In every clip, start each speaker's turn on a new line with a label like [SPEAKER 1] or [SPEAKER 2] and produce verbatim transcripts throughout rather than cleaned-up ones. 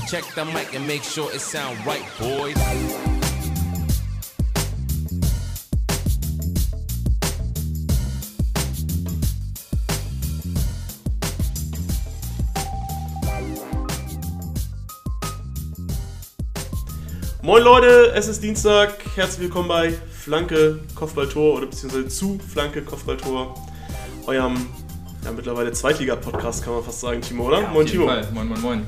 [SPEAKER 1] Check the mic and make sure it sound right, boys.
[SPEAKER 2] Moin Leute, es ist Dienstag, herzlich willkommen bei Flanke Kopfballtor oder beziehungsweise zu Flanke Kopfballtor, eurem ja, mittlerweile Zweitliga-Podcast, kann man fast sagen, Timo, oder?
[SPEAKER 3] Ja,
[SPEAKER 2] moin
[SPEAKER 3] auf jeden
[SPEAKER 2] Timo.
[SPEAKER 3] Fall. Moin, moin, moin.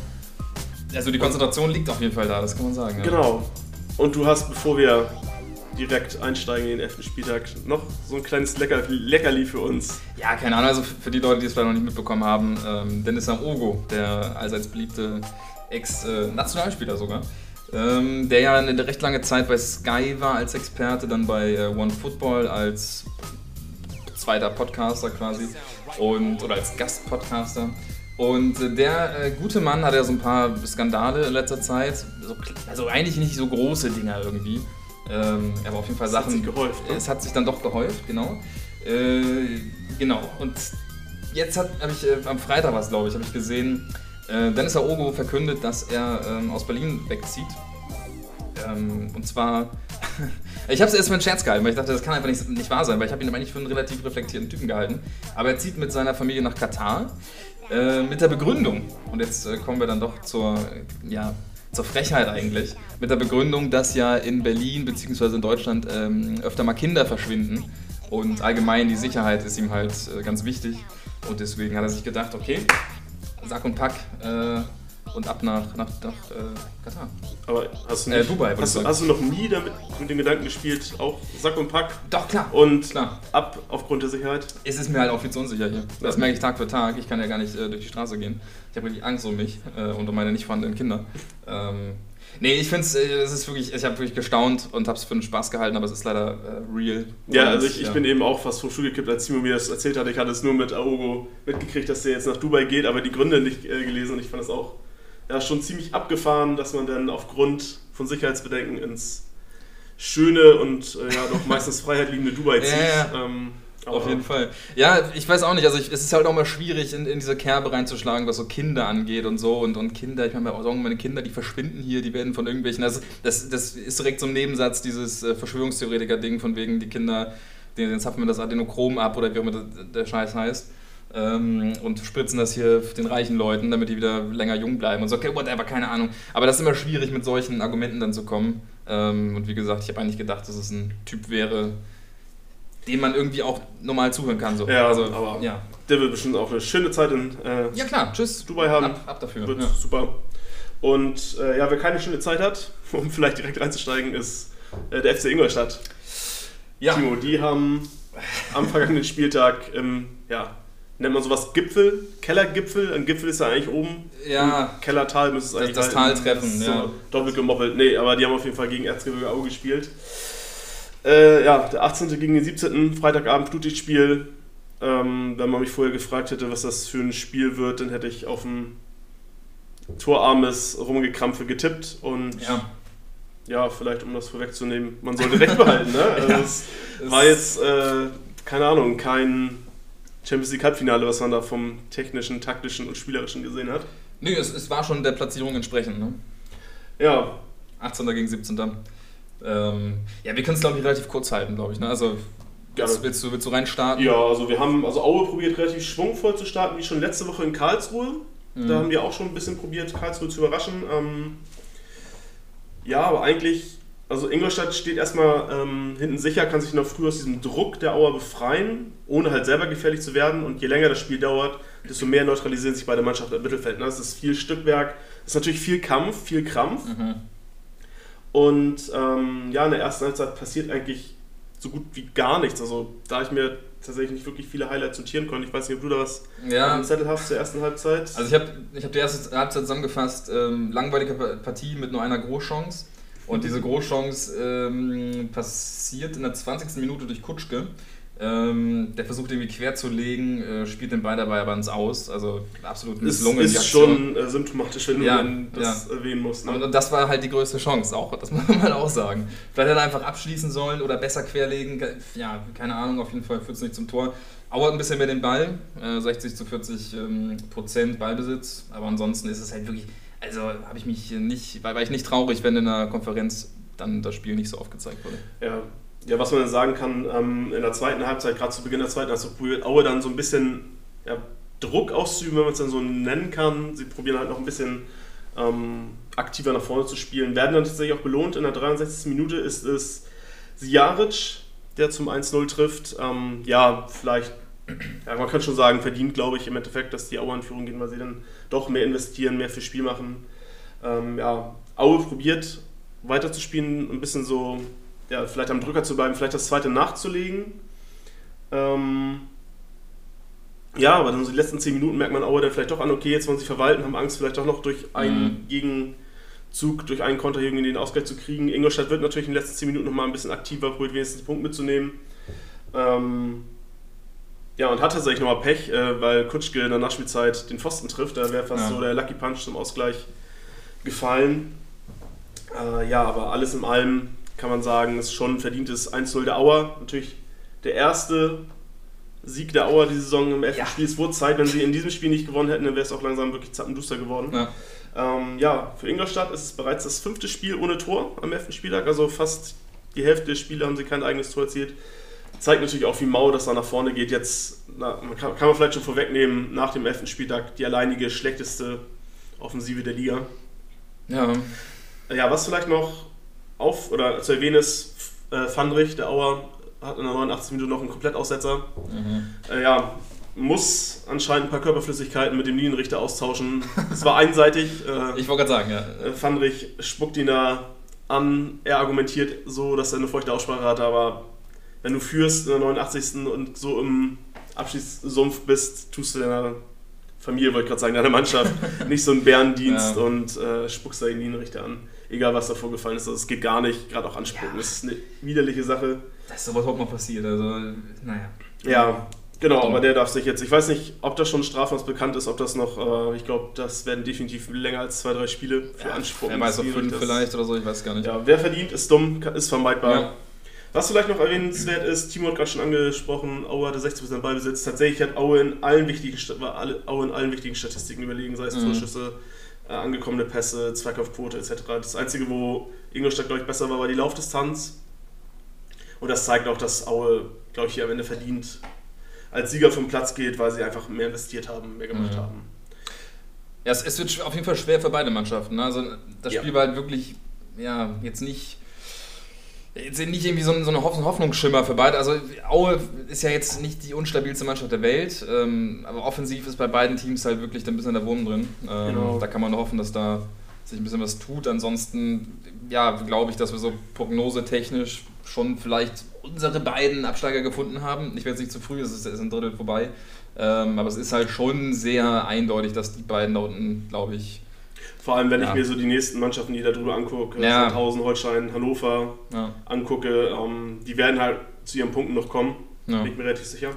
[SPEAKER 3] Also die Konzentration liegt auf jeden Fall da, das kann man sagen. Ja.
[SPEAKER 2] Genau. Und du hast, bevor wir direkt einsteigen in den elften Spieltag, noch so ein kleines Lecker Leckerli für uns.
[SPEAKER 3] Ja, keine Ahnung, also für die Leute, die es vielleicht noch nicht mitbekommen haben, ähm, Dennis Aogo, der allseits beliebte Ex-Nationalspieler sogar, Ähm, der ja eine recht lange Zeit bei Sky war als Experte, dann bei äh, OneFootball als zweiter Podcaster quasi und oder als Gastpodcaster. Und äh, der äh, gute Mann hat ja so ein paar Skandale in letzter Zeit, so, also eigentlich nicht so große Dinger irgendwie, ähm, aber auf jeden Fall Sachen.
[SPEAKER 2] Es hat sich gehäuft. Ne?
[SPEAKER 3] Es hat sich dann doch gehäuft, genau. Äh, genau. Und jetzt habe ich äh, am Freitag was, glaube ich, habe ich gesehen. Dennis Aogo verkündet, dass er ähm, aus Berlin wegzieht. Ähm, und zwar, ich habe es erst für einen Scherz gehalten, weil ich dachte, das kann einfach nicht, nicht wahr sein, weil ich habe ihn eigentlich für einen relativ reflektierten Typen gehalten. Aber er zieht mit seiner Familie nach Katar äh, mit der Begründung, und jetzt äh, kommen wir dann doch zur, ja, zur Frechheit eigentlich, mit der Begründung, dass ja in Berlin bzw. in Deutschland ähm, öfter mal Kinder verschwinden und allgemein die Sicherheit ist ihm halt äh, ganz wichtig. Und deswegen hat er sich gedacht, okay, Sack und Pack äh, und ab nach, nach, nach äh, Katar.
[SPEAKER 2] Aber hast du, nicht,
[SPEAKER 3] äh, Dubai,
[SPEAKER 2] hast, du, hast du noch nie damit mit dem Gedanken gespielt, auch Sack und Pack?
[SPEAKER 3] Doch, klar.
[SPEAKER 2] Und
[SPEAKER 3] klar.
[SPEAKER 2] ab aufgrund der Sicherheit?
[SPEAKER 3] Es ist mir halt auch viel zu unsicher hier. Das merke ich Tag für Tag. Ich kann ja gar nicht äh, durch die Straße gehen. Ich habe wirklich Angst um mich äh, und um meine nicht vorhandenen Kinder. Ähm, nee, ich finde es äh, ist wirklich, ich habe wirklich gestaunt und habe es für einen Spaß gehalten, aber es ist leider äh, real.
[SPEAKER 2] Ja,
[SPEAKER 3] und,
[SPEAKER 2] also ich,
[SPEAKER 3] ja.
[SPEAKER 2] ich bin eben auch fast vom Stuhl gekippt, als Timo mir das erzählt hat. Ich hatte es nur mit Aogo mitgekriegt, dass der jetzt nach Dubai geht, aber die Gründe nicht äh, gelesen, und ich fand es auch ja, schon ziemlich abgefahren, dass man dann aufgrund von Sicherheitsbedenken ins schöne und äh, ja doch meistens freiheitliebende Dubai zieht.
[SPEAKER 3] Ja, ja.
[SPEAKER 2] Ähm,
[SPEAKER 3] Auf jeden Fall. Ja, ich weiß auch nicht, also ich, es ist halt auch mal schwierig, in, in diese Kerbe reinzuschlagen, was so Kinder angeht und so. Und, und Kinder, ich meine, auch sagen, meine Kinder, die verschwinden hier, die werden von irgendwelchen, das, das, das ist direkt so ein Nebensatz, dieses äh, Verschwörungstheoretiker-Ding, von wegen die Kinder, denen, denen zapfen wir das Adenochrom ab oder wie auch immer der, der Scheiß heißt. Ähm, und spritzen das hier den reichen Leuten, damit die wieder länger jung bleiben und so, okay, whatever, keine Ahnung. Aber das ist immer schwierig, mit solchen Argumenten dann zu kommen. Ähm, und wie gesagt, ich habe eigentlich gedacht, dass es ein Typ wäre, dem man irgendwie auch normal zuhören kann. So.
[SPEAKER 2] Ja,
[SPEAKER 3] also,
[SPEAKER 2] aber
[SPEAKER 3] ja.
[SPEAKER 2] der wird bestimmt auch eine schöne Zeit in äh,
[SPEAKER 3] ja klar, tschüss.
[SPEAKER 2] Dubai haben.
[SPEAKER 3] Ab, ab dafür.
[SPEAKER 2] Wird
[SPEAKER 3] Ja.
[SPEAKER 2] super. Und äh, ja, wer keine schöne Zeit hat, um vielleicht direkt reinzusteigen, ist äh, der F C Ingolstadt.
[SPEAKER 3] Ja.
[SPEAKER 2] Timo, die haben am vergangenen Spieltag im, ja, nennt man sowas Gipfel, Kellergipfel. Ein Gipfel ist ja eigentlich oben.
[SPEAKER 3] Ja.
[SPEAKER 2] Im Kellertal müsste es
[SPEAKER 3] Das,
[SPEAKER 2] eigentlich
[SPEAKER 3] das
[SPEAKER 2] halten.
[SPEAKER 3] Taltreffen,
[SPEAKER 2] Das ist
[SPEAKER 3] ja.
[SPEAKER 2] so doppelt gemoppelt. Nee, aber die haben auf jeden Fall gegen Erzgebirge Aue gespielt. Äh, ja, der achtzehnte gegen den siebzehnten Freitagabend Flutlichtspiel. Ähm, wenn man mich vorher gefragt hätte, was das für ein Spiel wird, dann hätte ich auf ein torarmes Rumgekrampfe getippt. Und
[SPEAKER 3] Ja.
[SPEAKER 2] ja, vielleicht um das vorwegzunehmen, man sollte recht behalten. Ne? Also
[SPEAKER 3] Ja,
[SPEAKER 2] es war jetzt, äh, keine Ahnung, kein Champions League Halbfinale, was man da vom technischen, taktischen und spielerischen gesehen hat.
[SPEAKER 3] Nö, es, es war schon der Platzierung entsprechend. Ne?
[SPEAKER 2] Ja.
[SPEAKER 3] achtzehnter gegen siebzehnter Ähm, ja, wir können es, glaube ich, relativ kurz halten, glaube ich. Ne? Also, willst, willst, du, willst du reinstarten?
[SPEAKER 2] Ja, also wir haben, also Aue probiert relativ schwungvoll zu starten, wie schon letzte Woche in Karlsruhe. Mhm. Da haben die auch schon ein bisschen probiert, Karlsruhe zu überraschen. Ähm, ja, aber eigentlich, also Ingolstadt steht erstmal ähm, hinten sicher, kann sich noch früh aus diesem Druck der Auer befreien, ohne halt selber gefährlich zu werden. Und je länger das Spiel dauert, desto mehr neutralisieren sich beide Mannschaften im Mittelfeld. Ne? Das ist viel Stückwerk, das ist natürlich viel Kampf, viel Krampf. Mhm. Und ähm, ja, in der ersten Halbzeit passiert eigentlich so gut wie gar nichts. Also da ich mir tatsächlich nicht wirklich viele Highlights notieren konnte. Ich weiß nicht, ob du da was
[SPEAKER 3] ja.
[SPEAKER 2] auf dem Zettel hast zur ersten Halbzeit.
[SPEAKER 3] Also ich habe ich hab die erste Halbzeit zusammengefasst, ähm, langweilige Partie mit nur einer Großchance. Und diese Großchance ähm, passiert in der zwanzigsten Minute durch Kutschke. Ähm, der versucht irgendwie quer zu legen, äh, spielt den Ball dabei aber ins Aus. Also absolut misslungen.
[SPEAKER 2] Ist, ist schon äh, symptomatisch, wenn
[SPEAKER 3] ja,
[SPEAKER 2] du das
[SPEAKER 3] ja.
[SPEAKER 2] erwähnen musst. Ne?
[SPEAKER 3] Und das war halt die größte Chance, auch, das muss man auch sagen. Vielleicht hätte er einfach abschließen sollen oder besser querlegen. Ja, keine Ahnung, auf jeden Fall führt es nicht zum Tor. Auer ein bisschen mehr den Ball, äh, sechzig zu vierzig ähm, Prozent Ballbesitz, aber ansonsten ist es halt wirklich Also habe ich mich nicht, war, war ich nicht traurig, wenn in der Konferenz dann das Spiel nicht so aufgezeigt wurde.
[SPEAKER 2] Ja, ja, was man dann sagen kann, ähm, in der zweiten Halbzeit, gerade zu Beginn der zweiten, also probiert Aue dann so ein bisschen ja, Druck auszuüben, wenn man es dann so nennen kann. Sie probieren halt noch ein bisschen ähm, aktiver nach vorne zu spielen, werden dann tatsächlich auch belohnt. In der dreiundsechzigsten Minute ist es Sjaric, der zum eins null trifft. Ähm, ja, vielleicht, ja, man kann schon sagen, verdient, glaube ich, im Endeffekt, dass die Aue in Führung gehen, weil sie dann doch mehr investieren, mehr fürs Spiel machen. Ähm, ja, Aue probiert weiterzuspielen, ein bisschen so, ja, vielleicht am Drücker zu bleiben, vielleicht das zweite nachzulegen. Ähm, ja, aber dann so die letzten zehn Minuten merkt man Aue dann vielleicht doch an, okay, jetzt wollen sie verwalten, haben Angst, vielleicht doch noch durch einen mhm. Gegenzug, durch einen Konter irgendwie den Ausgleich zu kriegen. Ingolstadt wird natürlich in den letzten zehn Minuten nochmal ein bisschen aktiver, probiert wenigstens einen Punkt mitzunehmen. Ähm, ja, und hat tatsächlich nochmal Pech, äh, weil Kutschke in der Nachspielzeit den Pfosten trifft. Da wäre fast ja. so der Lucky Punch zum Ausgleich gefallen. Äh, ja, aber alles in allem kann man sagen, ist schon ein verdientes eins null der Auer. Natürlich der erste Sieg der Auer diese Saison im elften Ja. Spiel. Es wurde Zeit, wenn sie in diesem Spiel nicht gewonnen hätten, dann wäre es auch langsam wirklich zappenduster geworden. Ja. Ähm, ja, für Ingolstadt ist es bereits das fünfte Spiel ohne Tor am elften Spieltag. Also fast die Hälfte der Spiele haben sie kein eigenes Tor erzielt. Zeigt natürlich auch, wie mau das da nach vorne geht. Jetzt na, kann, kann man vielleicht schon vorwegnehmen, nach dem elften Spieltag die alleinige schlechteste Offensive der Liga.
[SPEAKER 3] Ja.
[SPEAKER 2] Ja, was vielleicht noch auf oder zu erwähnen ist, äh, Fandrich, der Auer, hat in der neunundachtzigsten Minute noch einen Komplettaussetzer. Mhm. Äh, ja, muss anscheinend ein paar Körperflüssigkeiten mit dem Linienrichter austauschen. Es war einseitig. Äh,
[SPEAKER 3] ich wollte gerade sagen, ja.
[SPEAKER 2] Äh, Fandrich spuckt ihn da an. Er argumentiert so, dass er eine feuchte Aussprache hatte, aber wenn du führst in der neunundachtzigsten und so im Abschiedssumpf bist, tust du deiner Familie, wollte ich gerade sagen, deiner Mannschaft nicht so einen Bärendienst ja. und äh, spuckst da den Linienrichter an. Egal, was da vorgefallen ist. Also, es geht gar nicht, gerade auch anspucken. Ja. Das ist eine widerliche Sache.
[SPEAKER 3] Dass sowas überhaupt mal passiert. Also, naja.
[SPEAKER 2] Ja, genau, aber der darf sich jetzt, ich weiß nicht, ob das schon straflos bekannt ist, ob das noch, äh, ich glaube, das werden definitiv länger als zwei, drei Spiele für ja, Anspucken.
[SPEAKER 3] Wer weiß, auf fünf vielleicht oder so, ich weiß gar nicht.
[SPEAKER 2] Ja, wer verdient, ist dumm, ist vermeidbar. Ja. Was vielleicht noch erwähnenswert ist, Timo hat gerade schon angesprochen, Aue hatte sechzig Prozent Ballbesitz. Tatsächlich hat Aue in allen wichtigen, war alle, Aue in allen wichtigen Statistiken überlegen, sei es mhm. Torschüsse, äh, angekommene Pässe, Zweikampfquote et cetera. Das Einzige, wo Ingolstadt, glaube ich, besser war, war die Laufdistanz. Und das zeigt auch, dass Aue, glaube ich, hier am Ende verdient als Sieger vom Platz geht, weil sie einfach mehr investiert haben, mehr gemacht mhm. haben.
[SPEAKER 3] Ja, es, es wird auf jeden Fall schwer für beide Mannschaften. Ne? Also das Spiel ja. war halt wirklich, ja, jetzt nicht... Jetzt nicht irgendwie so ein, so ein Hoffnungsschimmer für beide. Also Aue ist ja jetzt nicht die unstabilste Mannschaft der Welt, ähm, aber offensiv ist bei beiden Teams halt wirklich ein bisschen der Wurm drin. Ähm, genau. Da kann man hoffen, dass da sich ein bisschen was tut. Ansonsten, ja, glaube ich, dass wir so prognosetechnisch schon vielleicht unsere beiden Absteiger gefunden haben. Ich werde jetzt nicht zu früh, es ist, es ist ein Drittel vorbei. Ähm, aber es ist halt schon sehr eindeutig, dass die beiden da unten, glaube ich,
[SPEAKER 2] vor allem, wenn
[SPEAKER 3] ja.
[SPEAKER 2] ich mir so die nächsten Mannschaften, die da drüber angucke,
[SPEAKER 3] ja.
[SPEAKER 2] Sandhausen, Holstein, Hannover
[SPEAKER 3] ja.
[SPEAKER 2] angucke, ähm, die werden halt zu ihren Punkten noch kommen, ja. bin ich mir relativ sicher.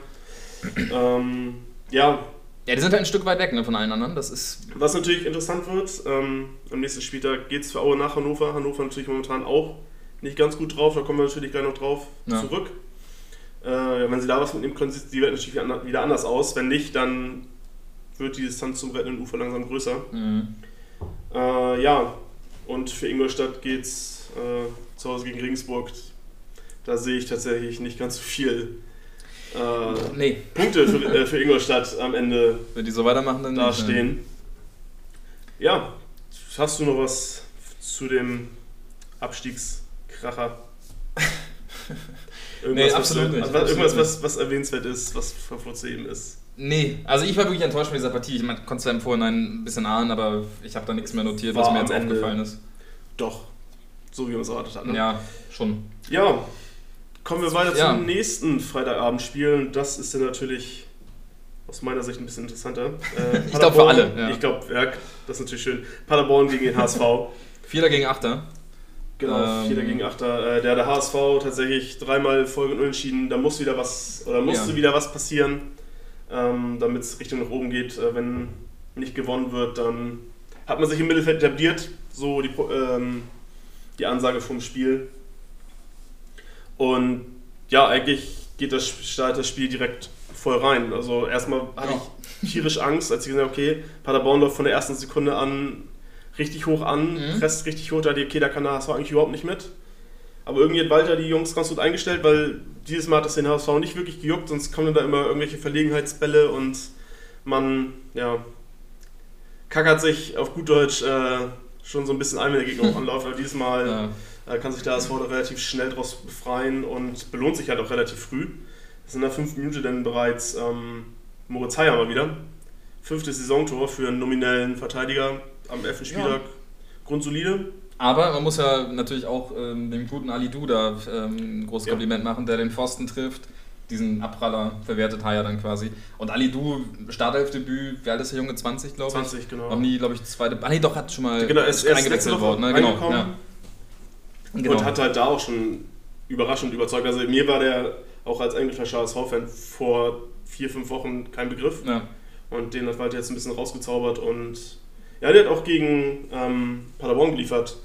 [SPEAKER 2] ähm, ja.
[SPEAKER 3] Ja, die sind halt ein Stück weit weg, ne, von allen anderen. Das ist
[SPEAKER 2] Was natürlich interessant wird, ähm, am nächsten Spieltag geht es für Aue nach Hannover. Hannover natürlich momentan auch nicht ganz gut drauf, da kommen wir natürlich gleich noch drauf ja. zurück. Äh, ja, wenn sie da was mitnehmen können, sieht die Welt natürlich wieder anders aus. Wenn nicht, dann wird die Distanz zum rettenden Ufer langsam größer. Mhm. Äh, ja, und für Ingolstadt geht's äh, zu Hause gegen Regensburg. Da sehe ich tatsächlich nicht ganz so viel äh,
[SPEAKER 3] nee.
[SPEAKER 2] Punkte für, äh, für Ingolstadt am Ende.
[SPEAKER 3] Wenn die so weitermachen, dann
[SPEAKER 2] dastehen. Ja, hast du noch was zu dem Abstiegskracher?
[SPEAKER 3] Nee, absolut
[SPEAKER 2] was,
[SPEAKER 3] nicht.
[SPEAKER 2] Also irgendwas, was, was erwähnenswert ist, was hervorzuheben ist.
[SPEAKER 3] Nee, also ich war wirklich enttäuscht von dieser Partie. Ich konnte es ja im Vorhinein ein bisschen ahnen, aber ich habe da nichts mehr notiert,
[SPEAKER 2] war
[SPEAKER 3] was mir jetzt aufgefallen ist.
[SPEAKER 2] Doch, so wie man es erwartet hat. Ne?
[SPEAKER 3] Ja, schon.
[SPEAKER 2] Ja, kommen wir weiter
[SPEAKER 3] ja.
[SPEAKER 2] zum nächsten Freitagabendspiel. Das ist ja natürlich aus meiner Sicht ein bisschen interessanter. Äh,
[SPEAKER 3] ich glaube für alle. Ja.
[SPEAKER 2] Ich glaube, ja, das ist natürlich schön. Paderborn gegen den H S V.
[SPEAKER 3] Vierter gegen Achter.
[SPEAKER 2] Genau, ähm, Vierter gegen Achter. Äh, der, der H S V tatsächlich dreimal Folge und unentschieden. Da muss wieder was, oder musste ja. wieder was passieren. Ähm, damit es Richtung nach oben geht. Äh, wenn nicht gewonnen wird, dann hat man sich im Mittelfeld etabliert, so die, ähm, die Ansage vom Spiel. Und ja, eigentlich geht das, startet das Spiel direkt voll rein. Also erstmal hatte ich tierisch Angst, als ich gesagt habe, okay, Paderborn läuft von der ersten Sekunde an richtig hoch an,
[SPEAKER 3] Mhm.
[SPEAKER 2] presst richtig hoch, da die, okay, da kann der H S V eigentlich überhaupt nicht mit. Aber irgendwie hat Walter die Jungs ganz gut eingestellt, weil dieses Mal hat das den H S V nicht wirklich gejuckt, sonst kommen da immer irgendwelche Verlegenheitsbälle und man, ja, kackert sich auf gut Deutsch äh, schon so ein bisschen ein, wenn der Gegner auch anläuft, aber dieses Mal
[SPEAKER 3] Ja.
[SPEAKER 2] äh, kann sich der H S V da relativ schnell draus befreien und belohnt sich halt auch relativ früh. Das sind in der fünften Minute dann bereits ähm, Moritz Heyer mal wieder. Fünftes Saisontor für einen nominellen Verteidiger am elften Spieltag.
[SPEAKER 3] Ja.
[SPEAKER 2] Grundsolide.
[SPEAKER 3] Aber man muss ja natürlich auch ähm, dem guten Ali Du da ähm, ein großes
[SPEAKER 2] Ja.
[SPEAKER 3] Kompliment machen, der den Pfosten trifft. Diesen Abpraller verwertet Haya dann quasi. Und Ali Du, Startelfdebüt, wie alt ist der Junge? zwanzig, glaube ich?
[SPEAKER 2] zwanzig, genau.
[SPEAKER 3] Noch nie, glaube ich, zweite. Ah, nee, doch, hat schon mal
[SPEAKER 2] Genau, er ist erst letzte
[SPEAKER 3] eingewechselt
[SPEAKER 2] Woche
[SPEAKER 3] worden. Ne? Genau,
[SPEAKER 2] reingekommen
[SPEAKER 3] ja. Genau.
[SPEAKER 2] und hat halt da auch schon überraschend überzeugt. Also mir war der auch als englischer H S V-Fan vor vier, fünf Wochen kein Begriff.
[SPEAKER 3] Ja.
[SPEAKER 2] Und den hat Walter jetzt ein bisschen rausgezaubert und ja, der hat auch gegen ähm, Paderborn geliefert.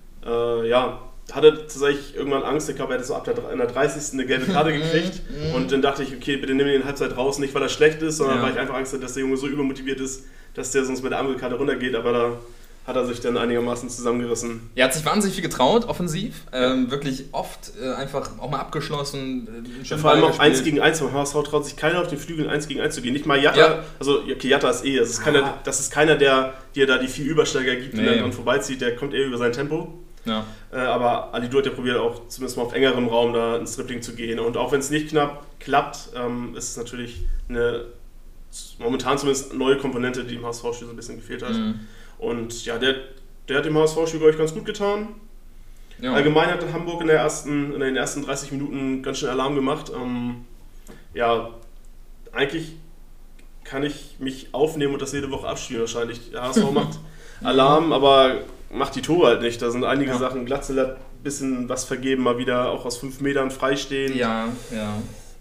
[SPEAKER 2] Äh, ja, hatte tatsächlich irgendwann Angst, ich glaube, er hätte so ab der, in der dreißigsten eine gelbe Karte gekriegt und dann dachte ich, okay, bitte nimm ihn in der Halbzeit raus, nicht weil er schlecht ist, sondern
[SPEAKER 3] Ja.
[SPEAKER 2] weil ich einfach Angst hatte, dass der Junge so übermotiviert ist, dass der sonst mit der Ampelkarte runtergeht, aber da hat er sich dann einigermaßen zusammengerissen.
[SPEAKER 3] Er hat sich wahnsinnig viel getraut, offensiv. Ähm, wirklich oft äh, einfach auch mal abgeschlossen. Äh,
[SPEAKER 2] Ja, vor allem auch eins
[SPEAKER 3] gespielt.
[SPEAKER 2] gegen eins, beim H S V traut sich keiner auf den Flügeln eins gegen eins zu gehen. Nicht mal Jatta,
[SPEAKER 3] Ja.
[SPEAKER 2] also okay, Jatta ist eh, das ist, keiner,
[SPEAKER 3] Ah.
[SPEAKER 2] das ist keiner, der dir da die vier Übersteiger gibt und
[SPEAKER 3] Nee.
[SPEAKER 2] dann dran vorbeizieht, der kommt eher über sein Tempo.
[SPEAKER 3] Ja.
[SPEAKER 2] Äh, aber Ali Du hat ja probiert, auch zumindest mal auf engerem Raum da ins Dribbling zu gehen. Und auch wenn es nicht knapp klappt, ähm, ist es natürlich eine momentan zumindest neue Komponente, die im H S V-Spiel so ein bisschen gefehlt hat.
[SPEAKER 3] Mhm.
[SPEAKER 2] Und ja, der, der hat dem H S V-Spiel, glaube ich, ganz gut getan.
[SPEAKER 3] Ja.
[SPEAKER 2] Allgemein hat Hamburg in, der ersten, in den ersten dreißig Minuten ganz schön Alarm gemacht. Ähm, ja, eigentlich kann ich mich aufnehmen und das jede Woche abspielen wahrscheinlich. Der H S V macht Alarm, aber macht die Tore halt nicht. Da sind einige
[SPEAKER 3] Ja.
[SPEAKER 2] Sachen. Glatzel hat ein bisschen was vergeben, mal wieder auch aus fünf Metern freistehen.
[SPEAKER 3] Ja, ja.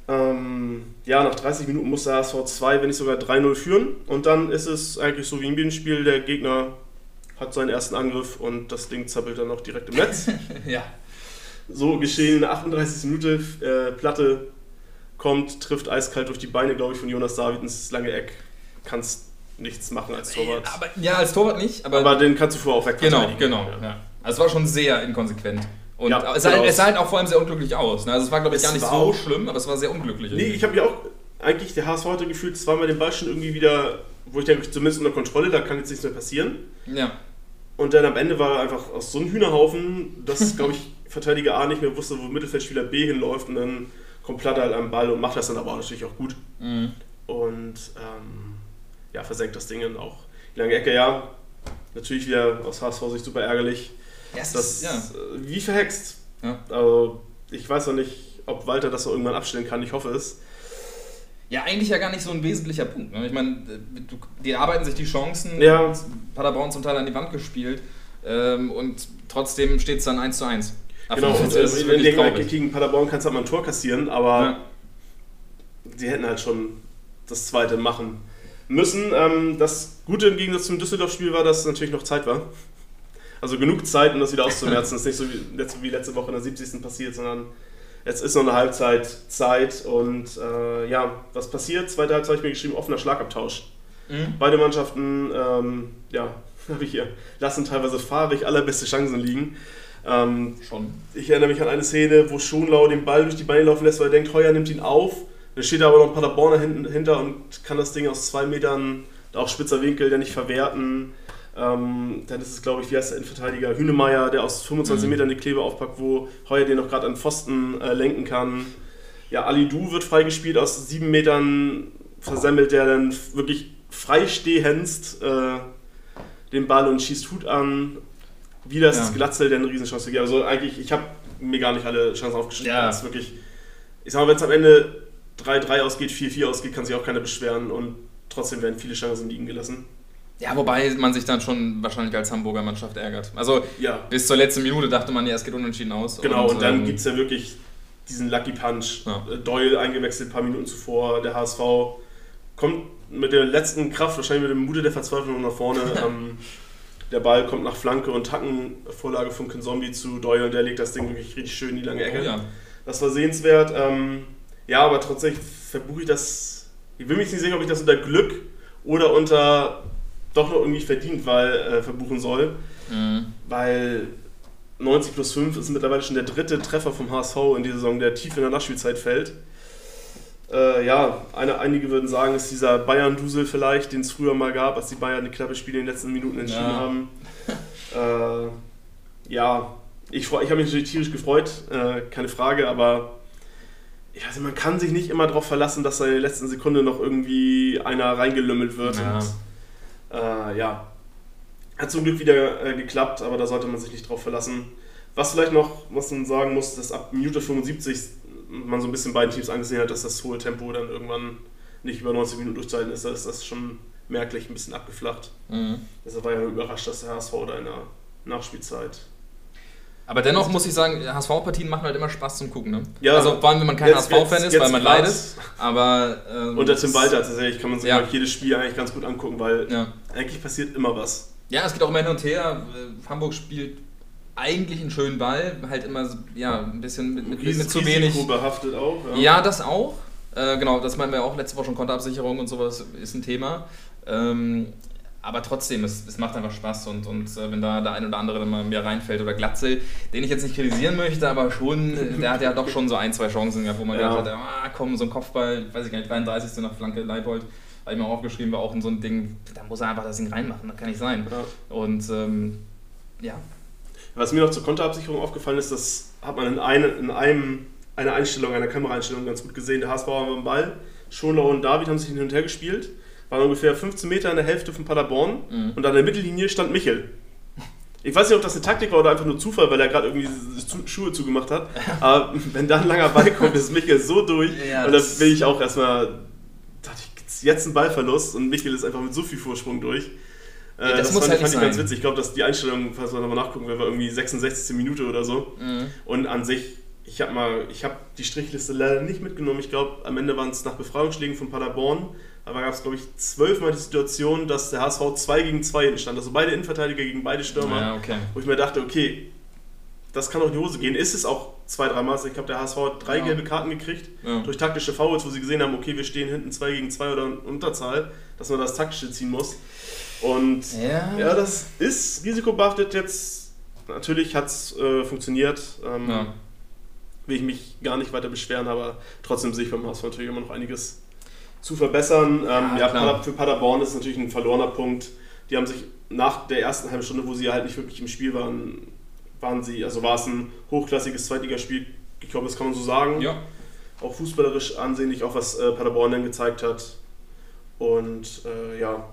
[SPEAKER 2] Ähm, ja, nach dreißig Minuten muss der H S V zwei, wenn nicht sogar drei null führen. Und dann ist es eigentlich so wie in jedem Spiel, der Gegner hat seinen ersten Angriff und das Ding zappelt dann noch direkt im Netz.
[SPEAKER 3] Ja.
[SPEAKER 2] So geschehen in der achtunddreißigsten Minute. Äh, Platte kommt, trifft eiskalt durch die Beine, glaube ich, von Jonas David ins lange Eck. Kannst nichts machen als Torwart.
[SPEAKER 3] Aber, ja, als Torwart nicht, aber,
[SPEAKER 2] Aber den kannst du vorher auch
[SPEAKER 3] genau,
[SPEAKER 2] wegverteidigen.
[SPEAKER 3] genau.
[SPEAKER 2] Ja.
[SPEAKER 3] Ja. Also es war schon sehr inkonsequent. Und
[SPEAKER 2] Ja,
[SPEAKER 3] es, sah,
[SPEAKER 2] genau.
[SPEAKER 3] es sah halt auch vor allem sehr unglücklich aus. Ne? Also es war, glaube ich,
[SPEAKER 2] Es
[SPEAKER 3] gar nicht
[SPEAKER 2] war
[SPEAKER 3] so
[SPEAKER 2] auch-
[SPEAKER 3] schlimm, aber es war sehr unglücklich.
[SPEAKER 2] Nee,
[SPEAKER 3] irgendwie.
[SPEAKER 2] ich habe ja auch eigentlich, der H S V heute gefühlt zweimal den Ball schon irgendwie wieder, wo ich denke, zumindest unter Kontrolle, da kann jetzt nichts mehr passieren.
[SPEAKER 3] Ja.
[SPEAKER 2] Und dann am Ende war er einfach aus so einem Hühnerhaufen, dass, glaube ich, Verteidiger A nicht mehr wusste, wo Mittelfeldspieler B hinläuft und dann kommt Platte halt am Ball und macht das dann aber auch natürlich auch gut.
[SPEAKER 3] Mhm.
[SPEAKER 2] Und ähm, ja, versenkt das Ding dann auch. Die lange Ecke, ja, natürlich wieder aus H S V-Sicht super ärgerlich.
[SPEAKER 3] Ja, es
[SPEAKER 2] Das
[SPEAKER 3] ist, ja.
[SPEAKER 2] äh, wie verhext.
[SPEAKER 3] Ja.
[SPEAKER 2] Also, ich weiß noch nicht, ob Walter das noch irgendwann abstellen kann, ich hoffe es.
[SPEAKER 3] ja, eigentlich ja gar nicht so ein wesentlicher Punkt. Ne? Ich meine, du- die arbeiten sich die Chancen,
[SPEAKER 2] Ja.
[SPEAKER 3] Paderborn zum Teil an die Wand gespielt ähm, und trotzdem steht es dann eins zu eins.
[SPEAKER 2] Genau,
[SPEAKER 3] das
[SPEAKER 2] und
[SPEAKER 3] ist
[SPEAKER 2] also, wenn
[SPEAKER 3] wirklich
[SPEAKER 2] du
[SPEAKER 3] traurig.
[SPEAKER 2] gegen Paderborn kannst du halt mal ein Tor kassieren, aber
[SPEAKER 3] Ja.
[SPEAKER 2] die hätten halt schon das zweite machen müssen. Ähm, das Gute im Gegensatz zum Düsseldorf-Spiel war, dass es natürlich noch Zeit war. Also genug Zeit, um das wieder auszumerzen. Das ist nicht so wie letzte, wie letzte Woche in der siebzigsten passiert, sondern jetzt ist noch eine Halbzeit Zeit. Und äh, ja, was passiert? Zweite Halbzeit habe ich mir geschrieben, offener Schlagabtausch.
[SPEAKER 3] Mhm.
[SPEAKER 2] Beide Mannschaften, ähm, ja, habe ich hier, lassen teilweise fahrig allerbeste Chancen liegen. Ähm,
[SPEAKER 3] Schon.
[SPEAKER 2] ich erinnere mich an eine Szene, wo Schonlau den Ball durch die Beine laufen lässt, weil er denkt, Heuer nimmt ihn auf. Dann steht da aber noch ein Paderborner hinten, hinter und kann das Ding aus zwei Metern, auch spitzer Winkel, der nicht verwerten. Ähm, dann ist es, glaube ich, wie heißt der Innenverteidiger? Hünemeyer, der aus fünfundzwanzig
[SPEAKER 3] Mhm.
[SPEAKER 2] Metern die Kleber aufpackt, wo Heuer den noch gerade an Pfosten äh, lenken kann. Ja, Ali Du wird freigespielt, aus sieben Metern versemmelt der dann wirklich freistehendst äh, den Ball und schießt Hut an. Wieder ist
[SPEAKER 3] Ja.
[SPEAKER 2] es Glatzel, der eine Riesenchance gegeben hat. Also eigentlich, ich habe mir gar nicht alle Chancen aufgeschrieben.
[SPEAKER 3] Ja.
[SPEAKER 2] Das ist wirklich, ich sag mal, wenn es am Ende drei drei ausgeht, vier vier ausgeht, kann sich auch keiner beschweren und trotzdem werden viele Chancen liegen gelassen.
[SPEAKER 3] Ja, wobei man sich dann schon wahrscheinlich als Hamburger Mannschaft ärgert. Also
[SPEAKER 2] Ja,
[SPEAKER 3] bis zur letzten Minute dachte man ja, es geht unentschieden aus.
[SPEAKER 2] genau. Und, dann
[SPEAKER 3] ähm,
[SPEAKER 2] gibt es ja wirklich diesen Lucky Punch.
[SPEAKER 3] Ja.
[SPEAKER 2] Äh, Doyle eingewechselt, ein paar Minuten zuvor. Der H S V kommt mit der letzten Kraft, wahrscheinlich mit dem Mute der Verzweiflung nach vorne. ähm, der Ball kommt nach Flanke und Hackenvorlage von Kinzombie zu Doyle und der legt das Ding wirklich richtig schön in die lange Ecke.
[SPEAKER 3] Oh ja.
[SPEAKER 2] Das war sehenswert. Ähm, ja, aber tatsächlich verbuche ich das. Ich bin mir nicht sicher, ob ich das unter Glück oder unter doch noch irgendwie verdient weil, äh, verbuchen soll. Mhm. Weil neunzig plus fünf ist mittlerweile schon der dritte Treffer vom H S V in dieser Saison, der tief in der Nachspielzeit fällt. Äh, ja, eine, einige würden sagen, es ist dieser Bayern-Dusel vielleicht, den es früher mal gab, als die Bayern eine knappe Spiele in den letzten Minuten entschieden ja. haben. äh, ja, ich, ich habe mich natürlich tierisch gefreut, äh, keine Frage, aber ja, also man kann sich nicht immer darauf verlassen, dass da in der letzten Sekunde noch irgendwie einer reingelümmelt wird. Ja. Und, äh, ja, hat zum Glück wieder äh, geklappt, aber da sollte man sich nicht drauf verlassen. Was vielleicht noch, was man sagen muss, dass ab Minute fünfundsiebzig man so ein bisschen beiden Teams angesehen hat, dass das hohe Tempo dann irgendwann nicht über neunzig Minuten durchzuhalten ist. Da ist das schon merklich ein bisschen abgeflacht. Mhm. Deshalb war ja überrascht, dass der H S V da in der Nachspielzeit...
[SPEAKER 3] Aber dennoch muss ich sagen, H S V-Partien machen halt immer Spaß zum Gucken. Ne?
[SPEAKER 2] Ja,
[SPEAKER 3] also vor allem, wenn man kein H S V-Fan ist, weil man leidet. Aber, ähm,
[SPEAKER 2] und der Tim Walter tatsächlich kann man sich ja. jedes Spiel eigentlich ganz gut angucken, weil ja. eigentlich passiert immer was.
[SPEAKER 3] Ja, es geht auch immer hin und her. Hamburg spielt eigentlich einen schönen Ball, halt immer so, ja, ein bisschen mit, mit, mit, mit zu wenig.
[SPEAKER 2] Risikobehaftet auch. Ja,
[SPEAKER 3] ja das auch. Äh, genau, das meinen wir auch letzte Woche schon, Konterabsicherung und sowas ist ein Thema. Ähm, aber trotzdem, es, es macht einfach Spaß und, und äh, wenn da der ein oder andere dann mal mehr reinfällt oder Glatzel, den ich jetzt nicht kritisieren möchte, aber schon, der hat ja doch schon so ein, zwei Chancen gehabt, wo man ja. gedacht hat, ah komm, so ein Kopfball, weiß ich gar nicht, dreiunddreißigste nach Flanke Leibold, habe ich mir aufgeschrieben, war auch in so ein Ding, da muss er einfach das Ding reinmachen, das kann nicht sein. Ja. Und ähm, ja.
[SPEAKER 2] Was mir noch zur Konterabsicherung aufgefallen ist, das hat man in, eine, in einem, einer Einstellung, einer Kameraeinstellung ganz gut gesehen, der H S V war am Ball, Schonlau und David haben sich hin und her gespielt, waren ungefähr fünfzehn Meter in der Hälfte von Paderborn mhm. und an der Mittellinie stand Michel. Ich weiß nicht, ob das eine Taktik war oder einfach nur Zufall, weil er gerade irgendwie die Schuhe zugemacht hat, aber wenn da ein langer Ball kommt, ist Michel so durch ja, und da will ich auch erstmal, dachte ich, jetzt ein Ballverlust und Michel ist einfach mit so viel Vorsprung durch.
[SPEAKER 3] Ja, das, das muss
[SPEAKER 2] fand,
[SPEAKER 3] halt
[SPEAKER 2] fand
[SPEAKER 3] nicht
[SPEAKER 2] ich
[SPEAKER 3] sein.
[SPEAKER 2] ganz witzig. Ich glaube, dass die Einstellung, falls wir nochmal nachgucken, war irgendwie sechsundsechzigste Minute oder so. Mhm. Und an sich, ich habe mal, ich habe die Strichliste leider nicht mitgenommen. Ich glaube, am Ende waren es nach Befreiungsschlägen von Paderborn. Aber gab es, glaube ich, zwölfmal die Situation, dass der H S V zwei gegen zwei hinten stand. Also beide Innenverteidiger gegen beide Stürmer.
[SPEAKER 3] Ja, okay.
[SPEAKER 2] Wo ich mir dachte, okay, das kann auch in die Hose gehen. Ist es auch zwei, dreimal. Ich glaube, der H S V hat drei ja. gelbe Karten gekriegt. Ja. Durch taktische Fouls, wo sie gesehen haben, okay, wir stehen hinten zwei gegen zwei oder in Unterzahl. Dass man das taktische ziehen muss. Und ja, ja das ist risikobehaftet jetzt. Natürlich hat es äh, funktioniert. Ähm, ja. Will ich mich gar nicht weiter beschweren, aber trotzdem sehe ich beim H S V natürlich immer noch einiges zu verbessern. Ähm, ja, ja, für Paderborn ist es natürlich ein verlorener Punkt. Die haben sich nach der ersten halben Stunde, wo sie halt nicht wirklich im Spiel waren, waren sie, also war es ein hochklassiges Zweitligaspiel. Ich glaube, das kann man so sagen.
[SPEAKER 3] Ja.
[SPEAKER 2] Auch fußballerisch ansehnlich, auch was äh, Paderborn dann gezeigt hat. Und äh, ja.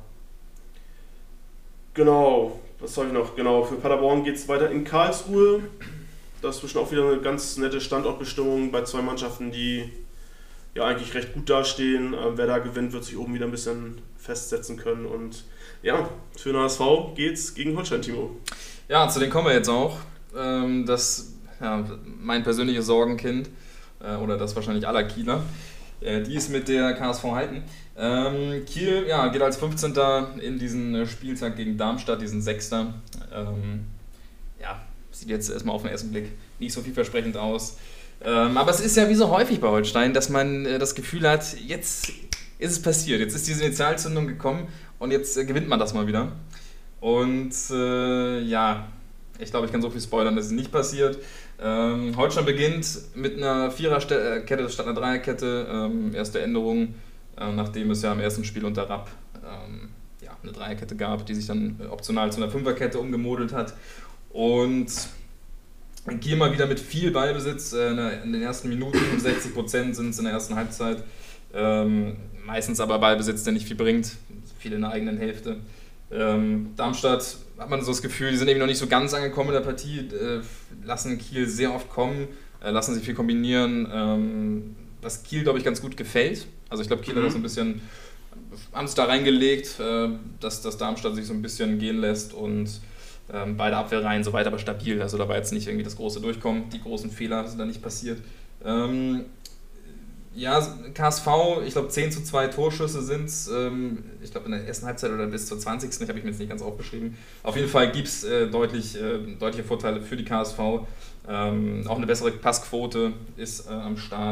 [SPEAKER 2] Genau, was soll ich noch? Genau, für Paderborn geht es weiter in Karlsruhe. Das ist bestimmt auch wieder eine ganz nette Standortbestimmung bei zwei Mannschaften, die ja eigentlich recht gut dastehen. Ähm, wer da gewinnt, wird sich oben wieder ein bisschen festsetzen können. Und ja, für den H S V geht's gegen Holstein, Timo.
[SPEAKER 3] Ja, zu denen kommen wir jetzt auch. Ähm, das ja, mein persönliches Sorgenkind, äh, oder das wahrscheinlich aller Kieler, äh, die ist mit der K S V Halten. Ähm, Kiel ja, geht als fünfzehnter in diesen Spieltag gegen Darmstadt, diesen Sechster. Ähm, ja, sieht jetzt erstmal auf den ersten Blick nicht so vielversprechend aus. Ähm, aber es ist ja wie so häufig bei Holstein, dass man äh, das Gefühl hat, jetzt ist es passiert, jetzt ist diese Initialzündung gekommen und jetzt äh, gewinnt man das mal wieder. Und äh, ja, ich glaube, ich kann so viel spoilern, dass es nicht passiert. Ähm, Holstein beginnt mit einer Viererkette statt einer Dreierkette. Ähm, erste Änderung, äh, nachdem es ja im ersten Spiel unter Rapp ähm, ja, eine Dreierkette gab, die sich dann optional zu einer Fünferkette umgemodelt hat. Und Kiel mal wieder mit viel Ballbesitz äh, in den ersten Minuten, sechzig Prozent sind es in der ersten Halbzeit. Ähm, meistens aber Ballbesitz, der nicht viel bringt, viel in der eigenen Hälfte. Ähm, Darmstadt hat man so das Gefühl, die sind eben noch nicht so ganz angekommen in der Partie, äh, lassen Kiel sehr oft kommen, äh, lassen sich viel kombinieren, ähm, was Kiel, glaube ich, ganz gut gefällt. Also ich glaube, Kiel mhm. hat das so ein bisschen, haben es da reingelegt, äh, dass, dass Darmstadt sich so ein bisschen gehen lässt und ähm, beide Abwehrreihen soweit aber stabil. Also da war jetzt nicht irgendwie das große Durchkommen, die großen Fehler sind da nicht passiert. Ähm, Ja, K S V, ich glaube zehn zu zwei Torschüsse sind es, ähm, ich glaube in der ersten Halbzeit oder bis zur zwanzigsten, ich habe ich mir jetzt nicht ganz aufgeschrieben. Auf jeden Fall gibt es äh, deutlich, äh, deutliche Vorteile für die K S V. Ähm, auch eine bessere Passquote ist äh, am Start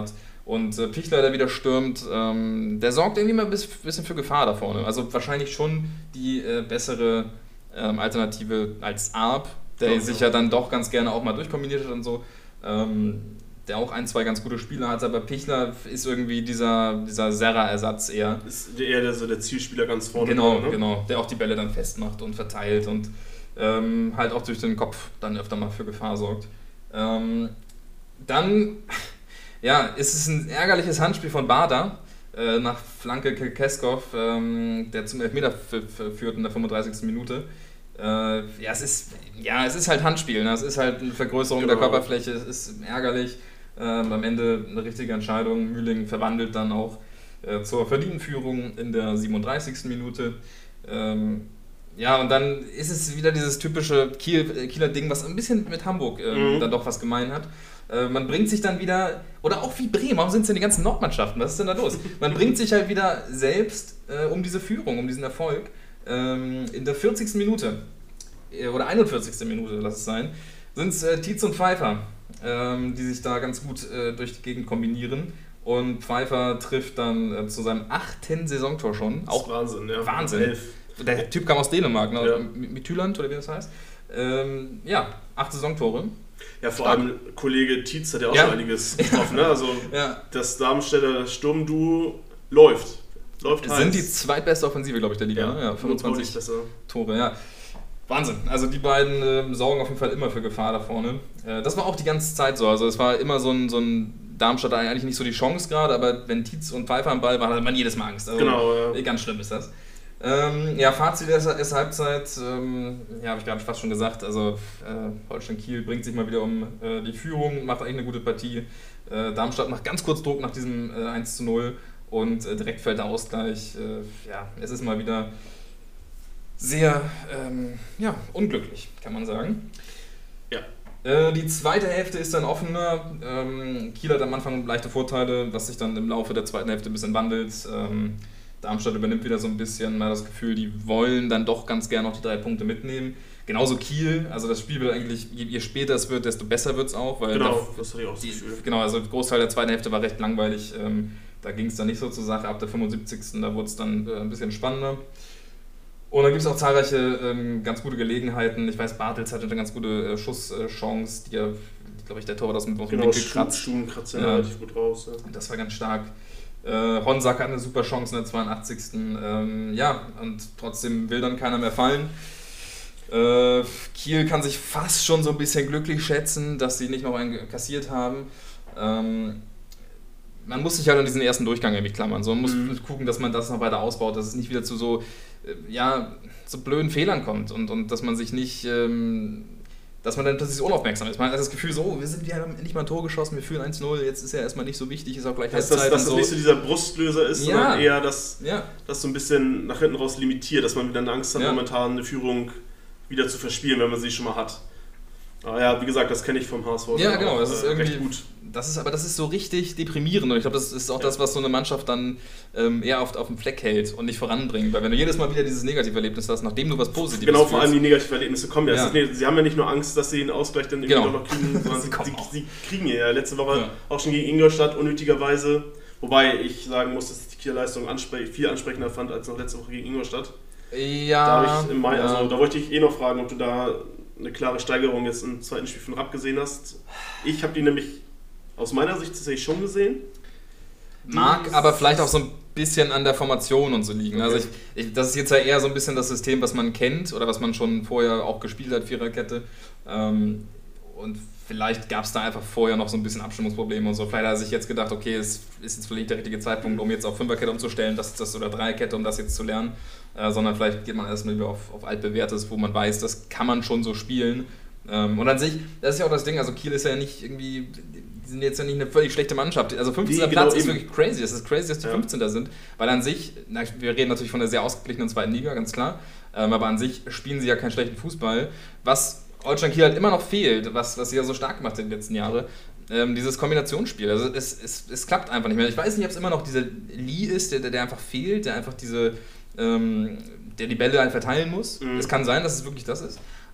[SPEAKER 3] Und äh, Pichler, der wieder stürmt, ähm, der sorgt irgendwie mal ein bisschen für Gefahr da vorne. Also wahrscheinlich schon die äh, bessere ähm, Alternative als Arp, der ja, sich ja dann doch ganz gerne auch mal durchkombiniert hat und so. Ähm, der auch ein, zwei ganz gute Spiele hat, aber Pichler ist irgendwie dieser, dieser Serra-Ersatz eher.
[SPEAKER 2] Ist eher der, so der Zielspieler ganz vorne.
[SPEAKER 3] Genau,
[SPEAKER 2] drin, ne?
[SPEAKER 3] genau, der auch die Bälle dann festmacht und verteilt und ähm, halt auch durch den Kopf dann öfter mal für Gefahr sorgt. Ähm, dann ja, ist es ein ärgerliches Handspiel von Bader äh, nach Flanke Keskov, ähm, der zum Elfmeter führt in der fünfunddreißigsten Minute. Äh, ja, es ist, ja, es ist halt Handspiel, ne? Es ist halt eine Vergrößerung genau. der Körperfläche, es ist ärgerlich. Ähm, am Ende eine richtige Entscheidung. Mühling verwandelt dann auch äh, zur verdienten Führung in der siebenunddreißigsten Minute. Ähm, ja, und dann ist es wieder dieses typische Kiel, Kieler Ding, was ein bisschen mit Hamburg äh, mhm. dann doch was gemein hat. Äh, man bringt sich dann wieder, oder auch wie Bremen, warum sind es denn die ganzen Nordmannschaften? Was ist denn da los? Man bringt sich halt wieder selbst äh, um diese Führung, um diesen Erfolg. Ähm, in der vierzigsten Minute, äh, oder einundvierzigsten Minute, lass es sein, sind es äh, Tietz und Pfeiffer, ähm, die sich da ganz gut äh, durch die Gegend kombinieren. Und Pfeiffer trifft dann äh, zu seinem achten Saisontor schon.
[SPEAKER 2] Auch Wahnsinn, ja.
[SPEAKER 3] Wahnsinn. Elf. Der Typ kam aus Dänemark, ne? Ja. Mithyland oder wie das heißt. Ähm, ja, acht Saisontore.
[SPEAKER 2] Ja, vor
[SPEAKER 3] Stark.
[SPEAKER 2] allem Kollege Tietz hat ja auch
[SPEAKER 3] ja.
[SPEAKER 2] schon einiges getroffen. Ne? Also
[SPEAKER 3] ja.
[SPEAKER 2] das Darmstädter Sturmduo läuft. Läuft
[SPEAKER 3] heiß. Sind die zweitbeste Offensive, glaube ich, der Liga.
[SPEAKER 2] Ja,
[SPEAKER 3] ne? Ja, fünfundzwanzig
[SPEAKER 2] besser.
[SPEAKER 3] Tore, ja. Wahnsinn. Also die beiden äh, sorgen auf jeden Fall immer für Gefahr da vorne. Äh, das war auch die ganze Zeit so. Also es war immer so ein, so ein Darmstadt eigentlich nicht so die Chance gerade, aber wenn Tietz und Pfeiffer am Ball waren, hat man jedes Mal Angst. Also,
[SPEAKER 2] genau, ja.
[SPEAKER 3] Ganz schlimm ist das. Ähm, ja, Fazit ist, ist Halbzeit, ähm, ja, habe ich glaube ich fast schon gesagt, also äh, Holstein Kiel bringt sich mal wieder um äh, die Führung, macht eigentlich eine gute Partie. Äh, Darmstadt macht ganz kurz Druck nach diesem äh, eins zu null und äh, direkt fällt der Ausgleich. Äh, ja, es ist mal wieder sehr ähm, ja, unglücklich, kann man sagen.
[SPEAKER 2] Ja.
[SPEAKER 3] Äh, die zweite Hälfte ist dann offener. Ähm, Kiel hat am Anfang leichte Vorteile, was sich dann im Laufe der zweiten Hälfte ein bisschen wandelt. Ähm, Darmstadt übernimmt wieder so ein bisschen, man hat das Gefühl, die wollen dann doch ganz gerne noch die drei Punkte mitnehmen. Genauso Kiel, also das Spiel wird eigentlich, je, je später es wird, desto besser wird es auch. Weil
[SPEAKER 2] genau,
[SPEAKER 3] da,
[SPEAKER 2] das hatte ich auch das
[SPEAKER 3] die,
[SPEAKER 2] Gefühl.
[SPEAKER 3] Genau, also der Großteil der zweiten Hälfte war recht langweilig. Ähm, da ging es dann nicht so zur Sache. Ab der fünfundsiebzigsten Da wurde es dann äh, ein bisschen spannender. Und dann gibt es auch zahlreiche ähm, ganz gute Gelegenheiten. Ich weiß, Bartels hatte eine ganz gute äh, Schusschance, die ja, glaube ich, der Torwart aus dem
[SPEAKER 2] genau,
[SPEAKER 3] Winkel kratzt.
[SPEAKER 2] Stuben kratzt ja
[SPEAKER 3] ja
[SPEAKER 2] relativ gut raus. Ja.
[SPEAKER 3] Das war ganz stark. Äh, Honsack hat eine super Chance in der zweiundachtzigsten Ähm, ja, und trotzdem will dann keiner mehr fallen. Äh, Kiel kann sich fast schon so ein bisschen glücklich schätzen, dass sie nicht noch einen kassiert haben. Ähm, man muss sich halt an diesen ersten Durchgang irgendwie klammern. So, man muss mhm. gucken, dass man das noch weiter ausbaut, dass es nicht wieder zu so, äh, ja, so blöden Fehlern kommt und, und dass man sich nicht... Ähm, dass man dann plötzlich unaufmerksam ist. Man hat das Gefühl so, oh, wir sind, wir haben endlich mal ein Tor geschossen, wir führen eins null, jetzt ist ja erstmal nicht so wichtig, ist auch gleich
[SPEAKER 2] Halbzeit. Dass, dass das so. nicht so dieser Brustlöser ist, ja. sondern eher das,
[SPEAKER 3] ja.
[SPEAKER 2] das so ein bisschen nach hinten raus limitiert, dass man wieder eine Angst hat, ja. momentan eine Führung wieder zu verspielen, wenn man sie schon mal hat. Aber ja, wie gesagt, das kenne ich vom H S V.
[SPEAKER 3] Ja, genau, das ist
[SPEAKER 2] äh,
[SPEAKER 3] irgendwie
[SPEAKER 2] recht gut.
[SPEAKER 3] Das ist, aber das ist so richtig deprimierend und ich glaube, das ist auch ja. das, was so eine Mannschaft dann ähm, eher auf, auf dem Fleck hält und nicht voranbringt. Weil wenn du jedes Mal wieder dieses Negativerlebnis hast, nachdem du was Positives
[SPEAKER 2] Genau,
[SPEAKER 3] fühlst,
[SPEAKER 2] vor allem die Negativerlebnisse kommen ja.
[SPEAKER 3] ja.
[SPEAKER 2] Ist nicht, sie haben ja nicht nur Angst, dass sie einen Ausgleich dann irgendwie genau. noch kriegen, sondern sie, sie, sie kriegen ja letzte Woche ja. auch schon gegen Ingolstadt unnötigerweise. Wobei ich sagen muss, dass ich die Kieler Leistung ansprech, viel ansprechender fand als noch letzte Woche gegen Ingolstadt.
[SPEAKER 3] Ja.
[SPEAKER 2] Da, ich im Mai,
[SPEAKER 3] ja.
[SPEAKER 2] also, da wollte ich eh noch fragen, ob du da eine klare Steigerung jetzt im zweiten Spiel von Rapp gesehen hast. Ich habe die nämlich aus meiner Sicht tatsächlich schon gesehen.
[SPEAKER 3] Mag die aber vielleicht auch so ein bisschen an der Formation und so liegen. Okay. Also ich, ich, das ist jetzt ja eher so ein bisschen das System, was man kennt oder was man schon vorher auch gespielt hat, Viererkette. Ähm, und vielleicht gab es da einfach vorher noch so ein bisschen Abstimmungsprobleme und so. Vielleicht hat er sich jetzt gedacht, okay, es ist jetzt vielleicht der richtige Zeitpunkt, um jetzt auf Fünferkette umzustellen, das, das oder Dreierkette, um das jetzt zu lernen. Äh, sondern vielleicht geht man erstmal wieder auf, auf altbewährtes, wo man weiß, das kann man schon so spielen. Ähm, und an sich, das ist ja auch das Ding, also Kiel ist ja nicht irgendwie, die sind jetzt ja nicht eine völlig schlechte Mannschaft. Also fünfzehnter
[SPEAKER 2] Die,
[SPEAKER 3] Platz
[SPEAKER 2] genau
[SPEAKER 3] ist
[SPEAKER 2] eben.
[SPEAKER 3] wirklich crazy, das ist crazy, dass die
[SPEAKER 2] ja.
[SPEAKER 3] fünfzehnter sind, weil an sich, na, wir reden natürlich von einer sehr ausgeglichenen zweiten Liga, ganz klar, ähm, aber an sich spielen sie ja keinen schlechten Fußball, was Holstein Kiel halt immer noch fehlt, was, was sie ja so stark gemacht hat in den letzten Jahren, ähm, dieses Kombinationsspiel. Also es, es, es klappt einfach nicht mehr. Ich weiß nicht, ob es immer noch dieser Lee ist, der, der einfach fehlt, der einfach diese, ähm, der die Bälle halt verteilen muss. Mhm. Es kann sein, dass es wirklich das ist.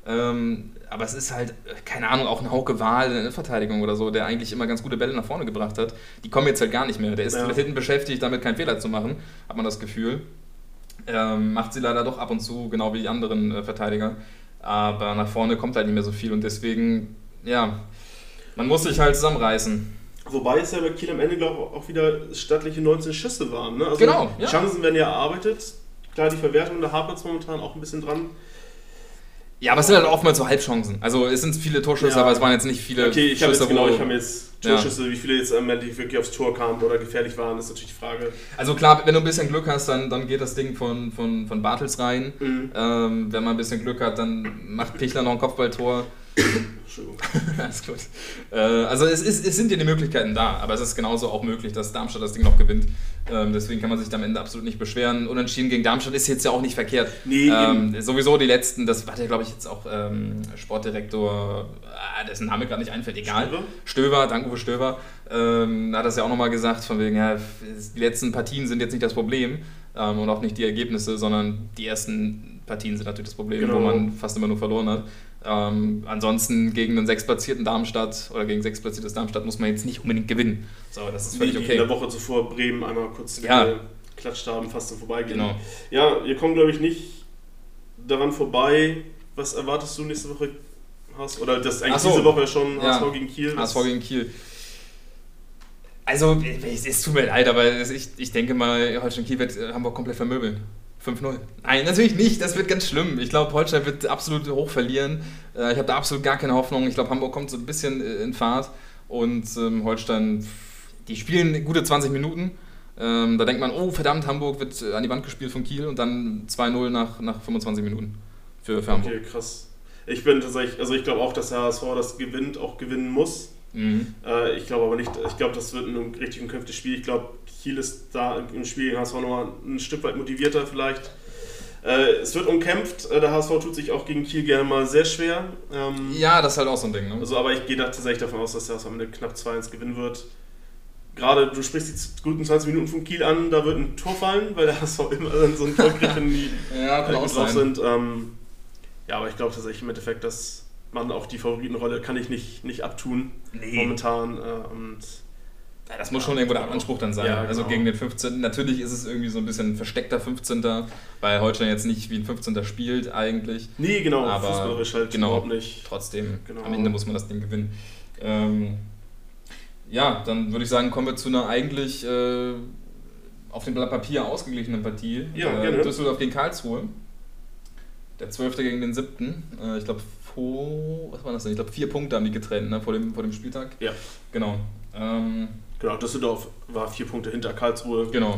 [SPEAKER 3] Ähm, aber es ist halt, keine Ahnung, auch ein Hauke Wahl in der Verteidigung oder so, der eigentlich immer ganz gute Bälle nach vorne gebracht hat. Die kommen jetzt halt gar nicht mehr. Der ist ja. mit hinten beschäftigt, damit keinen Fehler zu machen, hat man das Gefühl. Ähm, macht sie leider doch ab und zu, genau wie die anderen äh, Verteidiger. Aber nach vorne kommt halt nicht mehr so viel und deswegen, ja, man muss sich halt zusammenreißen.
[SPEAKER 2] Wobei es ja bei Kiel am Ende, glaube ich, auch wieder stattliche neunzehn Schüsse waren. Ne? Also
[SPEAKER 3] genau,
[SPEAKER 2] die
[SPEAKER 3] ja.
[SPEAKER 2] Chancen werden ja erarbeitet. Klar, die Verwertung, da hapert es momentan auch ein bisschen dran.
[SPEAKER 3] Ja, aber es sind halt oftmals so Halbchancen. Also es sind viele Torschüsse,
[SPEAKER 2] ja.
[SPEAKER 3] aber es waren jetzt nicht viele
[SPEAKER 2] okay, ich
[SPEAKER 3] Schüsse.
[SPEAKER 2] Jetzt, genau,
[SPEAKER 3] wo,
[SPEAKER 2] ich habe jetzt Torschüsse, ja. wie viele jetzt am Ende wirklich aufs Tor kamen oder gefährlich waren, ist natürlich die Frage.
[SPEAKER 3] Also klar, wenn du ein bisschen Glück hast, dann, dann geht das Ding von, von, von Bartels rein. Mhm. Ähm, wenn man ein bisschen Glück hat, dann macht Pichler noch ein Kopfballtor.
[SPEAKER 2] Entschuldigung.
[SPEAKER 3] Alles gut. Äh, also es, ist, es sind ja die Möglichkeiten da, aber es ist genauso auch möglich, dass Darmstadt das Ding noch gewinnt. Ähm, deswegen kann man sich da am Ende absolut nicht beschweren. Unentschieden gegen Darmstadt ist jetzt ja auch nicht verkehrt. Nee, ähm, sowieso die letzten, das hat ja glaube ich jetzt auch ähm, Sportdirektor, ah, dessen Name gerade nicht einfällt, egal. Stöver, Stöver danke Uwe Stöver, ähm, hat das ja auch nochmal gesagt, von wegen, ja, die letzten Partien sind jetzt nicht das Problem ähm, und auch nicht die Ergebnisse, sondern die ersten Partien sind natürlich das Problem, genau. wo man fast immer nur verloren hat. Ähm, ansonsten gegen einen sechstplatzierten Darmstadt oder gegen sechstplatziertes Darmstadt muss man jetzt nicht unbedingt gewinnen. So, das ist völlig
[SPEAKER 2] Wie
[SPEAKER 3] okay.
[SPEAKER 2] In der Woche zuvor Bremen einmal kurz
[SPEAKER 3] ja.
[SPEAKER 2] geklatscht haben, fast so vorbeigehen.
[SPEAKER 3] Genau.
[SPEAKER 2] Ja, wir kommen glaube ich nicht daran vorbei. Was erwartest du nächste Woche? Hast? Oder das eigentlich so. diese Woche schon
[SPEAKER 3] ja.
[SPEAKER 2] H S V gegen Kiel?
[SPEAKER 3] H S V gegen Kiel. Also, es tut mir leid, aber ich, ich denke mal, Holstein Kiel wird Hamburg komplett vermöbeln. fünf null. Nein, natürlich nicht. Das wird ganz schlimm. Ich glaube, Holstein wird absolut hoch verlieren. Ich habe da absolut gar keine Hoffnung. Ich glaube, Hamburg kommt so ein bisschen in Fahrt. Und ähm, Holstein, die spielen gute zwanzig Minuten. Ähm, da denkt man, oh verdammt, Hamburg wird an die Wand gespielt von Kiel. Und dann zwei null nach, nach fünfundzwanzig Minuten für, für Hamburg.
[SPEAKER 2] Okay, krass. Ich bin tatsächlich, also ich glaube auch, dass der H S V das gewinnt, auch gewinnen muss. Mhm. Äh, ich glaube aber nicht, ich glaube, das wird ein richtig umkämpftes Spiel. Ich glaube, Kiel ist da im Spiel gegen H S V nochmal ein Stück weit motivierter vielleicht. Äh, es wird umkämpft, der H S V tut sich auch gegen Kiel gerne mal sehr schwer. Ähm,
[SPEAKER 3] ja, das ist halt auch so ein Ding. Ne?
[SPEAKER 2] Also, aber ich gehe da tatsächlich davon aus, dass der H S V am Ende knapp zwei eins gewinnen wird. Gerade, du sprichst die guten zwanzig Minuten von Kiel an, da wird ein Tor fallen, weil der H S V immer dann so ein Torgriff in die
[SPEAKER 3] ja, kann auch
[SPEAKER 2] drauf
[SPEAKER 3] sein.
[SPEAKER 2] sind. Ähm, ja, aber ich glaube tatsächlich im Endeffekt, dass man auch die Favoritenrolle kann ich nicht, nicht abtun nee. momentan. Äh, und
[SPEAKER 3] ja, das muss schon irgendwo der Anspruch dann sein. Ja, genau. Also gegen den fünfzehnten Natürlich ist es irgendwie so ein bisschen ein versteckter fünfzehnter weil Holstein jetzt nicht wie ein fünfzehnter spielt eigentlich.
[SPEAKER 2] Nee, genau,
[SPEAKER 3] aber
[SPEAKER 2] fußballerisch halt
[SPEAKER 3] genau,
[SPEAKER 2] überhaupt nicht.
[SPEAKER 3] Trotzdem,
[SPEAKER 2] genau.
[SPEAKER 3] am Ende muss man das Ding gewinnen. Ähm, ja, dann würde ich sagen, kommen wir zu einer eigentlich äh, auf dem Blatt Papier ausgeglichenen Partie.
[SPEAKER 2] Ja,
[SPEAKER 3] äh, Düsseldorf gegen Karlsruhe. Der zwölfte gegen den siebten Äh, ich glaube, was war das denn? Ich glaube, vier Punkte haben die getrennt, ne, vor dem, vor dem Spieltag.
[SPEAKER 2] Ja.
[SPEAKER 3] Genau. Ähm,
[SPEAKER 2] genau, Düsseldorf war vier Punkte hinter Karlsruhe.
[SPEAKER 3] Genau.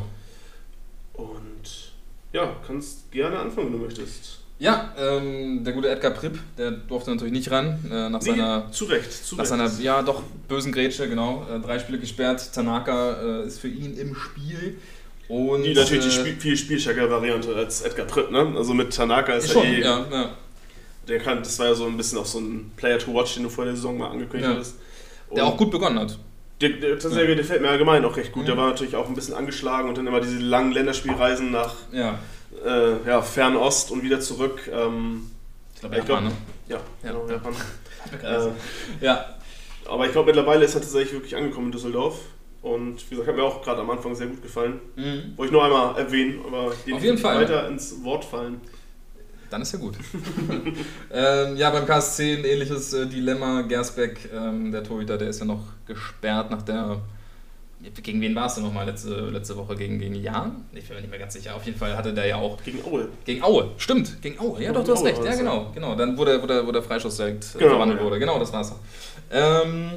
[SPEAKER 2] Und ja, kannst gerne anfangen, wenn du möchtest.
[SPEAKER 3] Ja, ähm, der gute Edgar Pripp, der durfte natürlich nicht ran. Äh, nach
[SPEAKER 2] nee,
[SPEAKER 3] seiner,
[SPEAKER 2] zu Recht, zu
[SPEAKER 3] nach
[SPEAKER 2] Recht.
[SPEAKER 3] seiner, ja doch, bösen Grätsche, genau. Äh, drei Spiele gesperrt. Tanaka äh, ist für ihn im Spiel. Und,
[SPEAKER 2] die natürlich
[SPEAKER 3] äh,
[SPEAKER 2] die Spiel, viel spielstärkere Variante als Edgar Pripp, ne? Also mit Tanaka ist
[SPEAKER 3] schon,
[SPEAKER 2] er eh...
[SPEAKER 3] Ja, ja.
[SPEAKER 2] Der kann, das war ja so ein bisschen auch so ein Player to watch, den du vor der Saison mal angekündigt
[SPEAKER 3] ja.
[SPEAKER 2] hast.
[SPEAKER 3] Der auch gut begonnen hat.
[SPEAKER 2] Der, der, tatsächlich, ja. der fällt mir allgemein auch recht gut. Mhm. Der war natürlich auch ein bisschen angeschlagen und dann immer diese langen Länderspielreisen nach
[SPEAKER 3] ja.
[SPEAKER 2] Äh, ja, Fernost und wieder zurück. Ähm,
[SPEAKER 3] ich glaube, Japan, ne?
[SPEAKER 2] Ja,
[SPEAKER 3] ja,
[SPEAKER 2] genau,
[SPEAKER 3] ja.
[SPEAKER 2] Japan.
[SPEAKER 3] äh, ja.
[SPEAKER 2] Aber ich glaube, mittlerweile ist er tatsächlich wirklich angekommen in Düsseldorf. Und wie gesagt, hat mir auch gerade am Anfang sehr gut gefallen. Mhm. Wollte ich nur einmal erwähnen, aber den
[SPEAKER 3] auf jeden Fall
[SPEAKER 2] weiter ins Wort fallen.
[SPEAKER 3] Dann ist ja gut. ähm, ja, beim K S C ein ähnliches äh, Dilemma. Gersbeck, ähm, der Torhüter, der ist ja noch gesperrt nach der... Gegen wen war es denn nochmal letzte, letzte Woche? Gegen, gegen Jan? Ich bin mir nicht mehr ganz sicher. Auf jeden Fall hatte der ja auch...
[SPEAKER 2] Gegen Aue.
[SPEAKER 3] Gegen Aue, stimmt. Gegen Aue. Ja, doch, du hast recht. Ja, genau. genau. Dann wurde, wurde, wurde der Freischuss direkt
[SPEAKER 2] genau,
[SPEAKER 3] verwandelt
[SPEAKER 2] ja.
[SPEAKER 3] wurde. Genau, das war's. Ähm,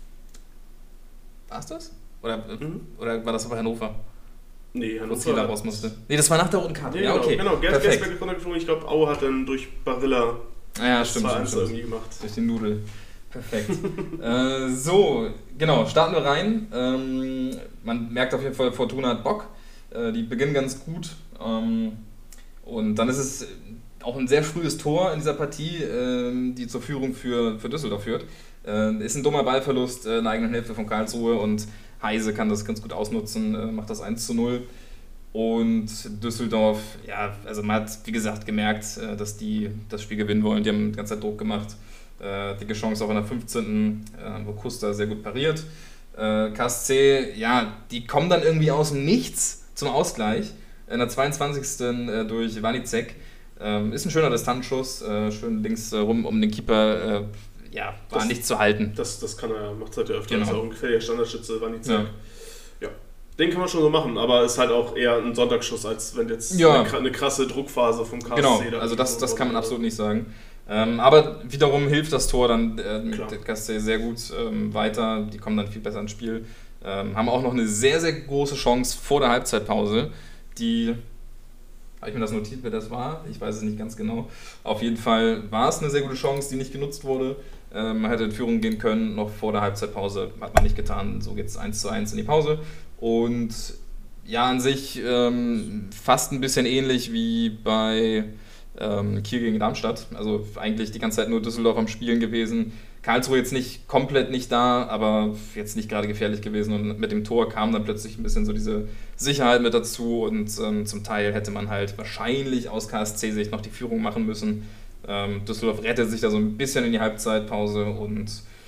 [SPEAKER 3] war's das? Oder, mhm. oder war das aber Hannover?
[SPEAKER 2] Nee, Hannover.
[SPEAKER 3] Wo Zieler raus musste. Nee, das war nach der roten Karte.
[SPEAKER 2] Nee,
[SPEAKER 3] ja, okay.
[SPEAKER 2] Genau, genau. Gersbeck ist runtergeflogen. Ich glaube, Aue hat dann durch Barilla
[SPEAKER 3] ja, stimmt, stimmt, stimmt.
[SPEAKER 2] irgendwie gemacht.
[SPEAKER 3] Durch die Nudel. Perfekt. äh, so, genau, starten wir rein. Ähm, man merkt auf jeden Fall, Fortuna hat Bock. Äh, die beginnen ganz gut. Ähm, und dann ist es auch ein sehr frühes Tor in dieser Partie, äh, die zur Führung für, für Düsseldorf führt. Äh, ist ein dummer Ballverlust äh, in der eigenen Hälfte von Karlsruhe und Heise kann das ganz gut ausnutzen, äh, macht das eins zu null. Und Düsseldorf, ja, also man hat, wie gesagt, gemerkt, dass die das Spiel gewinnen wollen. Die haben die ganze Zeit Druck gemacht. Äh, dicke Chance auch in der fünfzehnten Äh, wo Kuster sehr gut pariert. Äh, K S C, ja, die kommen dann irgendwie aus dem Nichts zum Ausgleich. In der zweiundzwanzigsten Äh, durch Wanizek. Ähm, ist ein schöner Distanzschuss, äh, schön links äh, rum um den Keeper. Äh, ja, war
[SPEAKER 2] das,
[SPEAKER 3] nichts zu halten.
[SPEAKER 2] Das, das kann er, macht es halt ja öfter.
[SPEAKER 3] Genau.
[SPEAKER 2] Das ist auch ein gefährlicher Standardschütze, Wanizek.
[SPEAKER 3] Ja.
[SPEAKER 2] ja. Den kann man schon so machen, aber ist halt auch eher ein Sonntagsschuss, als wenn jetzt
[SPEAKER 3] ja.
[SPEAKER 2] eine, eine krasse Druckphase vom K S C
[SPEAKER 3] genau,
[SPEAKER 2] da
[SPEAKER 3] also das,
[SPEAKER 2] so
[SPEAKER 3] das kann man
[SPEAKER 2] oder.
[SPEAKER 3] absolut nicht sagen. Ähm, aber wiederum hilft das Tor dann äh, mit
[SPEAKER 2] Klar.
[SPEAKER 3] K S C sehr gut ähm, weiter. Die kommen dann viel besser ins Spiel. Ähm, haben auch noch eine sehr, sehr große Chance vor der Halbzeitpause, die... Habe ich mir das notiert, wer das war? Ich weiß es nicht ganz genau. Auf jeden Fall war es eine sehr gute Chance, die nicht genutzt wurde. Ähm, man hätte in Führung gehen können, noch vor der Halbzeitpause. Hat man nicht getan. So geht es eins zu eins in die Pause. Und ja, an sich ähm, fast ein bisschen ähnlich wie bei ähm, Kiel gegen Darmstadt. Also eigentlich die ganze Zeit nur Düsseldorf am Spielen gewesen. Karlsruhe jetzt nicht komplett nicht da, aber jetzt nicht gerade gefährlich gewesen. Und mit dem Tor kam dann plötzlich ein bisschen so diese Sicherheit mit dazu. Und ähm, zum Teil hätte man halt wahrscheinlich aus K S C-Sicht noch die Führung machen müssen. Ähm, Düsseldorf rettet sich da so ein bisschen in die Halbzeitpause und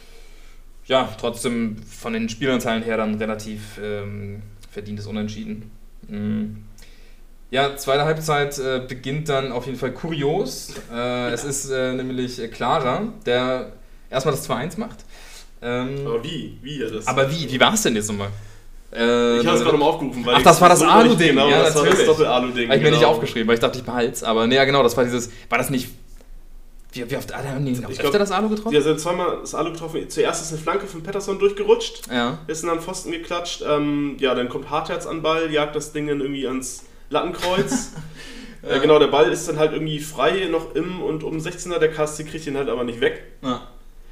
[SPEAKER 3] ja, trotzdem von den Spielanteilen her dann relativ ähm, verdientes Unentschieden. Mhm. Ja, zweite Halbzeit äh, beginnt dann auf jeden Fall kurios. Äh, ja. Es ist äh, nämlich Clara, der erstmal das zwei eins macht. Ähm,
[SPEAKER 2] aber wie? Wie er das?
[SPEAKER 3] Aber wie? Wie war es denn jetzt nochmal? Äh,
[SPEAKER 2] ich habe es gerade mal aufgerufen. Weil
[SPEAKER 3] ach, das war das
[SPEAKER 2] so
[SPEAKER 3] Alu-Ding.
[SPEAKER 2] Genau,
[SPEAKER 3] ja,
[SPEAKER 2] das
[SPEAKER 3] natürlich.
[SPEAKER 2] war das Doppel-Alu-Ding.
[SPEAKER 3] Habe ich mir
[SPEAKER 2] genau.
[SPEAKER 3] nicht aufgeschrieben, weil ich dachte, ich behalte es. Aber naja, genau, das war dieses, war das nicht, wie, wie oft haben die noch
[SPEAKER 2] ich
[SPEAKER 3] öfter
[SPEAKER 2] glaub,
[SPEAKER 3] das Alu getroffen?
[SPEAKER 2] Ja, sie haben zweimal das Alu getroffen. Zuerst ist eine Flanke von Pettersson durchgerutscht,
[SPEAKER 3] ja.
[SPEAKER 2] ist dann an Pfosten geklatscht. Ähm, ja, dann kommt Hartherz an den Ball, jagt das Ding dann irgendwie ans Lattenkreuz. ja. äh, genau, der Ball ist dann halt irgendwie frei noch im und um sechzehner, der K S C kriegt ihn halt aber nicht weg.
[SPEAKER 3] Ja.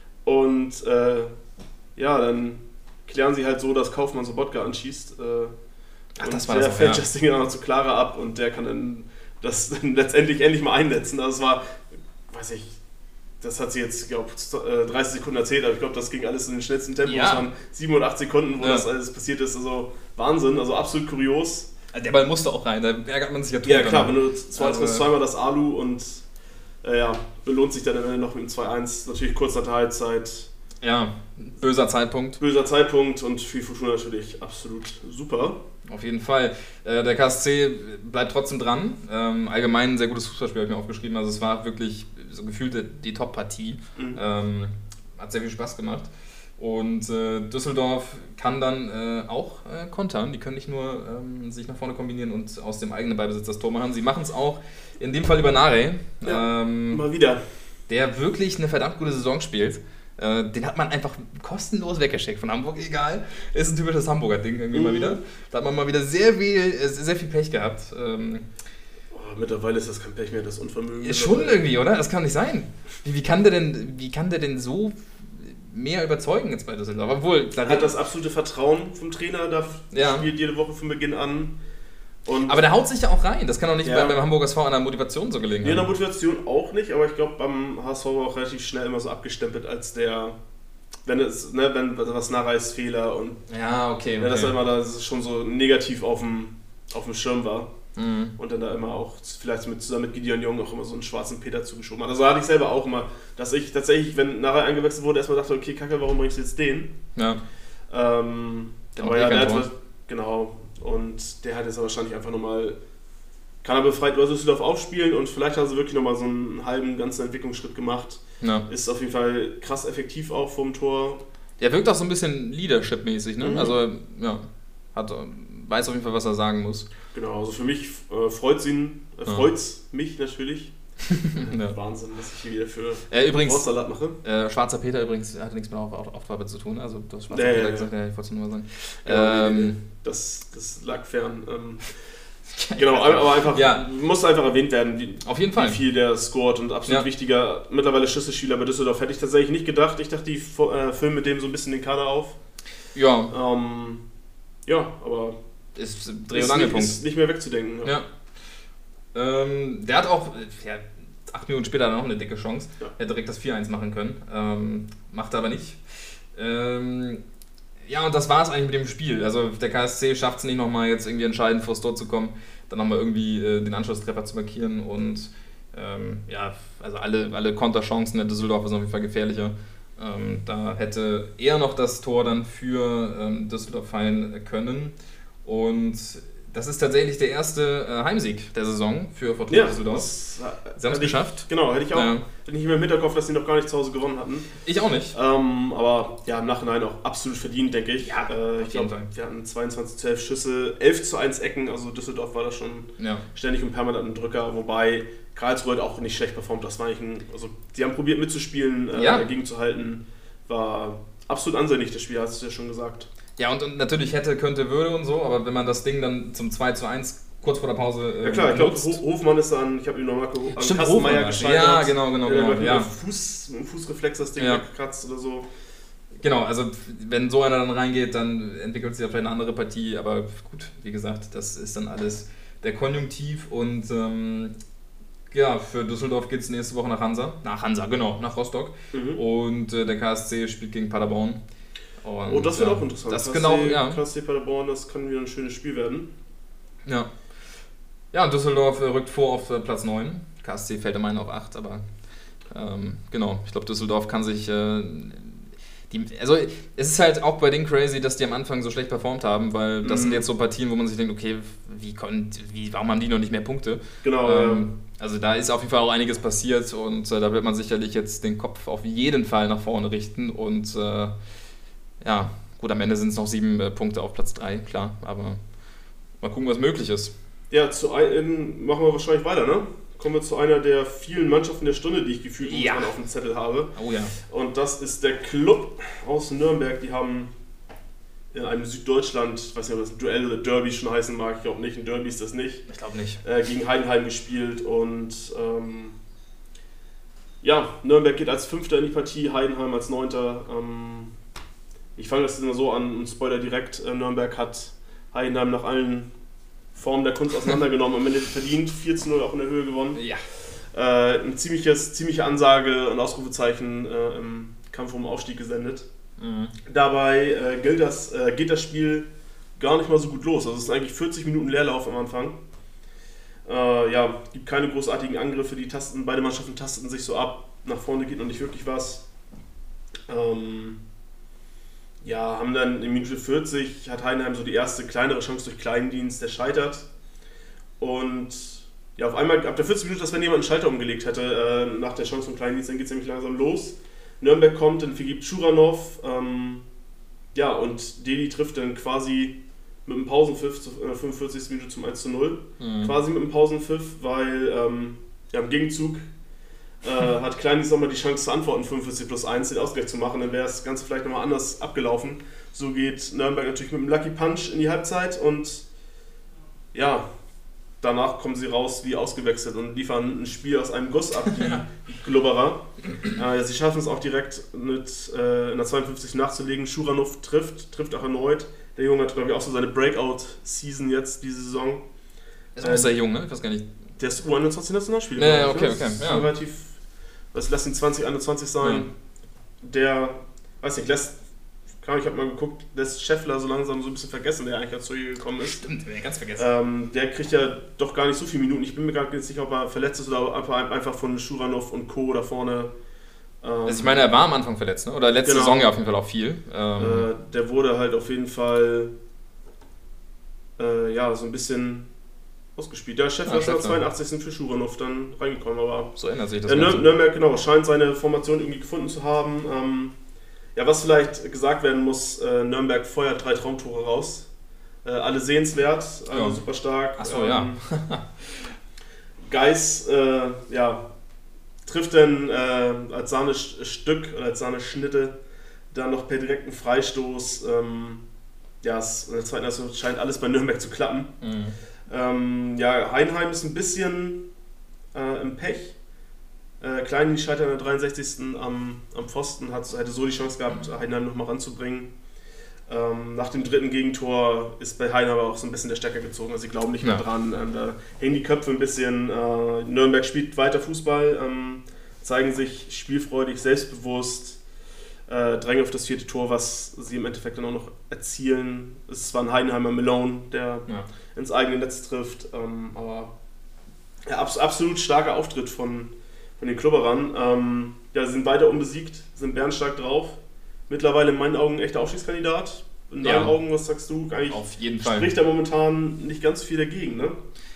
[SPEAKER 2] Und äh, ja, dann klären sie halt so, dass Kaufmann Sobotka anschießt. Äh,
[SPEAKER 3] Ach,
[SPEAKER 2] und
[SPEAKER 3] das war
[SPEAKER 2] der
[SPEAKER 3] das auch,
[SPEAKER 2] fällt
[SPEAKER 3] ja.
[SPEAKER 2] das Ding dann noch zu Clara ab und der kann dann das dann letztendlich endlich mal einnetzen. Also es war, weiß ich, das hat sie jetzt, ich glaube, dreißig Sekunden erzählt, aber ich glaube, das ging alles in den schnellsten Tempo.
[SPEAKER 3] Ja.
[SPEAKER 2] Es waren sieben oder acht Sekunden, wo
[SPEAKER 3] ja.
[SPEAKER 2] das alles passiert ist. Also Wahnsinn, also absolut kurios.
[SPEAKER 3] Der Ball musste auch rein, da ärgert man sich ja tot.
[SPEAKER 2] Ja klar, wenn du zwei,
[SPEAKER 3] also,
[SPEAKER 2] zweimal das Alu und äh, ja, belohnt sich dann am Ende noch mit dem zwei eins. Natürlich kurz nach der Halbzeit.
[SPEAKER 3] Ja, böser Zeitpunkt.
[SPEAKER 2] Böser Zeitpunkt und für Fortuna natürlich absolut super.
[SPEAKER 3] Auf jeden Fall. Äh, der K S C bleibt trotzdem dran. Ähm, allgemein ein sehr gutes Fußballspiel, habe ich mir aufgeschrieben. Also es war wirklich so gefühlt die Top-Partie. Mhm. Ähm, hat sehr viel Spaß gemacht. Und äh, Düsseldorf kann dann äh, auch äh, kontern. Die können nicht nur ähm, sich nach vorne kombinieren und aus dem eigenen Ballbesitz das Tor machen. Sie machen es auch in dem Fall über Nare.
[SPEAKER 2] Ja,
[SPEAKER 3] ähm,
[SPEAKER 2] mal wieder.
[SPEAKER 3] Der wirklich eine verdammt gute Saison spielt. Den hat man einfach kostenlos weggeschickt von Hamburg, egal. Ist ein typisches Hamburger Ding irgendwie mhm. mal wieder. Da hat man mal wieder sehr viel, sehr viel Pech gehabt. Ähm
[SPEAKER 2] oh, mittlerweile ist das kein Pech mehr, das Unvermögen.
[SPEAKER 3] Ist schon irgendwie, oder? Das kann nicht sein. Wie, wie, kann der denn, wie kann der denn so mehr überzeugen jetzt bei Düsseldorf? Obwohl,
[SPEAKER 2] er hat das absolute Vertrauen vom Trainer, da ja. spielt jede Woche von Beginn an. Und
[SPEAKER 3] aber der haut sich ja auch rein. Das kann doch nicht
[SPEAKER 2] ja.
[SPEAKER 3] beim Hamburger S V an der Motivation so gelegen
[SPEAKER 2] haben. Ja, an
[SPEAKER 3] der
[SPEAKER 2] Motivation auch nicht, aber ich glaube, beim H S V war auch relativ schnell immer so abgestempelt als der, wenn es, ne, wenn was Nareis Fehler und
[SPEAKER 3] ja, okay, okay.
[SPEAKER 2] Ja, dass er immer da schon so negativ auf dem, auf dem Schirm war.
[SPEAKER 3] Mhm.
[SPEAKER 2] Und dann da immer auch, vielleicht mit, zusammen mit Gideon Jung auch immer so einen schwarzen Peter zugeschoben hat. Also hatte ich selber auch immer, dass ich tatsächlich, wenn Narei eingewechselt wurde, erstmal dachte, okay, Kacke, warum bringst du jetzt den?
[SPEAKER 3] Ja.
[SPEAKER 2] Ähm, aber ja, der hat, genau, und der hat jetzt wahrscheinlich einfach nochmal, kann er befreit über Düsseldorf aufspielen und vielleicht hat er wirklich nochmal so einen halben ganzen Entwicklungsschritt gemacht.
[SPEAKER 3] Ja.
[SPEAKER 2] Ist auf jeden Fall krass effektiv auch vom Tor.
[SPEAKER 3] Der wirkt auch so ein bisschen Leadership-mäßig, ne? Mhm. Also, ja, hat, weiß auf jeden Fall, was er sagen muss.
[SPEAKER 2] Genau, also für mich äh, freut es ihn, äh,
[SPEAKER 3] ja.
[SPEAKER 2] freut's mich natürlich.
[SPEAKER 3] ja.
[SPEAKER 2] Wahnsinn, dass ich hier wieder für
[SPEAKER 3] äh, übrigens,
[SPEAKER 2] Wortsalat mache.
[SPEAKER 3] Äh, Schwarzer Peter übrigens hatte nichts mit auf, auf, Aufgabe zu tun, also du hast Schwarzer
[SPEAKER 2] ja,
[SPEAKER 3] Peter
[SPEAKER 2] ja,
[SPEAKER 3] gesagt,
[SPEAKER 2] ja.
[SPEAKER 3] ja, ich wollte es nur mal sagen.
[SPEAKER 2] Ja,
[SPEAKER 3] ähm,
[SPEAKER 2] nee, nee, das, das lag fern. Ähm, genau, aber einfach, ja. muss einfach erwähnt werden, wie,
[SPEAKER 3] auf jeden Fall.
[SPEAKER 2] wie viel der scored und absolut
[SPEAKER 3] ja.
[SPEAKER 2] wichtiger, mittlerweile Schlüsselspieler bei Düsseldorf. Hätte ich tatsächlich nicht gedacht. Ich dachte, die äh, füllen mit dem so ein bisschen den Kader auf.
[SPEAKER 3] Ja.
[SPEAKER 2] Ähm, ja, aber
[SPEAKER 3] ist Dreh- und Angelpunkt.
[SPEAKER 2] Ist nicht mehr wegzudenken.
[SPEAKER 3] Ja. ja. Ähm, der hat auch, ja, acht Minuten später noch eine dicke Chance.
[SPEAKER 2] Ja.
[SPEAKER 3] Hätte direkt das vier eins machen können. Ähm, macht er aber nicht. Ähm, Ja, und das war es eigentlich mit dem Spiel. Also der K S C schafft es nicht nochmal jetzt irgendwie entscheidend vors Tor zu kommen, dann nochmal irgendwie äh, den Anschlusstreffer zu markieren und ähm, ja, also alle, alle Konterchancen der Düsseldorfer sind auf jeden Fall gefährlicher. Ähm, da hätte eher noch das Tor dann für ähm, Düsseldorf fallen können und das ist tatsächlich der erste äh, Heimsieg der Saison für Fortuna
[SPEAKER 2] Ja,
[SPEAKER 3] Düsseldorf.
[SPEAKER 2] das,
[SPEAKER 3] Sie haben es geschafft.
[SPEAKER 2] Genau, hätte ich auch.
[SPEAKER 3] Ja.
[SPEAKER 2] Hätte ich nicht mehr im Hinterkopf, dass sie noch gar nicht zu Hause gewonnen hatten.
[SPEAKER 3] Ich auch nicht.
[SPEAKER 2] Ähm, aber ja, im Nachhinein auch absolut verdient, denke ich.
[SPEAKER 3] Ja,
[SPEAKER 2] äh, ich glaube, wir hatten zweiundzwanzig zu elf Schüsse, elf zu eins Ecken, also Düsseldorf war da schon
[SPEAKER 3] Ja.
[SPEAKER 2] ständig und permanent ein Drücker, wobei Karlsruhe hat auch nicht schlecht performt. Das war eigentlich ein, also die haben probiert mitzuspielen, äh,
[SPEAKER 3] Ja.
[SPEAKER 2] dagegen zu halten. War absolut ansehnlich, das Spiel, hast du ja schon gesagt.
[SPEAKER 3] Ja, und, und natürlich hätte, könnte, würde und so, aber wenn man das Ding dann zum zwei zu eins kurz vor der Pause äh,
[SPEAKER 2] Ja klar, ich glaube,
[SPEAKER 3] nutzt.
[SPEAKER 2] Hofmann ist dann, ich habe ihn nochmal geholt, an
[SPEAKER 3] Stimmt,
[SPEAKER 2] Kastenmeier
[SPEAKER 3] Hofmann,
[SPEAKER 2] gescheitert.
[SPEAKER 3] ja, genau, genau,
[SPEAKER 2] Der
[SPEAKER 3] genau,
[SPEAKER 2] mit
[SPEAKER 3] ja.
[SPEAKER 2] dem Fuß, mit dem Fußreflex das Ding
[SPEAKER 3] Ja.
[SPEAKER 2] weggekratzt oder so.
[SPEAKER 3] Genau, also wenn so einer dann reingeht, dann entwickelt sich ja vielleicht eine andere Partie, aber gut, wie gesagt, das ist dann alles der Konjunktiv und ähm, ja, für Düsseldorf geht es nächste Woche nach Hansa, nach Hansa, genau, nach Rostock
[SPEAKER 2] Mhm.
[SPEAKER 3] und äh, der K S C spielt gegen Paderborn. Und,
[SPEAKER 2] Oh, das wird
[SPEAKER 3] ja,
[SPEAKER 2] auch interessant.
[SPEAKER 3] Das
[SPEAKER 2] K S C,
[SPEAKER 3] genau, ja.
[SPEAKER 2] K S C Paderborn, das kann wieder ein schönes Spiel werden.
[SPEAKER 3] Ja. Ja, und Düsseldorf äh, rückt vor auf äh, Platz neun. K S C fällt immerhin auf acht, aber ähm, genau, ich glaube, Düsseldorf kann sich. Äh, die, also, es ist halt auch bei denen crazy, dass die am Anfang so schlecht performt haben, weil das
[SPEAKER 2] Mhm.
[SPEAKER 3] sind jetzt so Partien, wo man sich denkt, okay, wie konnt, wie, warum haben die noch nicht mehr Punkte?
[SPEAKER 2] Genau,
[SPEAKER 3] Ähm, also, da ist auf jeden Fall auch einiges passiert und äh, da wird man sicherlich jetzt den Kopf auf jeden Fall nach vorne richten und äh, ja, gut, am Ende sind es noch sieben äh, Punkte auf Platz drei, klar, aber mal gucken, was möglich ist.
[SPEAKER 2] ja. Ja, zu ein, machen wir wahrscheinlich weiter, ne? Kommen wir zu einer der vielen Mannschaften der Stunde, die ich gefühlt
[SPEAKER 3] Ja.
[SPEAKER 2] momentan auf dem Zettel habe.
[SPEAKER 3] Oh ja.
[SPEAKER 2] Und das ist der Club aus Nürnberg. Die haben in einem Süddeutschland, ich weiß nicht, ob das ein Duell oder Derby schon heißen mag, ich glaube nicht, ein Derby ist das nicht,
[SPEAKER 3] Ich glaube nicht.
[SPEAKER 2] äh, gegen Heidenheim gespielt und ähm, ja, Nürnberg geht als Fünfter in die Partie, Heidenheim als Neunter. Ähm, ich fange das immer so an und spoiler direkt, äh, Nürnberg hat Heidenheim nach allen Formen der Kunst auseinandergenommen, am Ende verdient, vier zu null auch in der Höhe gewonnen.
[SPEAKER 3] Ja.
[SPEAKER 2] Äh, ein ziemliches, ziemliche Ansage und Ausrufezeichen äh, im Kampf um Aufstieg gesendet.
[SPEAKER 3] Mhm.
[SPEAKER 2] Dabei äh, gilt das, äh, geht das Spiel gar nicht mal so gut los. Also es sind eigentlich vierzig Minuten Leerlauf am Anfang. Äh, ja, gibt keine großartigen Angriffe, die tasten, beide Mannschaften tasteten sich so ab. Nach vorne geht noch nicht wirklich was. Ähm, ja, haben dann in Minute vierzig, hat Heidenheim so die erste kleinere Chance durch Kleindienst, der scheitert. Und ja, auf einmal, ab der vierzig Minute, dass wenn jemand einen Schalter umgelegt hätte, äh, nach der Chance von Kleindienst, dann geht es nämlich langsam los. Nürnberg kommt, dann vergibt Schuranov, ähm, ja, und Deli trifft dann quasi mit dem Pausenpfiff zur äh, fünfundvierzigsten Minute zum eins zu null.
[SPEAKER 3] Mhm.
[SPEAKER 2] Quasi mit dem Pausenpfiff, weil ähm, ja, im Gegenzug äh, hat Kleindienst nochmal die Chance zu antworten, fünfundvierzig plus eins, den Ausgleich zu machen, dann wäre das Ganze vielleicht nochmal anders abgelaufen. So geht Nürnberg natürlich mit dem Lucky Punch in die Halbzeit und ja, danach kommen sie raus wie ausgewechselt und liefern ein Spiel aus einem Guss ab, die, die Glubberer. Äh, sie schaffen es auch direkt mit äh, in der zweiundfünfzigsten nachzulegen. Schuranov trifft, trifft auch erneut. Der Junge hat, glaube ich, auch so seine Breakout-Season jetzt, diese Saison.
[SPEAKER 3] Ist auch sehr jung, ne? Ich weiß gar nicht.
[SPEAKER 2] Der ist U einundzwanzig-Nationalspieler.
[SPEAKER 3] Ja, ja,
[SPEAKER 2] glaub ich,
[SPEAKER 3] okay,
[SPEAKER 2] ne?
[SPEAKER 3] okay,
[SPEAKER 2] Das ist
[SPEAKER 3] ja.
[SPEAKER 2] relativ, was lass ihn zwanzig einundzwanzig sein.
[SPEAKER 3] Ja.
[SPEAKER 2] Der, weiß nicht, lässt, ich habe mal geguckt, lässt Scheffler so langsam so ein bisschen vergessen, der eigentlich dazu gekommen ist.
[SPEAKER 3] Stimmt, wir ganz vergessen.
[SPEAKER 2] Ähm, der kriegt ja doch gar nicht so viele Minuten. Ich bin mir gar nicht sicher, ob er verletzt ist oder ob er einfach von Schuranov und Co. da vorne. Ähm,
[SPEAKER 3] Also ich meine, er war am Anfang verletzt, ne? Oder letzte
[SPEAKER 2] Genau.
[SPEAKER 3] Saison ja auf jeden Fall auch viel. Ähm,
[SPEAKER 2] äh, der wurde halt auf jeden Fall äh, ja, so ein bisschen ausgespielt. Der Scheffler
[SPEAKER 3] Ah,
[SPEAKER 2] ist am
[SPEAKER 3] Scheffler.
[SPEAKER 2] zweiundachtzigsten für Schuranov dann reingekommen, aber
[SPEAKER 3] so ändert sich das
[SPEAKER 2] äh, Nür
[SPEAKER 3] Ganze.
[SPEAKER 2] Nürnberg genau, scheint seine Formation irgendwie gefunden zu haben. Ähm, ja, was vielleicht gesagt werden muss, äh, Nürnberg feuert drei Traumtore raus. Äh, alle sehenswert, alle
[SPEAKER 3] Ja.
[SPEAKER 2] super stark.
[SPEAKER 3] Ach so, ja.
[SPEAKER 2] Geis, äh, ja, trifft dann äh, als Sahnestück oder als Sahneschnitte dann noch per direkten Freistoß. Ähm, ja, es, in der zweiten Halbzeit scheint alles bei Nürnberg zu klappen.
[SPEAKER 3] Mhm.
[SPEAKER 2] Ähm, ja, Heidenheim ist ein bisschen äh, im Pech. Äh, Klein scheitert in der dreiundsechzigsten am, am Pfosten, hat, hätte so die Chance gehabt, Heidenheim nochmal ranzubringen. Ähm, nach dem dritten Gegentor ist bei Heidenheim auch so ein bisschen der Stecker gezogen, also sie glauben nicht mehr
[SPEAKER 3] Ja.
[SPEAKER 2] dran. Ähm, da hängen die Köpfe ein bisschen. Äh, Nürnberg spielt weiter Fußball, ähm, zeigen sich spielfreudig, selbstbewusst. äh, drängen auf das vierte Tor, was sie im Endeffekt dann auch noch erzielen. Es war ein Heidenheimer Malone, der ja. ins eigene Netz trifft, ähm, aber ja, abs- absolut starker Auftritt von, von den Klubberern. Ähm, ja, sie sind weiter unbesiegt, sind bärenstark drauf. Mittlerweile in meinen Augen ein echter Aufstiegskandidat. In deinen ja. Augen, was sagst du? Eigentlich
[SPEAKER 3] auf jeden Fall.
[SPEAKER 2] Spricht da momentan nicht ganz viel dagegen, ne?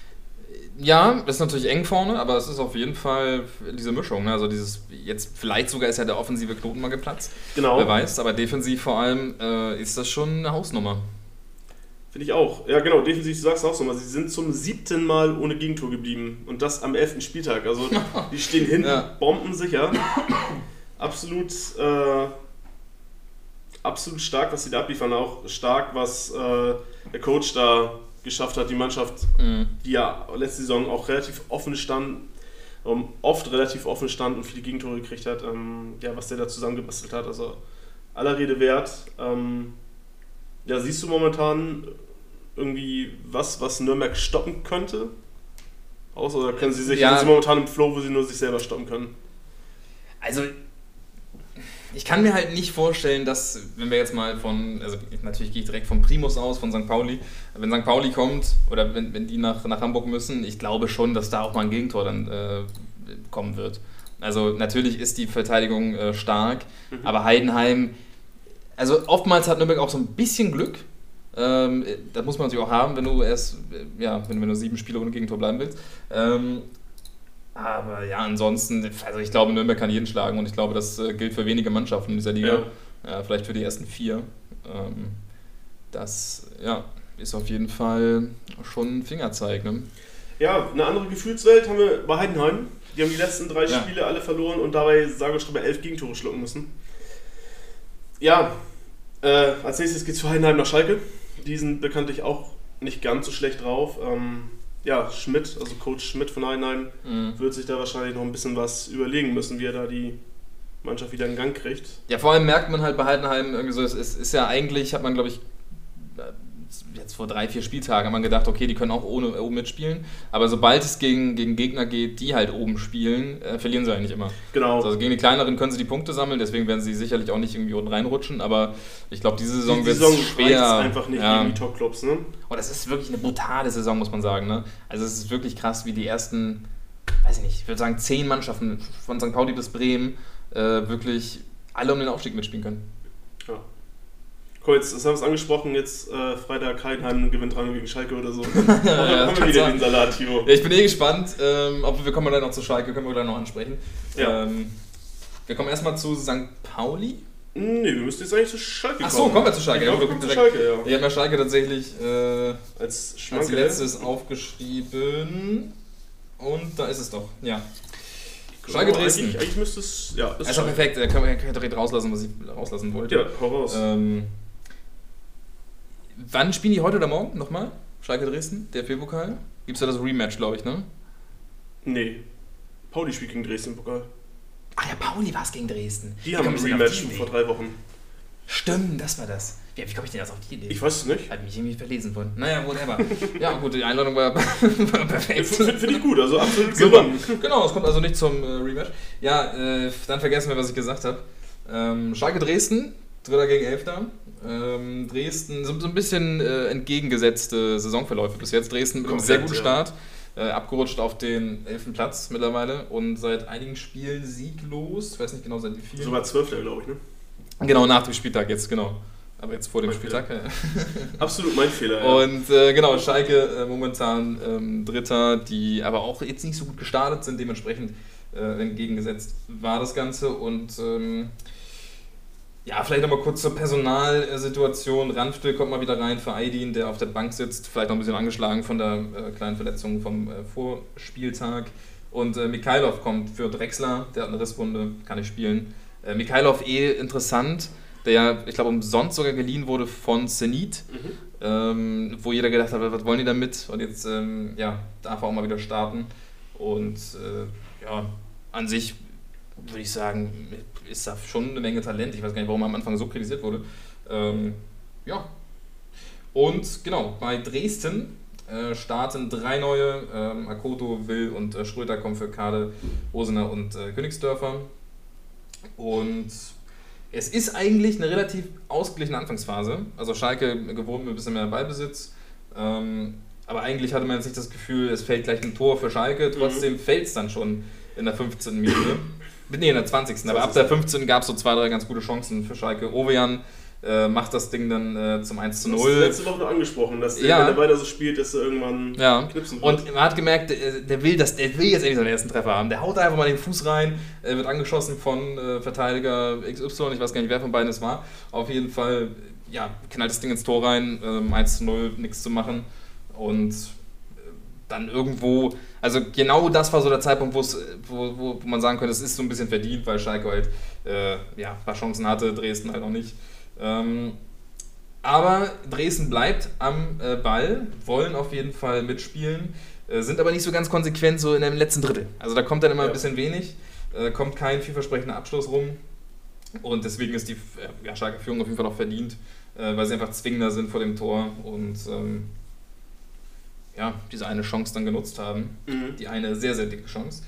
[SPEAKER 3] Ja, das ist natürlich eng vorne, aber es ist auf jeden Fall diese Mischung. Ne? Also dieses, jetzt vielleicht sogar ist ja der offensive Knoten mal geplatzt.
[SPEAKER 2] Genau.
[SPEAKER 3] Wer weiß, aber defensiv vor allem äh, ist das schon eine Hausnummer.
[SPEAKER 2] Finde ich auch. Ja, genau, defensiv, du sagst auch so mal, sie sind zum siebten Mal ohne Gegentor geblieben und das am elften Spieltag. Also die stehen hinten ja. bombensicher. Absolut, äh, absolut stark, was sie da abliefern. Auch stark, was äh, der Coach da geschafft hat, die Mannschaft, mhm. die ja letzte Saison auch relativ offen stand, um, oft relativ offen stand und viele Gegentore gekriegt hat, ähm, ja, was der da zusammengebastelt hat. Also aller Rede wert. Ähm, ja, siehst du momentan irgendwie was, was Nürnberg stoppen könnte? Aus, oder können sie sich
[SPEAKER 3] ja.
[SPEAKER 2] sind sie momentan im Flow, wo sie nur sich selber stoppen können?
[SPEAKER 3] Also ich kann mir halt nicht vorstellen, dass, wenn wir jetzt mal von, also natürlich gehe ich direkt vom Primus aus, von Sankt Pauli, wenn Sankt Pauli kommt oder wenn, wenn die nach, nach Hamburg müssen, ich glaube schon, dass da auch mal ein Gegentor dann äh, kommen wird. Also natürlich ist die Verteidigung äh, stark, mhm. aber Heidenheim, also oftmals hat Nürnberg auch so ein bisschen Glück, ähm, das muss man natürlich auch haben, wenn du erst, ja, wenn, wenn du sieben Spiele ohne Gegentor bleiben willst. Ähm, Aber ja, ansonsten, also ich glaube, Nürnberg kann jeden schlagen und ich glaube, das äh, gilt für wenige Mannschaften in dieser Liga. Ja. Äh, vielleicht für die ersten vier. Ähm, das ja, ist auf jeden Fall schon ein Fingerzeig. Ne?
[SPEAKER 2] Ja, eine andere Gefühlswelt haben wir bei Heidenheim. Die haben die letzten drei ja. Spiele alle verloren und dabei, sage ich, elf Gegentore schlucken müssen. Ja, äh, als nächstes geht es für Heidenheim nach Schalke. Die sind bekanntlich auch nicht ganz so schlecht drauf. Ähm, Ja, Schmidt, also Coach Schmidt von Heidenheim, mhm. wird sich da wahrscheinlich noch ein bisschen was überlegen müssen, wie er da die Mannschaft wieder in Gang kriegt.
[SPEAKER 3] Ja, vor allem merkt man halt bei Heidenheim irgendwie so, es ist, ist ja eigentlich, hat man glaube ich, jetzt vor drei, vier Spieltagen hat man gedacht, okay, die können auch ohne oben mitspielen, aber sobald es gegen, gegen Gegner geht, die halt oben spielen, äh, verlieren sie eigentlich immer.
[SPEAKER 2] Genau.
[SPEAKER 3] Also gegen die kleineren können sie die Punkte sammeln, deswegen werden sie sicherlich auch nicht irgendwie unten reinrutschen, aber ich glaube, diese Saison
[SPEAKER 2] die
[SPEAKER 3] wird
[SPEAKER 2] es
[SPEAKER 3] schwer.
[SPEAKER 2] einfach nicht
[SPEAKER 3] ja.
[SPEAKER 2] gegen die Top-Clubs, ne?
[SPEAKER 3] Oh, das ist wirklich eine brutale Saison, muss man sagen, ne? Also es ist wirklich krass, wie die ersten, weiß ich nicht, ich würde sagen zehn Mannschaften von Sankt Pauli bis Bremen äh, wirklich alle um den Aufstieg mitspielen können.
[SPEAKER 2] Ja. Komm, jetzt das haben wir es angesprochen, jetzt äh, Freitag Heidenheim gewinnt dran gegen Schalke oder so.
[SPEAKER 3] ja, ja,
[SPEAKER 2] haben wir wieder den Salat, Timo.
[SPEAKER 3] Ja, ich bin eh gespannt, ähm, ob wir kommen dann noch zu Schalke, können wir gleich noch ansprechen.
[SPEAKER 2] Ja.
[SPEAKER 3] Ähm, wir kommen erstmal zu Sankt Pauli.
[SPEAKER 2] Nee, wir müssten jetzt eigentlich zu Schalke kommen.
[SPEAKER 3] Achso, kommen wir zu Schalke.
[SPEAKER 2] Ja,
[SPEAKER 3] ja,
[SPEAKER 2] kommen wir zu Schalke, ja.
[SPEAKER 3] Ich habe mir Schalke tatsächlich äh,
[SPEAKER 2] als,
[SPEAKER 3] als letztes aufgeschrieben und da ist es doch, ja. Schalke Dresden.
[SPEAKER 2] Eigentlich, eigentlich müsste es, ja.
[SPEAKER 3] Das ist doch perfekt, da können wir direkt rauslassen, was ich rauslassen wollte.
[SPEAKER 2] Ja, hau raus.
[SPEAKER 3] Ähm, wann spielen die heute oder morgen nochmal? Schalke Dresden, D F B-Pokal? Gibt es da das Rematch, glaube ich, ne?
[SPEAKER 2] Nee. Pauli spielt gegen Dresden im Pokal.
[SPEAKER 3] Ach ja, Pauli war es gegen Dresden.
[SPEAKER 2] Die, die haben ein Rematch vor drei Wochen.
[SPEAKER 3] Stimmt, das war das. Wie, wie komme ich denn jetzt auf die Idee?
[SPEAKER 2] Ich weiß es nicht.
[SPEAKER 3] Hat mich irgendwie verlesen wollen. Naja, whatever. Ja gut, die Einladung war, war perfekt.
[SPEAKER 2] Finde find ich gut, also absolut
[SPEAKER 3] gewonnen. Genau, es kommt also nicht zum äh, Rematch. Ja, äh, dann vergessen wir, was ich gesagt habe. Ähm, Schalke Dresden, Dritter gegen Elfter. Ähm, Dresden, so, so ein bisschen äh, entgegengesetzte Saisonverläufe bis jetzt. Dresden mit einem sehr guten Start. Äh, abgerutscht auf den elften Platz mittlerweile und seit einigen Spielen sieglos. Ich weiß nicht genau, seit wie vielen.
[SPEAKER 2] Sogar zwölfter, glaube ich, ne?
[SPEAKER 3] Genau, nach dem Spieltag jetzt, genau. Aber jetzt vor dem
[SPEAKER 2] mein
[SPEAKER 3] Spieltag.
[SPEAKER 2] Absolut mein Fehler, ja.
[SPEAKER 3] Und äh, genau, Schalke äh, momentan ähm, Dritter, die aber auch jetzt nicht so gut gestartet sind, dementsprechend äh, entgegengesetzt war das Ganze. Und ähm, ja, vielleicht nochmal kurz zur Personalsituation. Ranftl kommt mal wieder rein für Aydin, der auf der Bank sitzt, vielleicht noch ein bisschen angeschlagen von der äh, kleinen Verletzung vom äh, Vorspieltag. Und äh, Mikhailov kommt für Drexler, der hat eine Risswunde, kann nicht spielen. Äh, Mikhailov eh interessant, der ja, ich glaube, umsonst sogar geliehen wurde von Zenit, mhm. ähm, wo jeder gedacht hat, was wollen die damit? Und jetzt ähm, ja, darf er auch mal wieder starten. Und äh, ja, an sich würde ich sagen, ist da schon eine Menge Talent. Ich weiß gar nicht, warum er am Anfang so kritisiert wurde. Ähm, ja. Und genau, bei Dresden äh, starten drei neue. Ähm, Akoto, Will und äh, Schröter kommen für Kade, Rosener und äh, Königsdörfer. Und es ist eigentlich eine relativ ausgeglichene Anfangsphase. Also Schalke gewohnt mit ein bisschen mehr Ballbesitz. Ähm, aber eigentlich hatte man jetzt nicht das Gefühl, es fällt gleich ein Tor für Schalke. Trotzdem mhm. fällt es dann schon in der fünfzehnten Minute. Nee, in der zwanzigsten Aber ab der fünfzehnten gab es so zwei, drei ganz gute Chancen für Schalke. Ovejan äh, macht das Ding dann äh, zum eins zu null. Das hast du letzte
[SPEAKER 2] Woche noch angesprochen, dass der,
[SPEAKER 3] ja.
[SPEAKER 2] wenn er weiter so spielt, dass er irgendwann
[SPEAKER 3] ja.
[SPEAKER 2] knipsen wird.
[SPEAKER 3] Und man hat gemerkt, der, der, will das, der will jetzt endlich seinen ersten Treffer haben. Der haut einfach mal den Fuß rein, er wird angeschossen von äh, Verteidiger X Y, ich weiß gar nicht, wer von beiden es war. Auf jeden Fall, ja, knallt das Ding ins Tor rein, ähm, eins zu null, nichts zu machen. Und dann irgendwo, also genau das war so der Zeitpunkt, wo, wo, wo man sagen könnte, es ist so ein bisschen verdient, weil Schalke halt äh, ja, ein paar Chancen hatte, Dresden halt auch nicht. Ähm, aber Dresden bleibt am äh, Ball, wollen auf jeden Fall mitspielen, äh, sind aber nicht so ganz konsequent so in dem letzten Drittel. Also da kommt dann immer ja. ein bisschen wenig, äh, kommt kein vielversprechender Abschluss rum und deswegen ist die äh, ja, Schalke Führung auf jeden Fall auch verdient, äh, weil sie einfach zwingender sind vor dem Tor und ähm, ja, diese eine Chance dann genutzt haben. Mhm. Die eine sehr, sehr dicke Chance.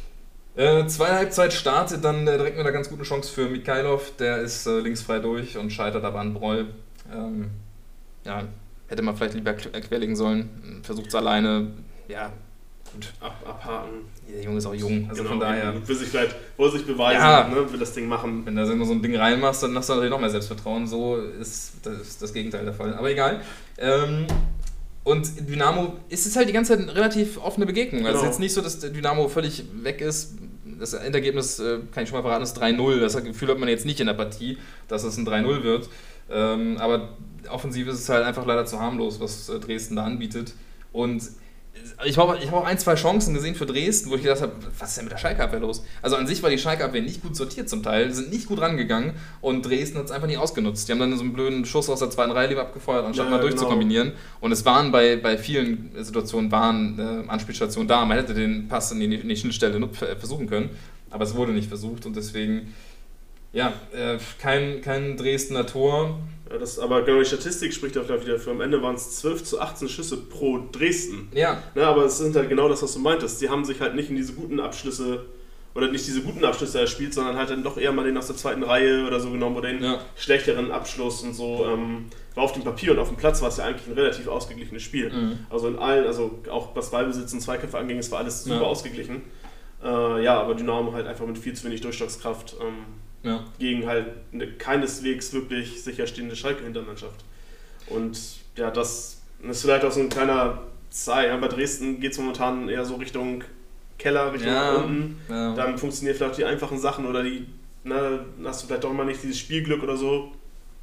[SPEAKER 3] Äh, zweite Halbzeit startet dann äh, direkt mit einer ganz guten Chance für Mikhailov. Der ist äh, linksfrei durch und scheitert aber an Broll. Ähm, ja, hätte man vielleicht lieber querlegen sollen. Versucht es alleine. Ja, gut.
[SPEAKER 2] Ab, abhaken.
[SPEAKER 3] Der Junge ist auch jung. Also
[SPEAKER 2] genau,
[SPEAKER 3] von daher.
[SPEAKER 2] Will sich vielleicht will sich beweisen,
[SPEAKER 3] ja,
[SPEAKER 2] ne, will das Ding machen.
[SPEAKER 3] Wenn da so ein Ding reinmachst, dann hast du natürlich noch mehr Selbstvertrauen. So ist das, ist das Gegenteil der Fall. Aber egal. Ähm, Und Dynamo ist es halt die ganze Zeit eine relativ offene Begegnung. Also es
[SPEAKER 2] genau.
[SPEAKER 3] ist jetzt nicht so, dass Dynamo völlig weg ist. Das Endergebnis, kann ich schon mal verraten, ist drei null. Das Gefühl hat man jetzt nicht in der Partie, dass es ein drei null wird. Aber offensiv ist es halt einfach leider zu harmlos, was Dresden da anbietet. Und ich habe ich hab auch ein, zwei Chancen gesehen für Dresden, wo ich gedacht habe, was ist denn mit der Schalke-Abwehr los? Also an sich war die Schalke-Abwehr nicht gut sortiert zum Teil, sind nicht gut rangegangen und Dresden hat es einfach nicht ausgenutzt. Die haben dann so einen blöden Schuss aus der zweiten Reihe lieber abgefeuert, anstatt ja, mal durchzukombinieren. Genau. Und es waren bei, bei vielen Situationen waren äh, Anspielstationen da. Man hätte den Pass in die, in die Schnittstelle versuchen können, aber es wurde nicht versucht und deswegen, ja, äh, kein, kein Dresdner Tor.
[SPEAKER 2] Ja, das, aber genau, die Statistik spricht auch wieder für. Am Ende waren es zwölf zu achtzehn Schüsse pro Dresden.
[SPEAKER 3] Ja.
[SPEAKER 2] ja. Aber es sind halt genau das, was du meintest. Die haben sich halt nicht in diese guten Abschlüsse oder nicht diese guten Abschlüsse erspielt, sondern halt dann doch eher mal den aus der zweiten Reihe oder so genommen oder den ja. schlechteren Abschluss und so. Ähm, war auf dem Papier und auf dem Platz war es ja eigentlich ein relativ ausgeglichenes Spiel. Mhm. Also in allen, also auch was Ballbesitz und Zweikämpfe anging, es war alles super ja. ausgeglichen. Äh, ja, aber Dynamo halt einfach mit viel zu wenig Durchschlagskraft. Ähm, Ja. gegen halt eine keineswegs wirklich sicher stehende Schalke-Hintermannschaft. Und ja, das ist vielleicht auch so ein kleiner Zeichen. Ja, bei Dresden geht es momentan eher so Richtung Keller, Richtung
[SPEAKER 3] ja.
[SPEAKER 2] unten.
[SPEAKER 3] Ja.
[SPEAKER 2] Dann funktionieren vielleicht die einfachen Sachen oder die, na, dann hast du vielleicht doch mal nicht dieses Spielglück oder so.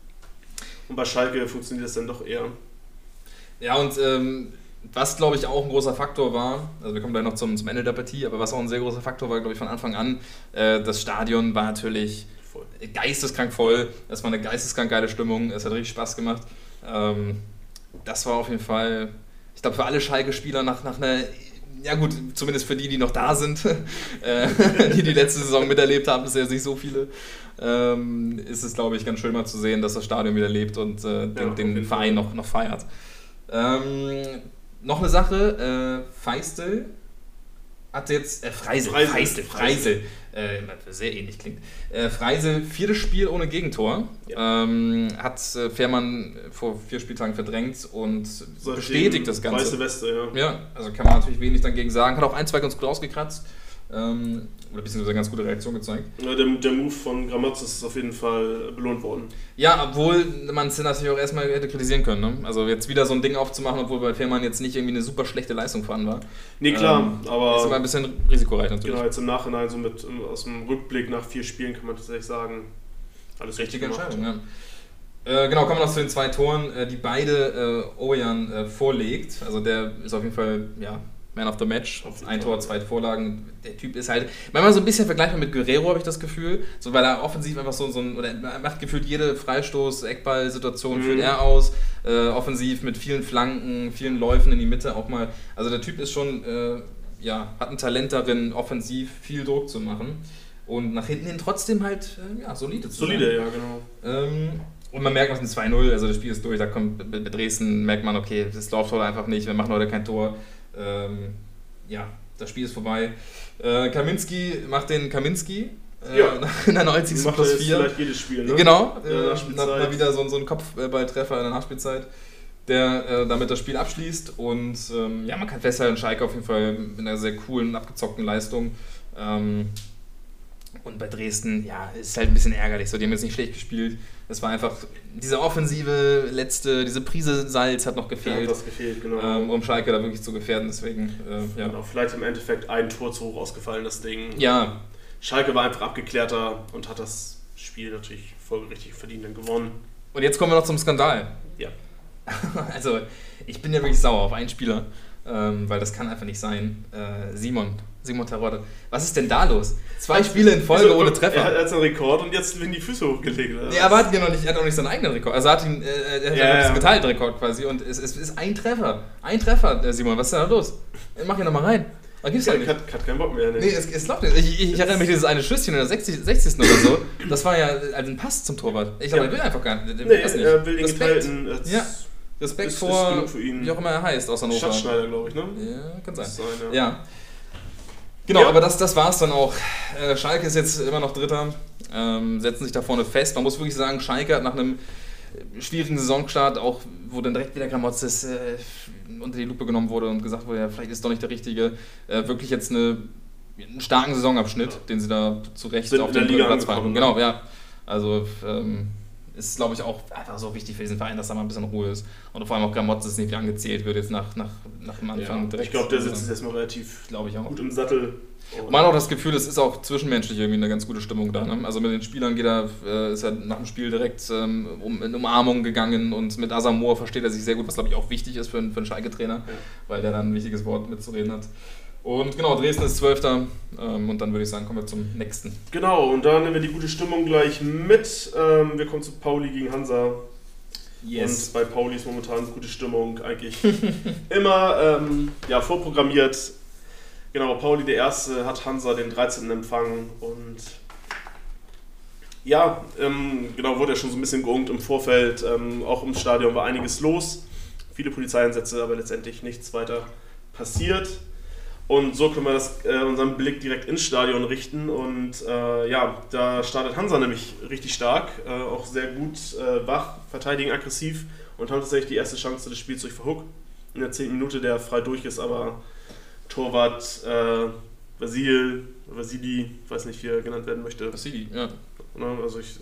[SPEAKER 2] Und bei Schalke funktioniert das dann doch eher.
[SPEAKER 3] Ja, und ähm, was, glaube ich, auch ein großer Faktor war, also wir kommen gleich noch zum, zum Ende der Partie, aber was auch ein sehr großer Faktor war, glaube ich, von Anfang an, äh, das Stadion war natürlich voll. geisteskrank voll, es war eine geisteskrank geile Stimmung, es hat richtig Spaß gemacht. Ähm, das war auf jeden Fall, ich glaube, für alle Schalke-Spieler nach, nach einer, ja gut, zumindest für die, die noch da sind, äh, die die letzte Saison miterlebt haben, das sind ja nicht so viele, ähm, ist es, glaube ich, ganz schön mal zu sehen, dass das Stadion wieder lebt und äh, den, ja, den Verein noch, noch feiert. Ähm, Noch eine Sache, äh, Feistel hat jetzt, äh, Freisel,
[SPEAKER 2] Freisel,
[SPEAKER 3] Feistel, Freisel, äh, sehr ähnlich klingt. Äh, Freisel, viertes Spiel ohne Gegentor, ja. ähm, hat äh, Fährmann vor vier Spieltagen verdrängt und Seitdem bestätigt das Ganze.
[SPEAKER 2] Weiße Weste, ja.
[SPEAKER 3] Ja, also kann man natürlich wenig dagegen sagen, hat auch ein, zwei ganz gut ausgekratzt. Ähm, oder beziehungsweise eine ganz gute Reaktion gezeigt.
[SPEAKER 2] Ja, der, der Move von Gramotzes ist auf jeden Fall belohnt worden.
[SPEAKER 3] Ja, obwohl man es natürlich auch erstmal hätte kritisieren können. Ne? Also jetzt wieder so ein Ding aufzumachen, obwohl bei Fährmann jetzt nicht irgendwie eine super schlechte Leistung vorhanden war.
[SPEAKER 2] Nee, klar,
[SPEAKER 3] ähm,
[SPEAKER 2] aber...
[SPEAKER 3] Ist immer ein bisschen risikoreich natürlich.
[SPEAKER 2] Genau, jetzt im Nachhinein, so mit aus dem Rückblick nach vier Spielen kann man tatsächlich sagen, alles
[SPEAKER 3] richtige
[SPEAKER 2] richtig
[SPEAKER 3] Entscheidung, ja. Äh, genau, kommen wir noch zu den zwei Toren, äh, die beide äh, Ovejan äh, vorlegt. Also der ist auf jeden Fall, ja... Man of the Match, ein Tor, zwei Vorlagen. Der Typ ist halt, manchmal so ein bisschen vergleichbar mit Guerrero, habe ich das Gefühl. So, weil er offensiv einfach so, so ein, oder er macht gefühlt jede Freistoß-, Eckball-Situation, mhm. führt er aus. Äh, offensiv mit vielen Flanken, vielen Läufen in die Mitte auch mal. Also der Typ ist schon, äh, ja, hat ein Talent darin, offensiv viel Druck zu machen. Und nach hinten hin trotzdem halt, äh, ja, solide zu
[SPEAKER 2] solide,
[SPEAKER 3] sein.
[SPEAKER 2] ja, genau.
[SPEAKER 3] Ähm, und man merkt, was ein zwei null, also das Spiel ist durch, da kommt bei Dresden, merkt man, okay, das läuft heute einfach nicht, wir machen heute kein Tor. Ähm, ja, das Spiel ist vorbei. Äh, Kaminski macht den Kaminski, Äh,
[SPEAKER 2] Ja.
[SPEAKER 3] In der neunzigsten
[SPEAKER 2] Macht
[SPEAKER 3] plus
[SPEAKER 2] er jetzt
[SPEAKER 3] vier.
[SPEAKER 2] vielleicht jedes Spiel, ne?
[SPEAKER 3] Genau,
[SPEAKER 2] In der
[SPEAKER 3] äh,
[SPEAKER 2] Nachspielzeit.
[SPEAKER 3] mal wieder so, so ein Kopfballtreffer in der Nachspielzeit, der äh, damit das Spiel abschließt. Und ähm, ja, man kann festhalten, Schalke auf jeden Fall mit einer sehr coolen, abgezockten Leistung. Ähm, und bei Dresden, ja, ist halt ein bisschen ärgerlich. So, die haben jetzt nicht schlecht gespielt. Es war einfach diese offensive letzte, diese Prise Salz hat noch
[SPEAKER 2] Ja,
[SPEAKER 3] gefehlt,
[SPEAKER 2] das gefehlt, genau.
[SPEAKER 3] ähm, um Schalke da wirklich zu gefährden. Deswegen, äh, ja.
[SPEAKER 2] Genau, vielleicht im Endeffekt ein Tor zu hoch ausgefallen, das Ding.
[SPEAKER 3] Ja,
[SPEAKER 2] Schalke war einfach abgeklärter und hat das Spiel natürlich folgerichtig verdient dann gewonnen.
[SPEAKER 3] und jetzt kommen wir noch zum Skandal.
[SPEAKER 2] Ja.
[SPEAKER 3] Also, ich bin ja wirklich sauer auf einen Spieler, ähm, weil das kann einfach nicht sein. Äh, Simon, Simon Terodde. Was ist denn da los? Zwei Spiele in Folge
[SPEAKER 2] Also,
[SPEAKER 3] ohne
[SPEAKER 2] Er hat
[SPEAKER 3] Treffer.
[SPEAKER 2] jetzt einen Rekord und jetzt werden die Füße hochgelegt. Oder?
[SPEAKER 3] Nee, aber hat ja noch nicht, er hat auch nicht seinen eigenen Rekord. Also er hat ihn, äh, er hat
[SPEAKER 2] Ja,
[SPEAKER 3] ja,
[SPEAKER 2] ja.
[SPEAKER 3] diesen geteilten Rekord quasi und es, es ist ein Treffer. Ein Treffer, der Simon. Was ist denn da los? Mach ihn nochmal rein. Da gibt's ja
[SPEAKER 2] Ja,
[SPEAKER 3] nicht.
[SPEAKER 2] hat, hat keinen Bock mehr. Ne?
[SPEAKER 3] Nee, es, es läuft nicht. Ich, ich, ich erinnere mich dieses eine Schüsschen in der sechzigsten sechzigsten oder so. Das war ja also ein Pass zum Torwart. Ich glaube,
[SPEAKER 2] Ja.
[SPEAKER 3] er will einfach gar nicht. Der
[SPEAKER 2] Nee,
[SPEAKER 3] will das nicht.
[SPEAKER 2] er will den
[SPEAKER 3] Respekt.
[SPEAKER 2] geteilten. äh,
[SPEAKER 3] Ja. Respekt
[SPEAKER 2] ist- ist
[SPEAKER 3] vor,
[SPEAKER 2] genug für ihn.
[SPEAKER 3] wie auch immer er heißt, aus Hannover.
[SPEAKER 2] Schatzschneider, glaube ich, ne?
[SPEAKER 3] Ja, kann sein.
[SPEAKER 2] Das ist eine-
[SPEAKER 3] Ja. Genau,
[SPEAKER 2] Ja.
[SPEAKER 3] aber das, das war es dann auch. Äh, Schalke ist jetzt immer noch Dritter, ähm, setzen sich da vorne fest. Man muss wirklich sagen, Schalke hat nach einem schwierigen Saisonstart, auch wo dann direkt wieder Gramotzes äh, unter die Lupe genommen wurde und gesagt wurde, ja, vielleicht ist doch nicht der richtige, äh, wirklich jetzt eine, einen starken Saisonabschnitt,
[SPEAKER 2] Ja.
[SPEAKER 3] den sie da zu Recht
[SPEAKER 2] Sind
[SPEAKER 3] auf
[SPEAKER 2] in der
[SPEAKER 3] den
[SPEAKER 2] Liga
[SPEAKER 3] dritten Platz
[SPEAKER 2] angekommen,
[SPEAKER 3] machen.
[SPEAKER 2] ne?
[SPEAKER 3] Genau, ja. Also ähm, ist, glaube ich, auch einfach so wichtig für diesen Verein, dass da mal ein bisschen Ruhe ist. Und vor allem auch Gramotzes nicht wieder angezählt wird jetzt nach, nach, nach dem Anfang
[SPEAKER 2] Ja,
[SPEAKER 3] direkt.
[SPEAKER 2] ich glaube, der sitzt jetzt erstmal relativ
[SPEAKER 3] glaube ich auch.
[SPEAKER 2] gut im Sattel.
[SPEAKER 3] Und man hat auch das Gefühl, es ist auch zwischenmenschlich irgendwie eine ganz gute Stimmung da. Ne? Also mit den Spielern geht er, äh, ist er nach dem Spiel direkt ähm, um, in Umarmung gegangen und mit Asamoah versteht er sich sehr gut, was glaube ich auch wichtig ist für einen, für einen Schalke-Trainer,
[SPEAKER 2] Ja.
[SPEAKER 3] weil der dann ein wichtiges Wort mitzureden hat. Und genau, Dresden ist Zwölfter ähm, und dann würde ich sagen, kommen wir zum nächsten.
[SPEAKER 2] Genau, und da nehmen wir die gute Stimmung gleich mit. Ähm, wir kommen zu Pauli gegen Hansa. Und bei Pauli ist momentan gute Stimmung eigentlich immer ähm, ja, vorprogrammiert. Genau, Pauli der Erste hat Hansa den dreizehnten empfangen und ja, ähm, genau, wurde ja schon so ein bisschen geungt im Vorfeld. Ähm, auch im Stadion war einiges los. Viele Polizeieinsätze, aber letztendlich nichts weiter passiert. Und so können wir das, äh, unseren Blick direkt ins Stadion richten. Und äh, ja, da startet Hansa nämlich richtig stark, äh, auch sehr gut äh, wach, verteidigen aggressiv und haben tatsächlich die erste Chance des Spiels durch Verhook. In der zehnten Minute, der frei durch ist, aber Torwart äh, Vasil, Vasili, weiß nicht, wie er genannt werden möchte.
[SPEAKER 3] Vasili, ja.
[SPEAKER 2] Ne, also ich,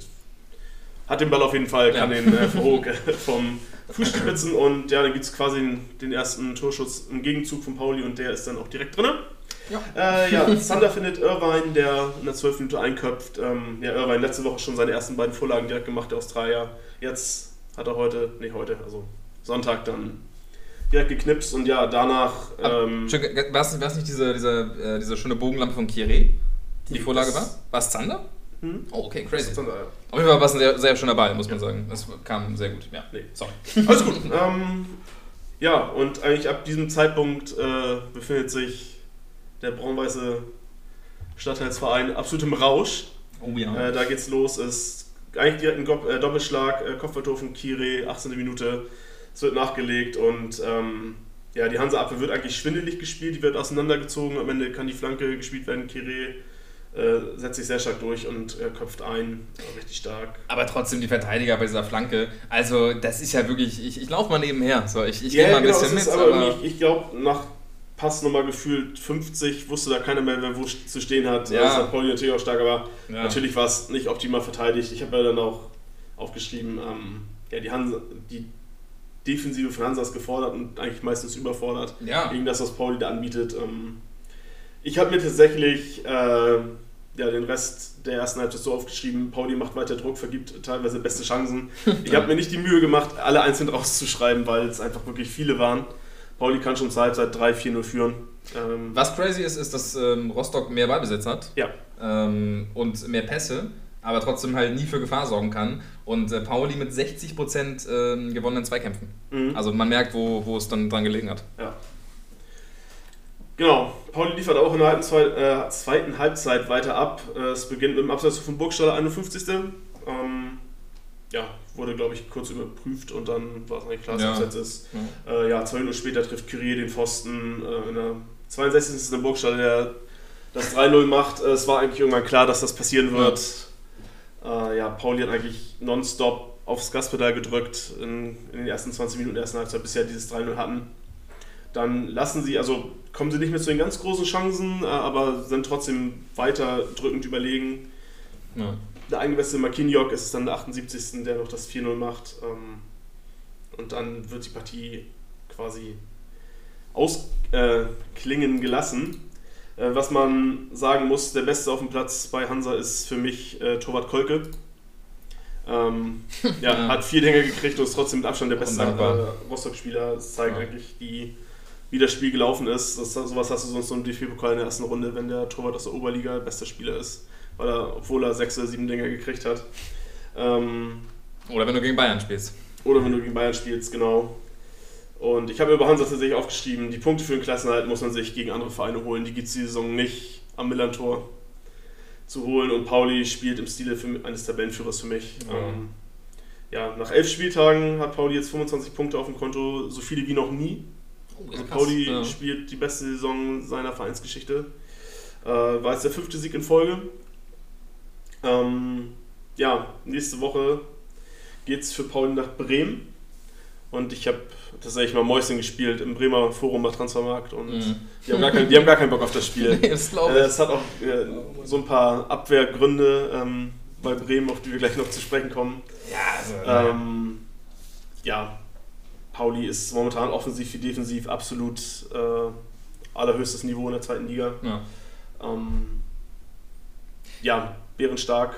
[SPEAKER 2] hat den Ball auf jeden Fall, kann
[SPEAKER 3] Ja.
[SPEAKER 2] den äh, Verhook äh, vom Fuß spitzen und ja, dann gibt es quasi den ersten Torschuss im Gegenzug von Pauli und der ist dann auch direkt drin.
[SPEAKER 3] Ja.
[SPEAKER 2] Äh, ja, Zander findet Irvine, der in der zwölften Minute einköpft. Ähm, ja, Irvine letzte Woche schon seine ersten beiden Vorlagen direkt gemacht, der Australier. Jetzt hat er heute, nee heute, also Sonntag dann direkt geknipst und ja, danach... Ähm,
[SPEAKER 3] War es nicht, nicht diese, diese, äh, diese schöne Bogenlampe von Kieré, die
[SPEAKER 2] Die
[SPEAKER 3] Vorlage
[SPEAKER 2] ist-
[SPEAKER 3] war? War es Zander?
[SPEAKER 2] hm?
[SPEAKER 3] Oh, okay, crazy.
[SPEAKER 2] Zander, ja.
[SPEAKER 3] Auf jeden Fall war es ein sehr, sehr schöner Ball, muss man sagen. Das kam sehr gut. Ja,
[SPEAKER 2] Nee.
[SPEAKER 3] sorry.
[SPEAKER 2] Alles gut. ähm, ja, und eigentlich ab diesem Zeitpunkt äh, befindet sich der braun-weiße Stadtteilsverein absolut im Rausch.
[SPEAKER 3] Oh ja.
[SPEAKER 2] Äh, da geht's los, ist eigentlich direkt ein Go- äh, Doppelschlag, äh, Kopfballtor von Kire, achtzehnte Minute. Es wird nachgelegt und ähm, ja, die Hansa-Abwehr wird eigentlich schwindelig gespielt, die wird auseinandergezogen. Am Ende kann die Flanke gespielt werden. Kire äh, setzt sich sehr stark durch und äh, köpft ein, äh, richtig stark.
[SPEAKER 3] Aber trotzdem die Verteidiger bei dieser Flanke. Also, das ist ja wirklich. Ich, ich laufe mal nebenher. So, ich ich
[SPEAKER 2] Ja,
[SPEAKER 3] gehe mal ein
[SPEAKER 2] genau,
[SPEAKER 3] bisschen
[SPEAKER 2] es
[SPEAKER 3] mit.
[SPEAKER 2] ist aber
[SPEAKER 3] Aber
[SPEAKER 2] irgendwie, ich glaube, nach Passnummer gefühlt fünfzig wusste da keiner mehr, wer wo zu stehen hat.
[SPEAKER 3] Ja.
[SPEAKER 2] Das hat Pauli natürlich auch stark, aber
[SPEAKER 3] ja.
[SPEAKER 2] natürlich war es nicht optimal verteidigt. Ich habe ja dann auch aufgeschrieben, ähm, ja, die, Hansa, die Defensive von Hansa ist gefordert und eigentlich meistens überfordert
[SPEAKER 3] Ja.
[SPEAKER 2] gegen das, was Pauli da anbietet. Ähm, ich habe mir tatsächlich äh, ja, den Rest der ersten Halbzeit so aufgeschrieben, Pauli macht weiter Druck, vergibt teilweise beste Chancen. Ich habe mir nicht die Mühe gemacht, alle einzeln rauszuschreiben, weil es einfach wirklich viele waren. Pauli kann schon zur Halbzeit drei vier null führen. Ähm,
[SPEAKER 3] Was crazy ist, ist, dass ähm, Rostock mehr Ballbesitz hat
[SPEAKER 2] Ja.
[SPEAKER 3] ähm, und mehr Pässe, aber trotzdem halt nie für Gefahr sorgen kann. Und äh, Pauli mit sechzig Prozent ähm, gewonnenen Zweikämpfen.
[SPEAKER 2] mhm.
[SPEAKER 3] Also man merkt, wo, wo es dann dran gelegen hat.
[SPEAKER 2] Ja. Genau, Pauli liefert auch in der halben, zwei, äh, zweiten Halbzeit weiter ab. Äh, es beginnt mit dem Abseits von Burgstaller, einundfünfzigsten Ähm, ja, wurde, glaube ich, kurz überprüft und dann war es eigentlich klar, dass
[SPEAKER 3] Ja.
[SPEAKER 2] Abseits ist.
[SPEAKER 3] Ja.
[SPEAKER 2] Äh, ja, zwei Minuten später trifft Curie den Pfosten. Äh, in der zweiundsechzigsten ist der Burgstaller, der das drei null macht. Es war eigentlich irgendwann klar, dass das passieren wird. Ja, äh, ja Pauli hat eigentlich nonstop aufs Gaspedal gedrückt in, in den ersten zwanzig Minuten der ersten Halbzeit, bis sie ja dieses drei null hatten. Dann lassen sie, also kommen sie nicht mehr zu den ganz großen Chancen, äh, aber sind trotzdem weiter drückend überlegen. Ja. Der eingewechselte Marquinhos ist es dann der achtundsiebzigste der noch das vier null macht. Ähm, und dann wird die Partie quasi ausklingen äh, gelassen. Äh, was man sagen muss, der Beste auf dem Platz bei Hansa ist für mich äh, Torwart Kolke. Ähm, ja, ja. Hat vier Dinger gekriegt und ist trotzdem mit Abstand der beste äh, Rostock-Spieler. Das zeigt ja. eigentlich, die, wie das Spiel gelaufen ist. Das, sowas hast du sonst so im D F B-Pokal in der ersten Runde, wenn der Torwart aus der Oberliga bester Spieler ist, weil er, obwohl er sechs oder sieben Dinger gekriegt hat. Ähm,
[SPEAKER 3] oder wenn du gegen Bayern spielst.
[SPEAKER 2] Oder wenn du gegen Bayern spielst, genau. Und ich habe über Hansa tatsächlich aufgeschrieben, die Punkte für den Klassenerhalt muss man sich gegen andere Vereine holen. Die gibt es die Saison nicht am Millantor zu holen. Und Pauli spielt im Stile für, eines Tabellenführers für mich. Mhm. Ähm, ja, nach elf Spieltagen hat Pauli jetzt fünfundzwanzig Punkte auf dem Konto, so viele wie noch nie. Oh, also Pauli ja. spielt die beste Saison seiner Vereinsgeschichte. Äh, war jetzt der fünfte Sieg in Folge. Ähm, ja, nächste Woche geht es für Pauli nach Bremen. Und ich habe tatsächlich mal Mäuschen gespielt im Bremer Forum bei Transfermarkt und mhm. die, haben gar kein, die haben gar keinen Bock auf das Spiel. Nee, das glaube ich. Es hat auch äh, so ein paar Abwehrgründe ähm, bei Bremen, auf die wir gleich noch zu sprechen kommen.
[SPEAKER 3] Ja, also,
[SPEAKER 2] ähm, ja, Pauli ist momentan offensiv wie defensiv absolut äh, allerhöchstes Niveau in der zweiten Liga.
[SPEAKER 3] Ja,
[SPEAKER 2] ähm, ja bärenstark.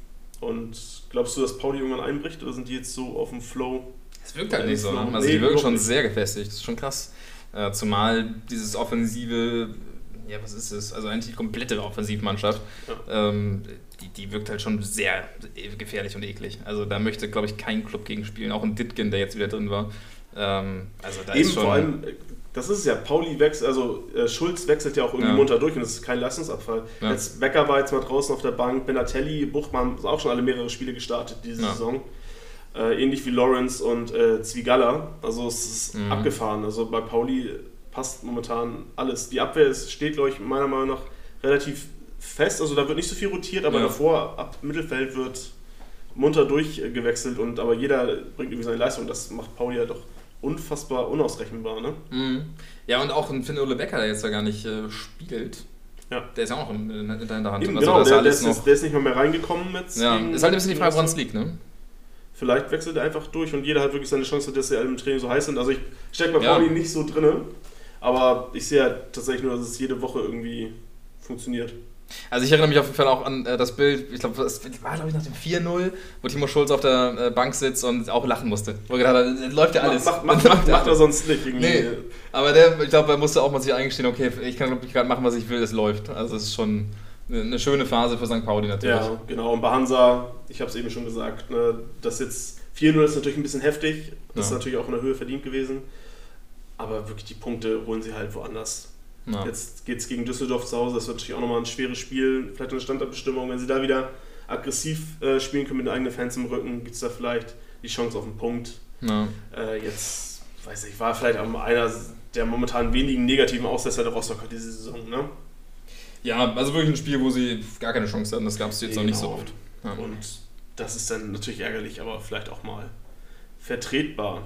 [SPEAKER 2] Und glaubst du, dass Pauli irgendwann einbricht oder sind die jetzt so auf dem Flow?
[SPEAKER 3] Es wirkt halt nicht so, ne? Also die wirken schon sehr gefestigt, das ist schon krass. Äh, zumal dieses offensive, ja was ist es, also eigentlich die komplette Offensivmannschaft, ja. ähm, die, die wirkt halt schon sehr gefährlich und eklig. Also da möchte, glaube ich, kein Club gegen spielen, auch ein Ditgen, der jetzt wieder drin war. Ähm, also da
[SPEAKER 2] Eben
[SPEAKER 3] ist schon
[SPEAKER 2] vor allem, das ist es ja, Pauli wechselt, also äh, Schulz wechselt ja auch irgendwie ja. munter durch und das ist kein Leistungsabfall. Ja. Jetzt Becker war jetzt mal draußen auf der Bank, Benatelli, Buchmann, sind auch schon alle mehrere Spiele gestartet diese ja. Saison. Äh, ähnlich wie Lawrence und äh, Zwigalla. Also es ist mhm. abgefahren. Also bei Pauli passt momentan alles. Die Abwehr ist, steht, glaube ich, meiner Meinung nach relativ fest. Also da wird nicht so viel rotiert, aber ja. davor, ab Mittelfeld wird munter durchgewechselt und aber jeder bringt irgendwie seine Leistung. Das macht Pauli ja doch unfassbar unausrechenbar. Ne?
[SPEAKER 3] Mhm. Ja, und auch ein Finn Ole Becker, der jetzt ja gar nicht äh, spielt.
[SPEAKER 2] Ja.
[SPEAKER 3] Der ist ja auch in, in, in der Hand.
[SPEAKER 2] Eben,
[SPEAKER 3] also,
[SPEAKER 2] genau,
[SPEAKER 3] das
[SPEAKER 2] der,
[SPEAKER 3] alles
[SPEAKER 2] der, ist,
[SPEAKER 3] noch
[SPEAKER 2] der ist nicht mal mehr reingekommen. Jetzt
[SPEAKER 3] ja, ist halt ein bisschen die Frage, woran es liegt, ne?
[SPEAKER 2] Vielleicht wechselt er einfach durch und jeder hat wirklich seine Chance, dass sie alle im Training so heiß sind. Also ich stecke bei Pauli ja. nicht so drin, aber ich sehe halt tatsächlich nur, dass es jede Woche irgendwie funktioniert.
[SPEAKER 3] Also ich erinnere mich auf jeden Fall auch an äh, das Bild, ich glaube, das war glaube ich nach dem vier null, wo Timo Schulz auf der äh, Bank sitzt und auch lachen musste. Wo er gedacht hat, läuft ja alles.
[SPEAKER 2] Macht, macht, macht, macht er sonst nicht irgendwie.
[SPEAKER 3] Nee, aber der, ich glaube, er musste auch mal sich eingestehen, okay, ich kann ich kann machen, was ich will, es läuft. Also das ist schon eine schöne Phase für Sankt Pauli natürlich.
[SPEAKER 2] Ja, genau. Und bei Hansa, ich habe es eben schon gesagt, ne, das jetzt vier null ist natürlich ein bisschen heftig. Das ja. ist natürlich auch in der Höhe verdient gewesen. Aber wirklich die Punkte holen sie halt woanders. Ja. Jetzt geht es gegen Düsseldorf zu Hause. Das wird natürlich auch nochmal ein schweres Spiel. Vielleicht eine Standardbestimmung. Wenn sie da wieder aggressiv äh, spielen können mit den eigenen Fans im Rücken, gibt es da vielleicht die Chance auf einen Punkt.
[SPEAKER 3] Ja.
[SPEAKER 2] Äh, jetzt, weiß ich, war vielleicht auch einer der momentan wenigen negativen Aussetzer der Rostocker diese Saison, ne?
[SPEAKER 3] Ja, also wirklich ein Spiel, wo sie gar keine Chance hatten, das gab es jetzt genau. noch nicht so oft.
[SPEAKER 2] Ja. Und das ist dann natürlich ärgerlich, aber vielleicht auch mal vertretbar.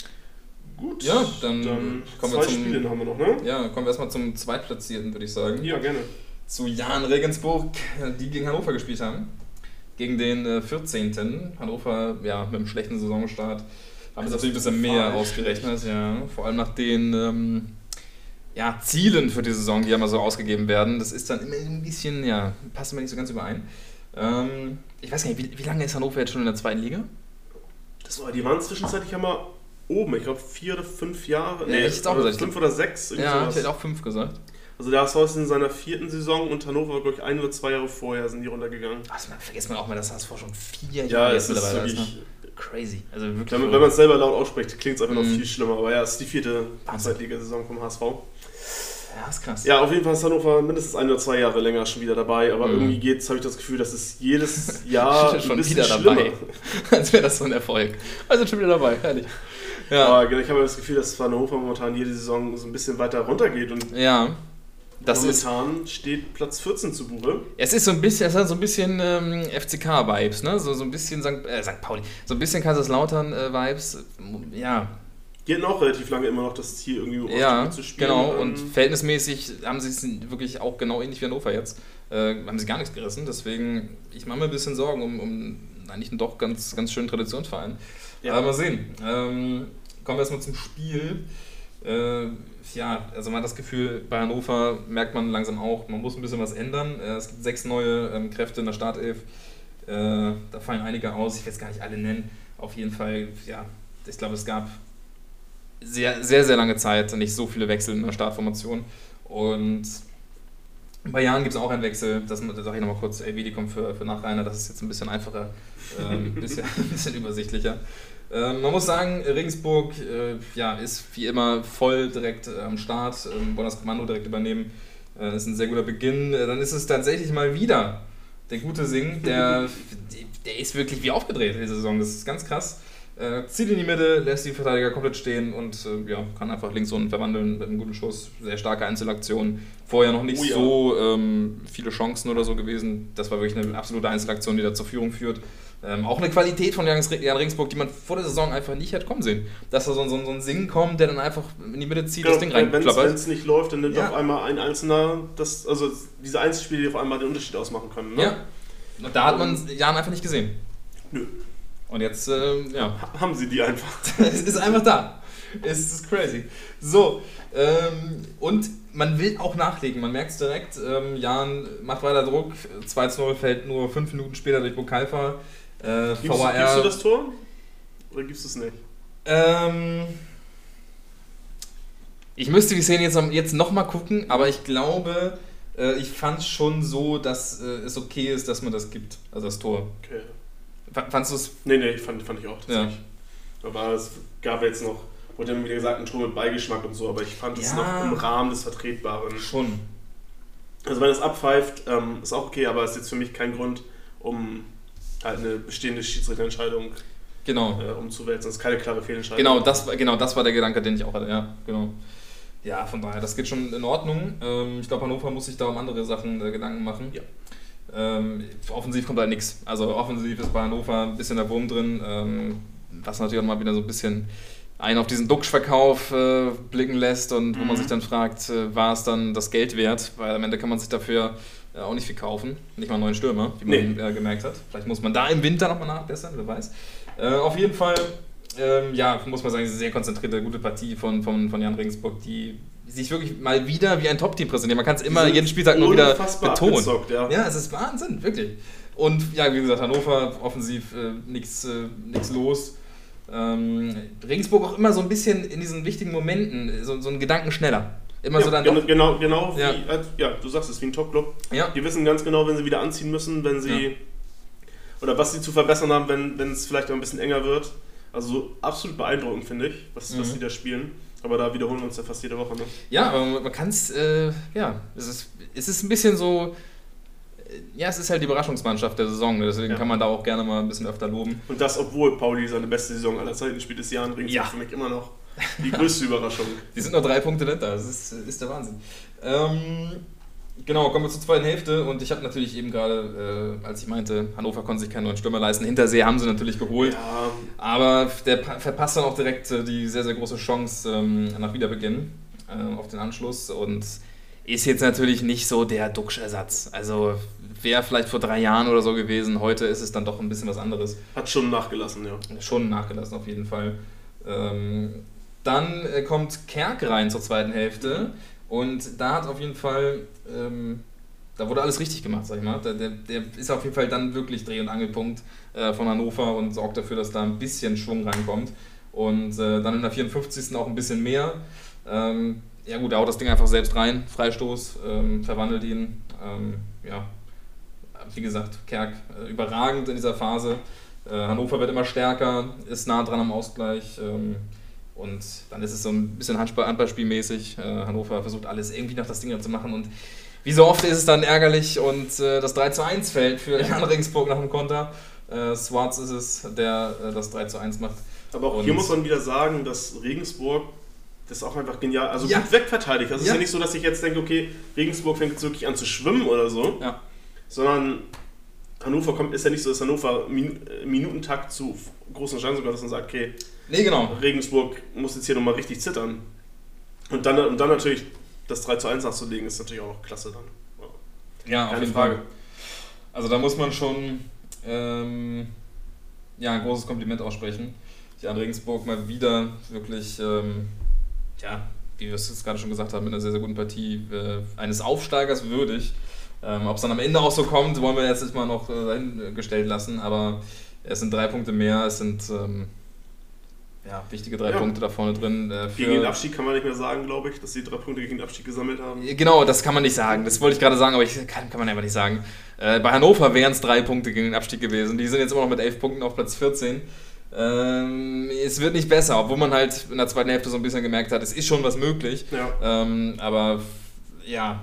[SPEAKER 2] Gut,
[SPEAKER 3] ja, dann, dann
[SPEAKER 2] kommen zwei wir zum, Spiele haben wir noch, ne?
[SPEAKER 3] Ja, kommen wir erstmal zum Zweitplatzierten, würde ich sagen.
[SPEAKER 2] Ja, gerne.
[SPEAKER 3] Zu Jahn Regensburg, die gegen Hannover gespielt haben. Gegen den äh, vierzehnten Hannover, ja, mit einem schlechten Saisonstart, haben es natürlich ein bisschen mehr ausgerechnet, ja. Vor allem nach den ähm, ja, Zielen für die Saison, die ja mal so ausgegeben werden. Das ist dann immer ein bisschen, ja, passt immer nicht so ganz überein. Ähm, ich weiß gar nicht, wie, wie lange ist Hannover jetzt schon in der zweiten Liga?
[SPEAKER 2] Das war, die waren zwischenzeitlich ja mal oben, ich glaube vier oder fünf Jahre.
[SPEAKER 3] Nee, ja, ich auch
[SPEAKER 2] oder fünf oder sechs.
[SPEAKER 3] Ja, sowas. Ich hätte auch fünf gesagt.
[SPEAKER 2] Also der H S V ist in seiner vierten Saison und Hannover war, glaube ich, ein oder zwei Jahre vorher sind die runtergegangen.
[SPEAKER 3] Also man vergisst man auch mal, dass H S V schon vier
[SPEAKER 2] ja,
[SPEAKER 3] Jahre
[SPEAKER 2] ist mittlerweile ist. Ne?
[SPEAKER 3] Crazy. Also wirklich
[SPEAKER 2] wenn wenn man es selber laut ausspricht, klingt es einfach mm. noch viel schlimmer. Aber ja, es ist die vierte Zweitliga-Saison vom H S V.
[SPEAKER 3] Ja, ist krass.
[SPEAKER 2] Ja, auf jeden Fall ist Hannover mindestens ein oder zwei Jahre länger schon wieder dabei. Aber mm. irgendwie geht's, habe ich das Gefühl, dass es jedes Jahr ein
[SPEAKER 3] schon
[SPEAKER 2] bisschen
[SPEAKER 3] wieder
[SPEAKER 2] schlimmer.
[SPEAKER 3] Dabei. Als wäre das so ein Erfolg. Also schon wieder dabei, herrlich.
[SPEAKER 2] Ja. Aber ich habe das Gefühl, dass Hannover momentan jede Saison so ein bisschen weiter runtergeht. Und
[SPEAKER 3] ja. Das
[SPEAKER 2] Momentan ist, steht Platz vierzehn zu Buche.
[SPEAKER 3] Es ist so ein bisschen, es hat so ein bisschen ähm, F C K-Vibes, ne? So, so ein bisschen Sankt, äh, Sankt Pauli, so ein bisschen Kaiserslautern-Vibes, ja.
[SPEAKER 2] Die hatten auch relativ lange immer noch das Ziel, irgendwie
[SPEAKER 3] ja,
[SPEAKER 2] zu spielen.
[SPEAKER 3] Genau, und ähm, verhältnismäßig haben sie es wirklich auch genau ähnlich wie Hannover jetzt, äh, haben sie gar nichts gerissen, deswegen, ich mache mir ein bisschen Sorgen um, um eigentlich einen doch ganz, ganz schönen Traditionsverein. Ja. Aber mal sehen. Ähm, kommen wir erstmal zum Spiel. Äh, ja, also man hat das Gefühl, bei Hannover merkt man langsam auch, man muss ein bisschen was ändern. Äh, es gibt sechs neue ähm, Kräfte in der Startelf. Äh, da fallen einige aus, ich will jetzt gar nicht alle nennen. Auf jeden Fall, ja, ich glaube, es gab sehr, sehr, sehr lange Zeit nicht so viele Wechsel in der Startformation. Und bei Jahren gibt es auch einen Wechsel, das, das sage ich nochmal kurz, Ey, Vidi kommt für, für Nachreiner, das ist jetzt ein bisschen einfacher, äh, ein, bisschen, ein bisschen übersichtlicher. Äh, man muss sagen, Regensburg äh, ja, ist wie immer voll direkt äh, am Start, äh, wollen das Kommando direkt übernehmen, äh, das ist ein sehr guter Beginn. Äh, dann ist es tatsächlich mal wieder der gute Sing, der, der ist wirklich wie aufgedreht in der Saison, das ist ganz krass. Äh, zieht in die Mitte, lässt die Verteidiger komplett stehen und äh, ja, kann einfach links unten verwandeln mit einem guten Schuss. Sehr starke Einzelaktion. Vorher noch nicht oh ja. so ähm, viele Chancen oder so gewesen. Das war wirklich eine absolute Einzelaktion, die da zur Führung führt. Ähm, auch eine Qualität von Jan Regensburg, die man vor der Saison einfach nicht hätte kommen sehen. Dass da so, so, so ein Singen kommt, der dann einfach in die Mitte zieht, genau, das Ding reinklappert.
[SPEAKER 2] Wenn es nicht läuft, dann nimmt ja. auf einmal ein Einzelner, das, also diese Einzelspiele, die auf einmal den Unterschied ausmachen können. Ne?
[SPEAKER 3] Ja, und da hat man Jan einfach nicht gesehen.
[SPEAKER 2] Nö.
[SPEAKER 3] Und jetzt, äh, ja.
[SPEAKER 2] Haben sie die einfach.
[SPEAKER 3] Es ist einfach da. Es ist crazy. So, ähm, und man will auch nachlegen, man merkt es direkt. Ähm, Jan macht weiter Druck, zwei zu null fällt nur fünf Minuten später durch Pokalfall. Äh,
[SPEAKER 2] gibst, V A R, gibst du das Tor? Oder gibst du es nicht?
[SPEAKER 3] Ähm, ich müsste die Szene jetzt, jetzt nochmal gucken, aber ich glaube, äh, ich fand es schon so, dass äh, es okay ist, dass man das gibt, also das Tor.
[SPEAKER 2] Okay.
[SPEAKER 3] Fandst du es?
[SPEAKER 2] Nee, nee, fand, fand ich auch.
[SPEAKER 3] Ja.
[SPEAKER 2] Aber es gab jetzt noch, wurde immer wieder gesagt, ein Tor mit Beigeschmack und so, aber ich fand es
[SPEAKER 3] ja.
[SPEAKER 2] noch im Rahmen des Vertretbaren.
[SPEAKER 3] Schon.
[SPEAKER 2] Also wenn es abpfeift, ähm, ist auch okay, aber es ist jetzt für mich kein Grund, um halt eine bestehende Schiedsrichterentscheidung
[SPEAKER 3] genau.
[SPEAKER 2] äh, umzuwälzen. Das ist keine klare Fehlentscheidung.
[SPEAKER 3] Genau das, genau, das war der Gedanke, den ich auch hatte, ja, genau. Ja, von daher, das geht schon in Ordnung. Ähm, ich glaube, Hannover muss sich da um andere Sachen äh, Gedanken machen. Ja. Ähm, offensiv kommt halt nichts. Also offensiv ist bei Hannover ein bisschen der Wurm drin, ähm, was natürlich auch mal wieder so ein bisschen einen auf diesen Duxch-Verkauf äh, blicken lässt und mhm. wo man sich dann fragt, äh, war es dann das Geld wert? Weil am Ende kann man sich dafür äh, auch nicht viel kaufen. Nicht mal einen neuen Stürmer, wie man nee. äh, gemerkt hat. Vielleicht muss man da im Winter nochmal nachbessern, wer weiß. Äh, auf jeden Fall, ähm, ja, muss man sagen, eine sehr konzentrierte, gute Partie von, von, von Jan Regensburg, die sich wirklich mal wieder wie ein Top-Team präsentiert. Man kann es immer jeden Spieltag nur wieder betonen.
[SPEAKER 2] Ja.
[SPEAKER 3] ja, es ist Wahnsinn, wirklich. Und ja, wie gesagt, Hannover offensiv äh, nichts äh, los. Ähm, Regensburg auch immer so ein bisschen in diesen wichtigen Momenten, so, so einen Gedanken schneller. Immer
[SPEAKER 2] ja,
[SPEAKER 3] so dann
[SPEAKER 2] genau,
[SPEAKER 3] doch,
[SPEAKER 2] genau, genau
[SPEAKER 3] ja.
[SPEAKER 2] Wie, äh, ja, du sagst es, wie ein Top-Club.
[SPEAKER 3] Ja.
[SPEAKER 2] Die wissen ganz genau, wenn sie wieder anziehen müssen, wenn sie ja. oder was sie zu verbessern haben, wenn, wenn es vielleicht auch ein bisschen enger wird. Also absolut beeindruckend, finde ich, was, mhm. was sie da spielen. Aber da wiederholen wir uns ja fast jede Woche, ne?
[SPEAKER 3] Ja, aber man kann es, äh, ja, es ist, es ist ein bisschen so, ja, es ist halt die Überraschungsmannschaft der Saison, ne? Deswegen ja. kann man da auch gerne mal ein bisschen öfter loben.
[SPEAKER 2] Und das, obwohl Pauli seine beste Saison aller Zeiten spielt, ist Jan Regensburg ja. für mich immer noch die größte Überraschung.
[SPEAKER 3] Die sind noch drei Punkte dahinter, das ist, ist der Wahnsinn. Ähm, genau, kommen wir zur zweiten Hälfte und ich habe natürlich eben gerade, äh, als ich meinte, Hannover konnte sich keinen neuen Stürmer leisten, Hintersee haben sie natürlich geholt,
[SPEAKER 2] ja.
[SPEAKER 3] aber der verpasst dann auch direkt äh, die sehr, sehr große Chance ähm, nach Wiederbeginn äh, auf den Anschluss und ist jetzt natürlich nicht so der Duxch-Ersatz. Also wäre vielleicht vor drei Jahren oder so gewesen, heute ist es dann doch ein bisschen was anderes.
[SPEAKER 2] Hat schon nachgelassen, ja.
[SPEAKER 3] Schon nachgelassen auf jeden Fall. Ähm, dann äh, kommt Kerk rein zur zweiten Hälfte und da hat auf jeden Fall, ähm, da wurde alles richtig gemacht, sag ich mal. Der, der, der ist auf jeden Fall dann wirklich Dreh- und Angelpunkt äh, von Hannover und sorgt dafür, dass da ein bisschen Schwung reinkommt. Und äh, dann in der vierundfünfzigsten auch ein bisschen mehr. Ähm, ja gut, er haut das Ding einfach selbst rein, Freistoß, ähm, verwandelt ihn. Ähm, ja, wie gesagt, Kerk äh, überragend in dieser Phase. Äh, Hannover wird immer stärker, ist nah dran am Ausgleich. Ähm, und dann ist es so ein bisschen Handball- Handballspielmäßig. Äh, Hannover versucht alles irgendwie noch das Ding zu machen. Und wie so oft ist es dann ärgerlich und äh, das drei zu eins fällt für Jan Regensburg nach dem Konter. Äh, Swartz ist es, der äh, das drei zu eins macht.
[SPEAKER 2] Aber auch
[SPEAKER 3] und
[SPEAKER 2] hier muss man wieder sagen, dass Regensburg das ist auch einfach genial. Also
[SPEAKER 3] ja.
[SPEAKER 2] gut wegverteidigt. Also es
[SPEAKER 3] ja.
[SPEAKER 2] ist ja nicht so, dass ich jetzt denke, okay, Regensburg fängt jetzt wirklich an zu schwimmen oder so.
[SPEAKER 3] Ja.
[SPEAKER 2] Sondern Hannover kommt, ist ja nicht so, dass Hannover Min- Minutentakt zu großen Chancen kommt, dass man sagt, okay,
[SPEAKER 3] nee, genau.
[SPEAKER 2] Regensburg muss jetzt hier nochmal richtig zittern. Und dann, und dann natürlich das drei zu eins nachzulegen, ist natürlich auch klasse dann.
[SPEAKER 3] Ja, auf
[SPEAKER 2] Keine
[SPEAKER 3] jeden
[SPEAKER 2] Frage.
[SPEAKER 3] Fall. Also da muss man schon ähm, ja, ein großes Kompliment aussprechen. Die an Regensburg mal wieder wirklich, ähm, ja, wie wir es jetzt gerade schon gesagt haben, mit einer sehr, sehr guten Partie äh, eines Aufsteigers würdig. Ähm, Ob es dann am Ende auch so kommt, wollen wir jetzt nicht mal noch äh, dahingestellt lassen, aber es sind drei Punkte mehr, es sind ähm, ja, wichtige drei
[SPEAKER 2] Ja.
[SPEAKER 3] Punkte da vorne drin. Äh, für
[SPEAKER 2] Gegen den Abstieg kann man nicht mehr sagen, glaube ich, dass sie drei Punkte gegen den Abstieg gesammelt haben.
[SPEAKER 3] Genau, das kann man nicht sagen. Das wollte ich gerade sagen, aber ich kann, kann man einfach nicht sagen. Äh, bei Hannover wären es drei Punkte gegen den Abstieg gewesen. Die sind jetzt immer noch mit elf Punkten auf Platz vierzehn. Ähm, es wird nicht besser, obwohl man halt in der zweiten Hälfte so ein bisschen gemerkt hat, es ist schon was möglich.
[SPEAKER 2] Ja.
[SPEAKER 3] Ähm, aber ja,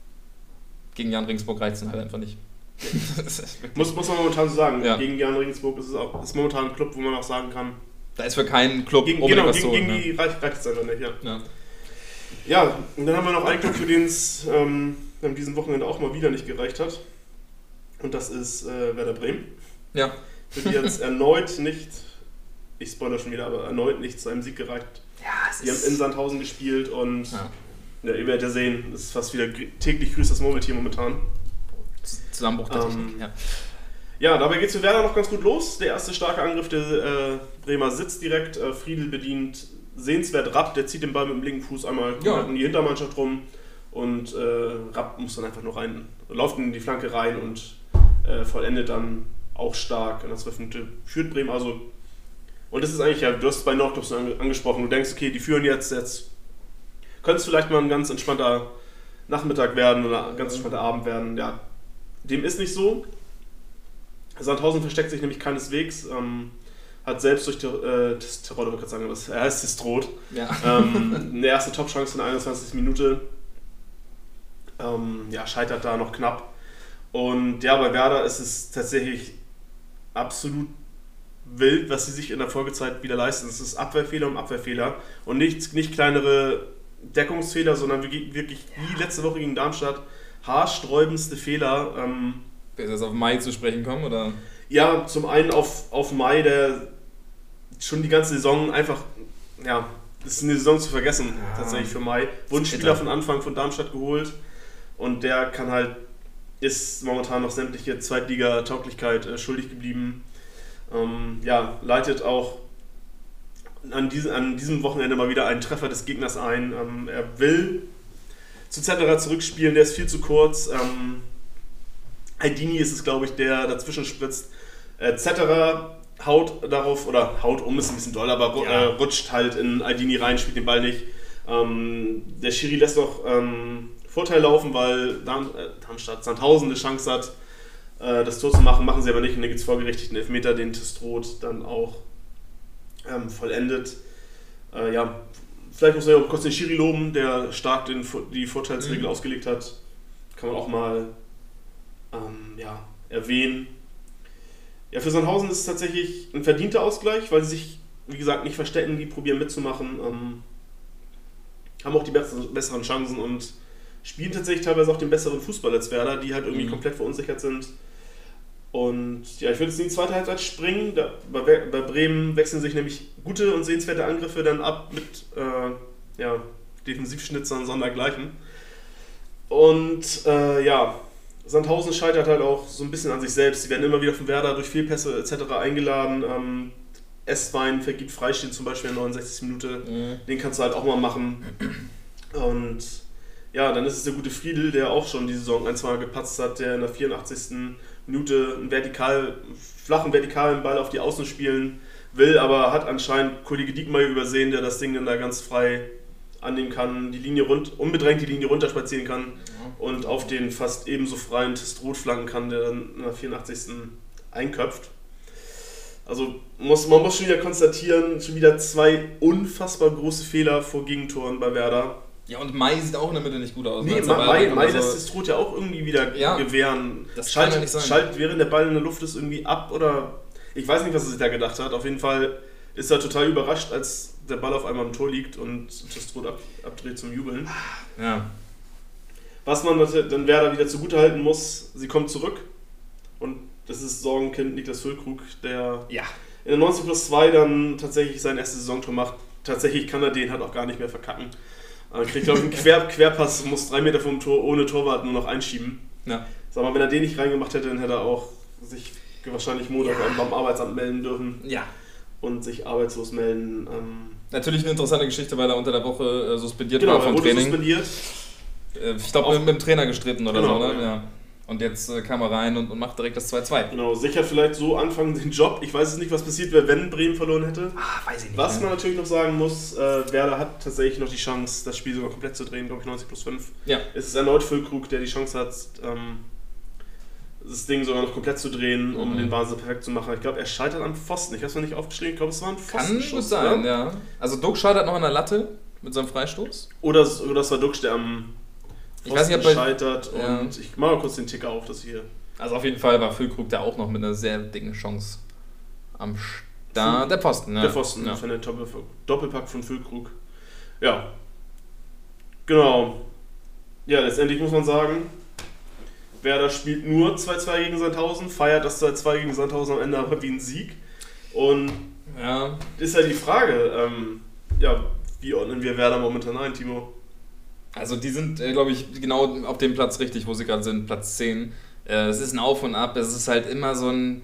[SPEAKER 3] gegen Jan Regensburg reicht es dann halt einfach nicht.
[SPEAKER 2] muss, muss man momentan so sagen.
[SPEAKER 3] Ja.
[SPEAKER 2] Gegen Jan Regensburg ist es auch, ist momentan ein Club, wo man auch sagen kann,
[SPEAKER 3] Da ist für keinen Club
[SPEAKER 2] gegen,
[SPEAKER 3] unbedingt
[SPEAKER 2] genau,
[SPEAKER 3] was
[SPEAKER 2] gegen,
[SPEAKER 3] zu holen.
[SPEAKER 2] gegen
[SPEAKER 3] Ne?
[SPEAKER 2] die reicht reicht es einfach nicht. Ja.
[SPEAKER 3] Ja.
[SPEAKER 2] Ja, und dann haben wir noch einen Club, für den es ähm, an diesem Wochenende auch mal wieder nicht gereicht hat. Und das ist äh, Werder Bremen.
[SPEAKER 3] Ja.
[SPEAKER 2] Für die jetzt erneut nicht, ich spoilere schon wieder, aber erneut nicht zu einem Sieg gereicht.
[SPEAKER 3] Ja, es
[SPEAKER 2] Die haben in Sandhausen gespielt und
[SPEAKER 3] Ja.
[SPEAKER 2] ja, ihr werdet ja sehen, es ist fast wieder täglich grüßt das Murmeltier momentan.
[SPEAKER 3] Zusammenbruch der
[SPEAKER 2] Ähm,
[SPEAKER 3] Technik. Ja.
[SPEAKER 2] Ja, dabei geht es für Werder noch ganz gut los. Der erste starke Angriff der äh, Bremer sitzt direkt. Äh, Friedl bedient sehenswert Rapp, der zieht den Ball mit dem linken Fuß einmal
[SPEAKER 3] Ja.
[SPEAKER 2] in die Hintermannschaft rum und äh, Rapp muss dann einfach nur rein, läuft in die Flanke rein und äh, vollendet dann auch stark. In der zwölften Minute führt Bremen also. Und das ist eigentlich, ja, du hast es bei Nordclubs ange- angesprochen, du denkst, okay, die führen jetzt, jetzt könnte es vielleicht mal ein ganz entspannter Nachmittag werden oder ein ganz entspannter Abend werden. Ja, dem ist nicht so. Sandhausen versteckt sich nämlich keineswegs, ähm, hat selbst durch äh, Terodde, würde ich gerade sagen, das, er heißt Testrot,
[SPEAKER 3] Ja.
[SPEAKER 2] ähm, eine erste Top-Chance in der einundzwanzigsten Minute, ähm, ja, scheitert da noch knapp. Und ja, bei Werder ist es tatsächlich absolut wild, was sie sich in der Folgezeit wieder leisten. Es ist Abwehrfehler um Abwehrfehler und nicht, nicht kleinere Deckungsfehler, sondern wirklich, wirklich wie letzte Woche gegen Darmstadt, haarsträubendste Fehler. Ähm,
[SPEAKER 3] Willst du jetzt auf Mai zu sprechen kommen? Oder?
[SPEAKER 2] Ja, zum einen auf, auf Mai, der schon die ganze Saison einfach, ja, das ist eine Saison zu vergessen,
[SPEAKER 3] Ja.
[SPEAKER 2] tatsächlich für Mai. Wunschspieler von Anfang von Darmstadt geholt und der kann halt, ist momentan noch sämtliche Zweitliga-Tauglichkeit äh, schuldig geblieben. Ähm, ja, leitet auch an, diesen, an diesem Wochenende mal wieder einen Treffer des Gegners ein. Ähm, er will zu Zetterer zurückspielen, der ist viel zu kurz. Ähm, Aidini ist es, glaube ich, der dazwischen spritzt. Äh, Zetterer haut darauf, oder haut um, ist ein bisschen doll, aber
[SPEAKER 3] Ja.
[SPEAKER 2] äh, rutscht halt in Aidini rein, spielt den Ball nicht. Ähm, der Schiri lässt noch ähm, Vorteil laufen, weil Darm, äh, Darmstadt Sandhausen eine Chance hat, äh, das Tor zu machen. Machen sie aber nicht und dann gibt es vorgerichteten Elfmeter, den Testrot dann auch ähm, vollendet. Äh, ja, vielleicht muss man ja auch kurz den Schiri loben, der stark den, die Vorteilsregel
[SPEAKER 3] Mhm.
[SPEAKER 2] ausgelegt hat. Kann man auch mal ähm, ja, erwähnen. Ja, für Sandhausen ist es tatsächlich ein verdienter Ausgleich, weil sie sich, wie gesagt, nicht verstecken, die probieren mitzumachen, ähm, haben auch die besseren, besseren Chancen und spielen tatsächlich teilweise auch den besseren Fußball als Werder, die halt irgendwie
[SPEAKER 3] Mhm.
[SPEAKER 2] komplett verunsichert sind. Und ja, ich würde jetzt in die zweite Halbzeit springen. Da, bei, bei Bremen wechseln sich nämlich gute und sehenswerte Angriffe dann ab mit äh, ja, Defensivschnitzern sondergleichen. Und äh, ja, Sandhausen scheitert halt auch so ein bisschen an sich selbst. Sie werden immer wieder von Werder durch Fehlpässe et cetera eingeladen. Ähm, Esswein vergibt Freistehen zum Beispiel in der neunundsechzigsten Minute.
[SPEAKER 3] Mhm.
[SPEAKER 2] Den kannst du halt auch mal machen. Und ja, dann ist es der gute Friedl, der auch schon die Saison ein, zwei Mal gepatzt hat, der in der vierundachtzigsten Minute einen vertikal, flachen vertikalen Ball auf die Außen spielen will, aber hat anscheinend Kollege Diekmeyer übersehen, der das Ding dann da ganz frei annehmen kann, die Linie rund, unbedrängt die Linie runterspazieren kann und auf den fast ebenso freien Testrot flanken kann, der dann in der vierundachtzigsten einköpft. Also muss, man muss schon wieder konstatieren, schon wieder zwei unfassbar große Fehler vor Gegentoren bei Werder.
[SPEAKER 3] Ja, und Mai sieht auch in der Mitte nicht gut aus.
[SPEAKER 2] Nee,
[SPEAKER 3] Als
[SPEAKER 2] Mai,
[SPEAKER 3] der Ball
[SPEAKER 2] Mai,
[SPEAKER 3] reinkommt,
[SPEAKER 2] Mai
[SPEAKER 3] also-
[SPEAKER 2] lässt Testrot ja auch irgendwie wieder
[SPEAKER 3] Ja,
[SPEAKER 2] gewähren.
[SPEAKER 3] das
[SPEAKER 2] Schalt,
[SPEAKER 3] kann ja nicht sein.
[SPEAKER 2] Schalt, während der Ball in der Luft ist, irgendwie ab oder ich weiß nicht, was er sich da gedacht hat. Auf jeden Fall ist er total überrascht, als der Ball auf einmal im Tor liegt und Testrot ab, abdreht zum Jubeln.
[SPEAKER 3] Ja.
[SPEAKER 2] Was man dann Werder wieder zugutehalten muss, sie kommt zurück und das ist Sorgenkind Niklas Füllkrug, der
[SPEAKER 3] Ja.
[SPEAKER 2] in der neunzig plus zwei dann tatsächlich sein erstes Saisontor macht. Tatsächlich kann er den halt auch gar nicht mehr verkacken. Er kriegt, glaube ich, einen Quer, Querpass, muss drei Meter vom Tor ohne Torwart nur noch einschieben.
[SPEAKER 3] Ja.
[SPEAKER 2] Sag mal, wenn er den nicht reingemacht hätte, dann hätte er auch sich wahrscheinlich Montag
[SPEAKER 3] Ja.
[SPEAKER 2] beim Amt melden dürfen
[SPEAKER 3] Ja.
[SPEAKER 2] und sich arbeitslos melden. Ähm,
[SPEAKER 3] Natürlich eine interessante Geschichte, weil er unter der Woche äh, suspendiert
[SPEAKER 2] genau,
[SPEAKER 3] war
[SPEAKER 2] er
[SPEAKER 3] vom
[SPEAKER 2] wurde
[SPEAKER 3] Training.
[SPEAKER 2] suspendiert.
[SPEAKER 3] Äh, ich glaube,
[SPEAKER 2] Auch-
[SPEAKER 3] mit, mit dem Trainer gestritten oder
[SPEAKER 2] Genau,
[SPEAKER 3] so, ne?
[SPEAKER 2] ja.
[SPEAKER 3] Ja. Und jetzt äh, kam er rein und, und macht direkt das zwei zwei.
[SPEAKER 2] Genau, sichert vielleicht so anfangen den Job. Ich weiß es nicht, was passiert wäre, wenn Bremen verloren hätte.
[SPEAKER 3] Ah, weiß ich nicht.
[SPEAKER 2] Was
[SPEAKER 3] ne?
[SPEAKER 2] man natürlich noch sagen muss, äh, Werder hat tatsächlich noch die Chance, das Spiel sogar komplett zu drehen, glaube ich neunzig plus fünf.
[SPEAKER 3] Ja.
[SPEAKER 2] Es ist erneut Füllkrug, der die Chance hat, ähm, das Ding sogar noch komplett zu drehen, um
[SPEAKER 3] Mhm.
[SPEAKER 2] den Wahnsinn perfekt zu machen. Ich glaube, er scheitert am Pfosten. Ich habe es noch nicht aufgeschrieben, ich glaube, es war ein
[SPEAKER 3] Kann
[SPEAKER 2] Pfostenschuss.
[SPEAKER 3] gut sein,
[SPEAKER 2] oder?
[SPEAKER 3] ja. Also Duck scheitert noch an der Latte mit seinem Freistoß.
[SPEAKER 2] Oder, es- oder das war Duxch, der am
[SPEAKER 3] Ich weiß nicht, ob bei-
[SPEAKER 2] scheitert.
[SPEAKER 3] Ja.
[SPEAKER 2] Und ich mache mal kurz den Ticker auf, das hier.
[SPEAKER 3] Also auf jeden Fall war Füllkrug da auch noch mit einer sehr dicken Chance am Start. Der Pfosten, ne?
[SPEAKER 2] Der Pfosten,
[SPEAKER 3] Ja.
[SPEAKER 2] für den Doppel- Doppelpack von Füllkrug. Ja. Genau. Ja, letztendlich muss man sagen, Werder spielt nur zwei zwei gegen Sandhausen, feiert das zwei zwei gegen Sandhausen am Ende aber wie ein Sieg. Und
[SPEAKER 3] Ja.
[SPEAKER 2] ist ja die Frage, ähm, ja, wie ordnen wir Werder momentan ein, Timo?
[SPEAKER 3] Also die sind, äh, glaube ich, genau auf dem Platz richtig, wo sie gerade sind, Platz zehn. Äh, es ist ein Auf und Ab, es ist halt immer so ein...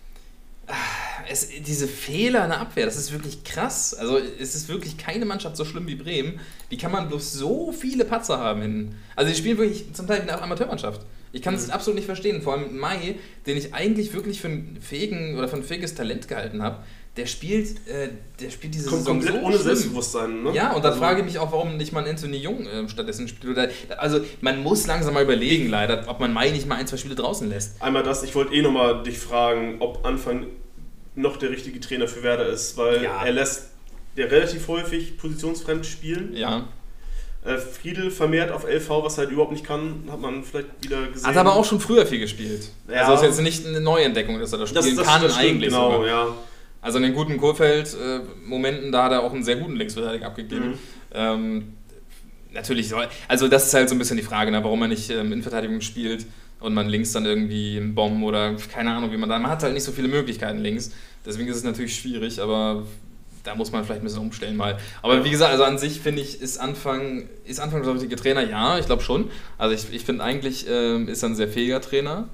[SPEAKER 3] Ah, Es, diese Fehler in der Abwehr, das ist wirklich krass. Also es ist wirklich keine Mannschaft so schlimm wie Bremen. Wie kann man bloß so viele Patzer haben hinten? Also die spielen wirklich zum Teil wie eine Amateurmannschaft. Ich kann es
[SPEAKER 2] Mhm.
[SPEAKER 3] absolut nicht verstehen. Vor allem Mai, den ich eigentlich wirklich für einen fähigen oder für ein fähiges Talent gehalten habe, der spielt, äh, der spielt diese
[SPEAKER 2] Kommt
[SPEAKER 3] Saison
[SPEAKER 2] komplett
[SPEAKER 3] so
[SPEAKER 2] ohne
[SPEAKER 3] schlimm.
[SPEAKER 2] Selbstbewusstsein, ne?
[SPEAKER 3] Ja, und dann
[SPEAKER 2] Also-
[SPEAKER 3] frage ich mich auch, warum nicht mal ein Anthony Jung äh, stattdessen spielt. Oder, also man muss langsam mal überlegen, leider, ob man Mai nicht mal ein, zwei Spiele draußen lässt.
[SPEAKER 2] Einmal das, ich wollte eh nochmal dich fragen, ob Anfang noch der richtige Trainer für Werder ist, weil
[SPEAKER 3] Ja.
[SPEAKER 2] er lässt ja relativ häufig positionsfremd spielen.
[SPEAKER 3] Ja.
[SPEAKER 2] Äh, Friedel vermehrt auf L V, was er halt überhaupt nicht kann, hat man vielleicht wieder gesehen.
[SPEAKER 3] Hat aber auch schon früher viel gespielt.
[SPEAKER 2] Ja.
[SPEAKER 3] Also ist jetzt nicht eine Neuentdeckung, dass er das
[SPEAKER 2] das,
[SPEAKER 3] spielen
[SPEAKER 2] das,
[SPEAKER 3] kann
[SPEAKER 2] das stimmt,
[SPEAKER 3] eigentlich
[SPEAKER 2] genau,
[SPEAKER 3] sogar.
[SPEAKER 2] ja.
[SPEAKER 3] Also in den guten Kohlfeld-Momenten, da hat er auch einen sehr guten Linksverteidiger abgegeben.
[SPEAKER 2] Mhm.
[SPEAKER 3] Ähm, natürlich soll, also das ist halt so ein bisschen die Frage, ne, warum man nicht ähm, in Verteidigung spielt und man links dann irgendwie einen Bomben oder keine Ahnung, wie man da, man hat halt nicht so viele Möglichkeiten links, deswegen ist es natürlich schwierig, aber da muss man vielleicht ein bisschen umstellen mal. Aber wie gesagt, also an sich finde ich, ist Anfang, ist Anfang der richtige Trainer, ja, ich glaube schon. Also ich, ich finde eigentlich, ähm, ist er ein sehr fähiger Trainer.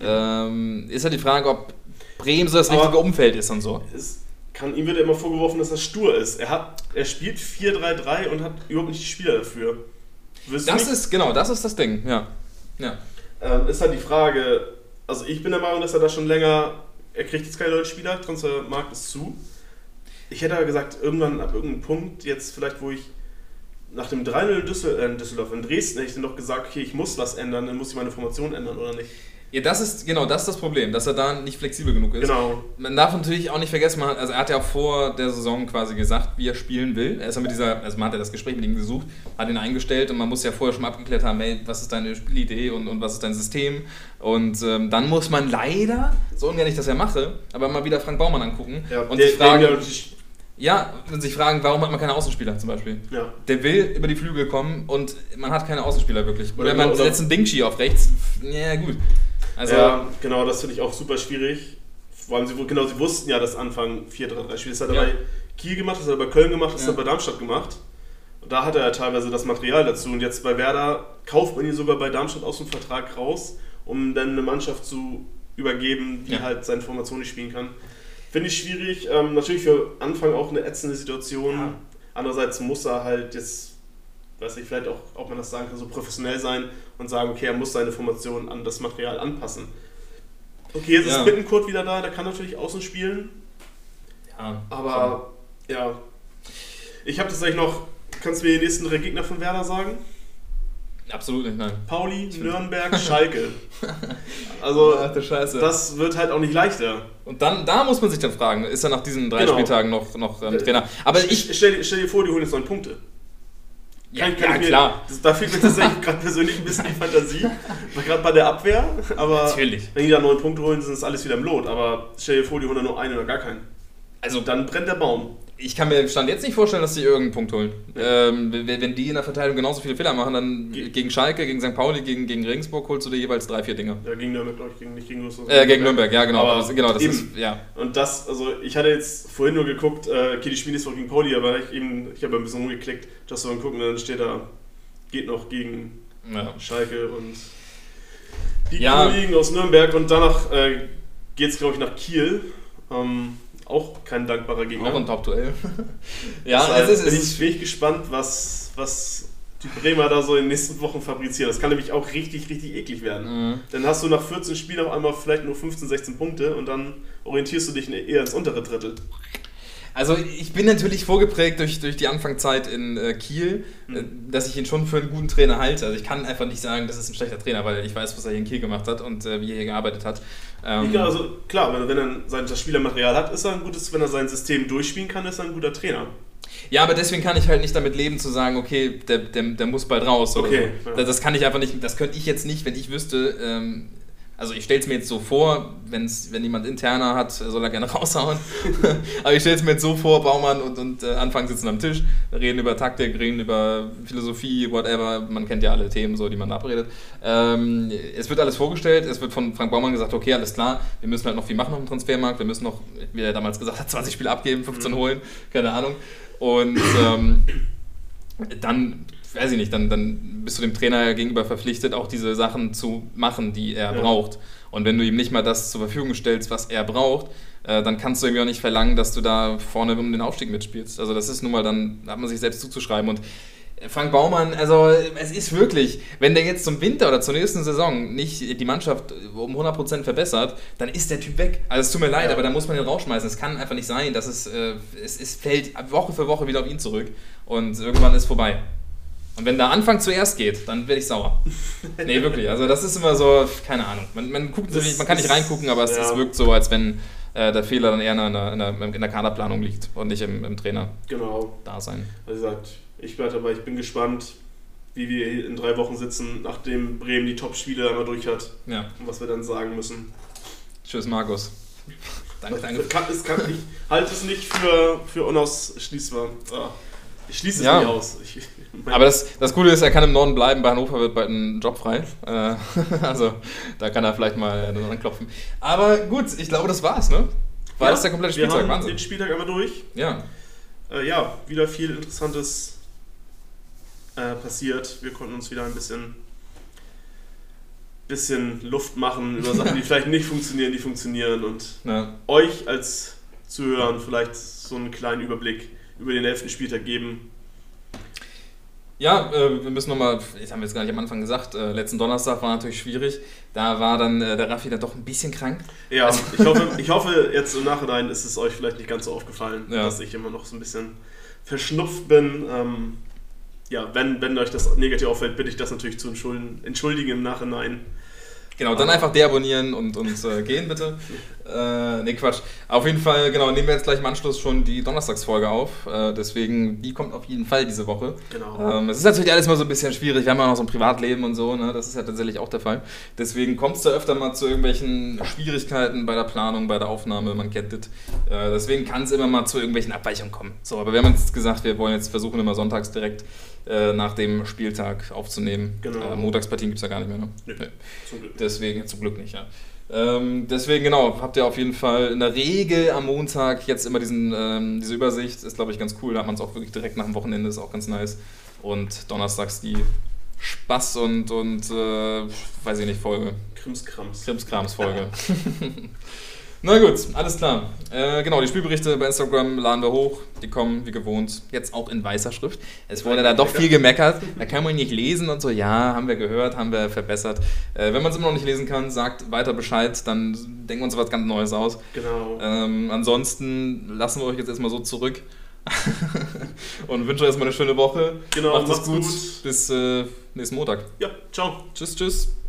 [SPEAKER 3] Ähm, ist ja die Frage, ob Bremen so das
[SPEAKER 2] Aber-
[SPEAKER 3] richtige Umfeld ist und so.
[SPEAKER 2] Es kann, ihm wird ja immer vorgeworfen, dass er stur ist. Er, hat, er spielt vier drei drei und hat überhaupt nicht die Spieler dafür. Wirst du
[SPEAKER 3] Das
[SPEAKER 2] nicht?
[SPEAKER 3] ist, genau, das ist das Ding, ja. Ja.
[SPEAKER 2] Ähm, ist halt die Frage, also ich bin der Meinung, dass er da schon länger, er kriegt jetzt keine neuen Spieler, Transfermarkt ist zu. Ich hätte aber gesagt, irgendwann ab irgendeinem Punkt, jetzt vielleicht, wo ich nach dem drei null in, Düssel, äh, in Düsseldorf, in Dresden, hätte ich dann doch gesagt, okay, ich muss was ändern, dann muss ich meine Formation ändern, oder nicht?
[SPEAKER 3] Ja, das ist, genau, das ist das Problem, dass er da nicht flexibel genug ist.
[SPEAKER 2] Genau.
[SPEAKER 3] Man darf natürlich auch nicht vergessen, man hat, also er hat ja auch vor der Saison quasi gesagt, wie er spielen will. Er ist ja mit dieser, also man hat ja das Gespräch mit ihm gesucht, hat ihn eingestellt und man muss ja vorher schon mal abgeklärt haben, hey, was ist deine Spielidee und, und was ist dein System. Und ähm, dann muss man leider, so ungern ich das ja mache, aber mal wieder Frank Baumann angucken
[SPEAKER 2] Ja,
[SPEAKER 3] und
[SPEAKER 2] der,
[SPEAKER 3] sich fragen,
[SPEAKER 2] der, der,
[SPEAKER 3] ja, und sich fragen, warum hat man keine Außenspieler zum Beispiel?
[SPEAKER 2] ja.
[SPEAKER 3] Der will über die Flügel kommen und man hat keine Außenspieler wirklich. Oder,
[SPEAKER 2] Oder-
[SPEAKER 3] man
[SPEAKER 2] oder-
[SPEAKER 3] setzt einen Dingshi auf rechts, ja gut. Also,
[SPEAKER 2] ja, genau, das finde ich auch super schwierig. Vor allem, sie, genau, sie wussten ja, dass Anfang vier drei drei spielt. Das hat er
[SPEAKER 3] Ja.
[SPEAKER 2] bei Kiel gemacht, das hat er bei Köln gemacht, das
[SPEAKER 3] Ja.
[SPEAKER 2] hat er bei Darmstadt gemacht. Und da hat er ja teilweise das Material dazu. Und jetzt bei Werder kauft man ihn sogar bei Darmstadt aus dem Vertrag raus, um dann eine Mannschaft zu übergeben, die
[SPEAKER 3] Ja.
[SPEAKER 2] halt seine Formation nicht spielen kann. Finde ich schwierig. Ähm, natürlich für Anfang auch eine ätzende Situation.
[SPEAKER 3] Ja.
[SPEAKER 2] Andererseits muss er halt jetzt, weiß ich, vielleicht auch, ob man das sagen kann, so professionell sein und sagen, okay, er muss seine Formation an das Material anpassen. Okay, jetzt
[SPEAKER 3] Ja.
[SPEAKER 2] ist Bittencourt wieder da, der kann natürlich außen spielen,
[SPEAKER 3] ja,
[SPEAKER 2] aber ja. Ich habe tatsächlich noch, kannst du mir die nächsten drei Gegner von Werder sagen?
[SPEAKER 3] schon. Absolut nicht, nein.
[SPEAKER 2] Pauli, Nürnberg, Schalke. Also
[SPEAKER 3] Ach du Scheiße.
[SPEAKER 2] das wird halt auch nicht leichter.
[SPEAKER 3] Und dann, da muss man sich dann fragen, ist er nach diesen drei
[SPEAKER 2] Genau.
[SPEAKER 3] Spieltagen noch, noch ähm, Trainer? Aber ich,
[SPEAKER 2] ich stell, dir- stell dir vor, die holen jetzt neun Punkte.
[SPEAKER 3] ja,
[SPEAKER 2] Kann- kann
[SPEAKER 3] ja
[SPEAKER 2] ich mir-
[SPEAKER 3] klar,
[SPEAKER 2] Das, da fehlt mir tatsächlich gerade persönlich ein bisschen die Fantasie. Gerade bei der Abwehr, aber
[SPEAKER 3] natürlich.
[SPEAKER 2] wenn die da neun Punkte holen, sind das alles wieder im Lot. Aber stell dir vor, die holen da nur einen oder gar keinen.
[SPEAKER 3] Also,
[SPEAKER 2] dann brennt der Baum.
[SPEAKER 3] Ich kann mir Stand jetzt nicht vorstellen, dass die irgendeinen Punkt holen.
[SPEAKER 2] Ja.
[SPEAKER 3] Ähm, wenn, wenn die in der Verteidigung genauso viele Fehler machen, dann
[SPEAKER 2] Ge-
[SPEAKER 3] gegen Schalke, gegen Sankt Pauli, gegen, gegen Regensburg holst du dir jeweils drei, vier Dinger.
[SPEAKER 2] Ja, gegen Nürnberg, glaube ich, gegen, nicht gegen Lustenau.
[SPEAKER 3] Äh, gegen Nürnberg, ja genau.
[SPEAKER 2] Aber
[SPEAKER 3] das, genau das
[SPEAKER 2] eben.
[SPEAKER 3] ist, ja.
[SPEAKER 2] Und das, also ich hatte jetzt vorhin nur geguckt, äh, okay, die spielen jetzt zwar gegen Pauli, aber ich, eben, ich habe ein bisschen rumgeklickt, just so gucken, dann steht da, geht noch gegen
[SPEAKER 3] ja.
[SPEAKER 2] Schalke und die
[SPEAKER 3] Ja.
[SPEAKER 2] Kollegen aus Nürnberg und danach äh, geht es, glaube ich, nach Kiel. Ähm, auch kein dankbarer Gegner.
[SPEAKER 3] Auch ein Top-Duell. ja,
[SPEAKER 2] Deshalb
[SPEAKER 3] es ist...
[SPEAKER 2] bin
[SPEAKER 3] Es
[SPEAKER 2] ich
[SPEAKER 3] ist
[SPEAKER 2] wirklich gespannt, was, was die Bremer da so in den nächsten Wochen fabrizieren. Das kann nämlich auch richtig, richtig eklig werden.
[SPEAKER 3] Mhm.
[SPEAKER 2] Dann hast du nach vierzehn Spielen auf einmal vielleicht nur fünfzehn, sechzehn Punkte und dann orientierst du dich eher ins untere Drittel.
[SPEAKER 3] Also ich bin natürlich vorgeprägt durch, durch die Anfangszeit in äh, Kiel, äh, dass ich ihn schon für einen guten Trainer halte. Also ich kann einfach nicht sagen, das ist ein schlechter Trainer, weil ich weiß, was er hier in Kiel gemacht hat und äh, wie er hier gearbeitet hat. Ähm,
[SPEAKER 2] Ja, also klar, wenn, wenn er sein, das Spielermaterial hat, ist er ein gutes, wenn er sein System durchspielen kann, ist er ein guter Trainer.
[SPEAKER 3] Ja, aber deswegen kann ich halt nicht damit leben zu sagen, okay, der, der, der muss bald raus. Oder
[SPEAKER 2] Okay,
[SPEAKER 3] so.
[SPEAKER 2] ja.
[SPEAKER 3] Das, das kann ich einfach nicht, das könnte ich jetzt nicht, wenn ich wüsste, ähm, also ich stelle es mir jetzt so vor, wenn's, wenn jemand interner hat, soll er gerne raushauen. Aber ich stelle es mir jetzt so vor, Baumann und, und äh, Anfang sitzen am Tisch, reden über Taktik, reden über Philosophie, whatever. Man kennt ja alle Themen, so, die man abredet. Ähm, es wird alles vorgestellt, es wird von Frank Baumann gesagt, okay, alles klar, wir müssen halt noch viel machen auf dem Transfermarkt, wir müssen noch, wie er damals gesagt hat, zwanzig Spiele abgeben, fünfzehn
[SPEAKER 2] Mhm.
[SPEAKER 3] holen, keine Ahnung. Und ähm, dann, weiß ich nicht, dann, dann bist du dem Trainer gegenüber verpflichtet, auch diese Sachen zu machen, die er
[SPEAKER 2] Ja.
[SPEAKER 3] braucht. Und wenn du ihm nicht mal das zur Verfügung stellst, was er braucht, äh, dann kannst du irgendwie auch nicht verlangen, dass du da vorne um den Aufstieg mitspielst. Also das ist nun mal dann, da hat man sich selbst zuzuschreiben. Und Frank Baumann, also es ist wirklich, wenn der jetzt zum Winter oder zur nächsten Saison nicht die Mannschaft um hundert Prozent verbessert, dann ist der Typ weg. Also es tut mir leid,
[SPEAKER 2] Ja.
[SPEAKER 3] aber da muss man ihn rausschmeißen. Es kann einfach nicht sein, dass es, äh, es, es fällt Woche für Woche wieder auf ihn zurück und irgendwann ist vorbei. Und wenn der Anfang zuerst geht, dann werde ich sauer. Nee, wirklich. Also das ist immer so, keine Ahnung. Man, man, guckt
[SPEAKER 2] Das
[SPEAKER 3] natürlich, man kann nicht
[SPEAKER 2] ist-
[SPEAKER 3] reingucken, aber es,
[SPEAKER 2] ja.
[SPEAKER 3] es wirkt so, als wenn äh, der Fehler dann eher in der, in, der, in der Kaderplanung liegt und nicht im, im Trainer
[SPEAKER 2] Genau.
[SPEAKER 3] da sein.
[SPEAKER 2] Also gesagt, ich bleibe dabei, ich bin gespannt, wie wir hier in drei Wochen sitzen, nachdem Bremen die Top-Spiele einmal durch hat
[SPEAKER 3] Ja.
[SPEAKER 2] und was wir dann sagen müssen.
[SPEAKER 3] Tschüss, Markus. Danke, danke.
[SPEAKER 2] Das kann, das kann, ich halte es nicht für, für unausschließbar. Ah, ich schließe es
[SPEAKER 3] Ja.
[SPEAKER 2] nicht aus. Ich,
[SPEAKER 3] Aber das, das Coole ist, er kann im Norden bleiben, bei Hannover wird bald ein Job frei. Äh, also da kann er vielleicht mal dann anklopfen. Aber gut, ich glaube, das war's, ne? War
[SPEAKER 2] Ja,
[SPEAKER 3] das der komplette
[SPEAKER 2] wir
[SPEAKER 3] Spieltag?
[SPEAKER 2] haben
[SPEAKER 3] Wahnsinn.
[SPEAKER 2] den Spieltag einmal durch.
[SPEAKER 3] Ja.
[SPEAKER 2] Äh, ja, wieder viel Interessantes äh, passiert. Wir konnten uns wieder ein bisschen, bisschen Luft machen über Sachen, die vielleicht nicht funktionieren, die funktionieren und
[SPEAKER 3] ja.
[SPEAKER 2] euch als Zuhörern vielleicht so einen kleinen Überblick über den elften Spieltag geben.
[SPEAKER 3] Ja, äh, wir müssen nochmal, das haben wir jetzt gar nicht am Anfang gesagt, äh, letzten Donnerstag war natürlich schwierig. Da war dann äh, der Raffi dann doch ein bisschen krank.
[SPEAKER 2] Ja, ich hoffe, ich hoffe, jetzt im Nachhinein ist es euch vielleicht nicht ganz so aufgefallen,
[SPEAKER 3] Ja.
[SPEAKER 2] dass ich immer noch so ein bisschen verschnupft bin. Ähm, ja, wenn, wenn euch das negativ auffällt, bitte ich das natürlich zu entschuldigen, entschuldigen im Nachhinein.
[SPEAKER 3] Genau, dann einfach deabonnieren und uns äh, gehen, bitte. Äh, nee, Quatsch. Auf jeden Fall, genau, nehmen wir jetzt gleich im Anschluss schon die Donnerstagsfolge auf. Äh, deswegen, die kommt auf jeden Fall diese Woche.
[SPEAKER 2] Genau.
[SPEAKER 3] Ähm, es ist natürlich alles mal so ein bisschen schwierig. Wir haben ja noch so ein Privatleben und so, ne? Das ist ja tatsächlich auch der Fall. Deswegen kommt es da öfter mal zu irgendwelchen Schwierigkeiten bei der Planung, bei der Aufnahme, man kennt das. Äh, deswegen kann es immer mal zu irgendwelchen Abweichungen kommen. So, aber wir haben jetzt gesagt, wir wollen jetzt versuchen, immer sonntags direkt äh, nach dem Spieltag aufzunehmen.
[SPEAKER 2] Genau.
[SPEAKER 3] Äh, Montagspartien gibt es ja gar nicht mehr, ne?
[SPEAKER 2] Nö,
[SPEAKER 3] Nee.
[SPEAKER 2] zum Glück.
[SPEAKER 3] Deswegen, zum Glück nicht, ja. Ähm, deswegen, genau, habt ihr auf jeden Fall in der Regel am Montag jetzt immer diesen, ähm, diese Übersicht. Ist, glaube ich, ganz cool. Da hat man es auch wirklich direkt nach dem Wochenende, ist auch ganz nice. Und donnerstags die Spaß- und, und äh, weiß ich nicht, Folge.
[SPEAKER 2] Krimskrams.
[SPEAKER 3] Krimskrams-Folge. Na gut, alles klar. Äh, genau, die Spielberichte bei Instagram laden wir hoch. Die kommen wie gewohnt. Jetzt auch in weißer Schrift. Es wurde da doch viel gemeckert. Da kann man nicht lesen und so. Ja, haben wir gehört, haben wir verbessert. Äh, wenn man es immer noch nicht lesen kann, sagt weiter Bescheid. Dann denken wir uns was ganz Neues aus.
[SPEAKER 2] Genau.
[SPEAKER 3] Ähm, ansonsten lassen wir euch jetzt erstmal so zurück. Und wünschen euch erstmal eine schöne Woche.
[SPEAKER 2] Genau,
[SPEAKER 3] Macht es
[SPEAKER 2] macht's
[SPEAKER 3] gut.
[SPEAKER 2] gut.
[SPEAKER 3] Bis äh, nächsten Montag.
[SPEAKER 2] Ja, ciao.
[SPEAKER 3] Tschüss, tschüss.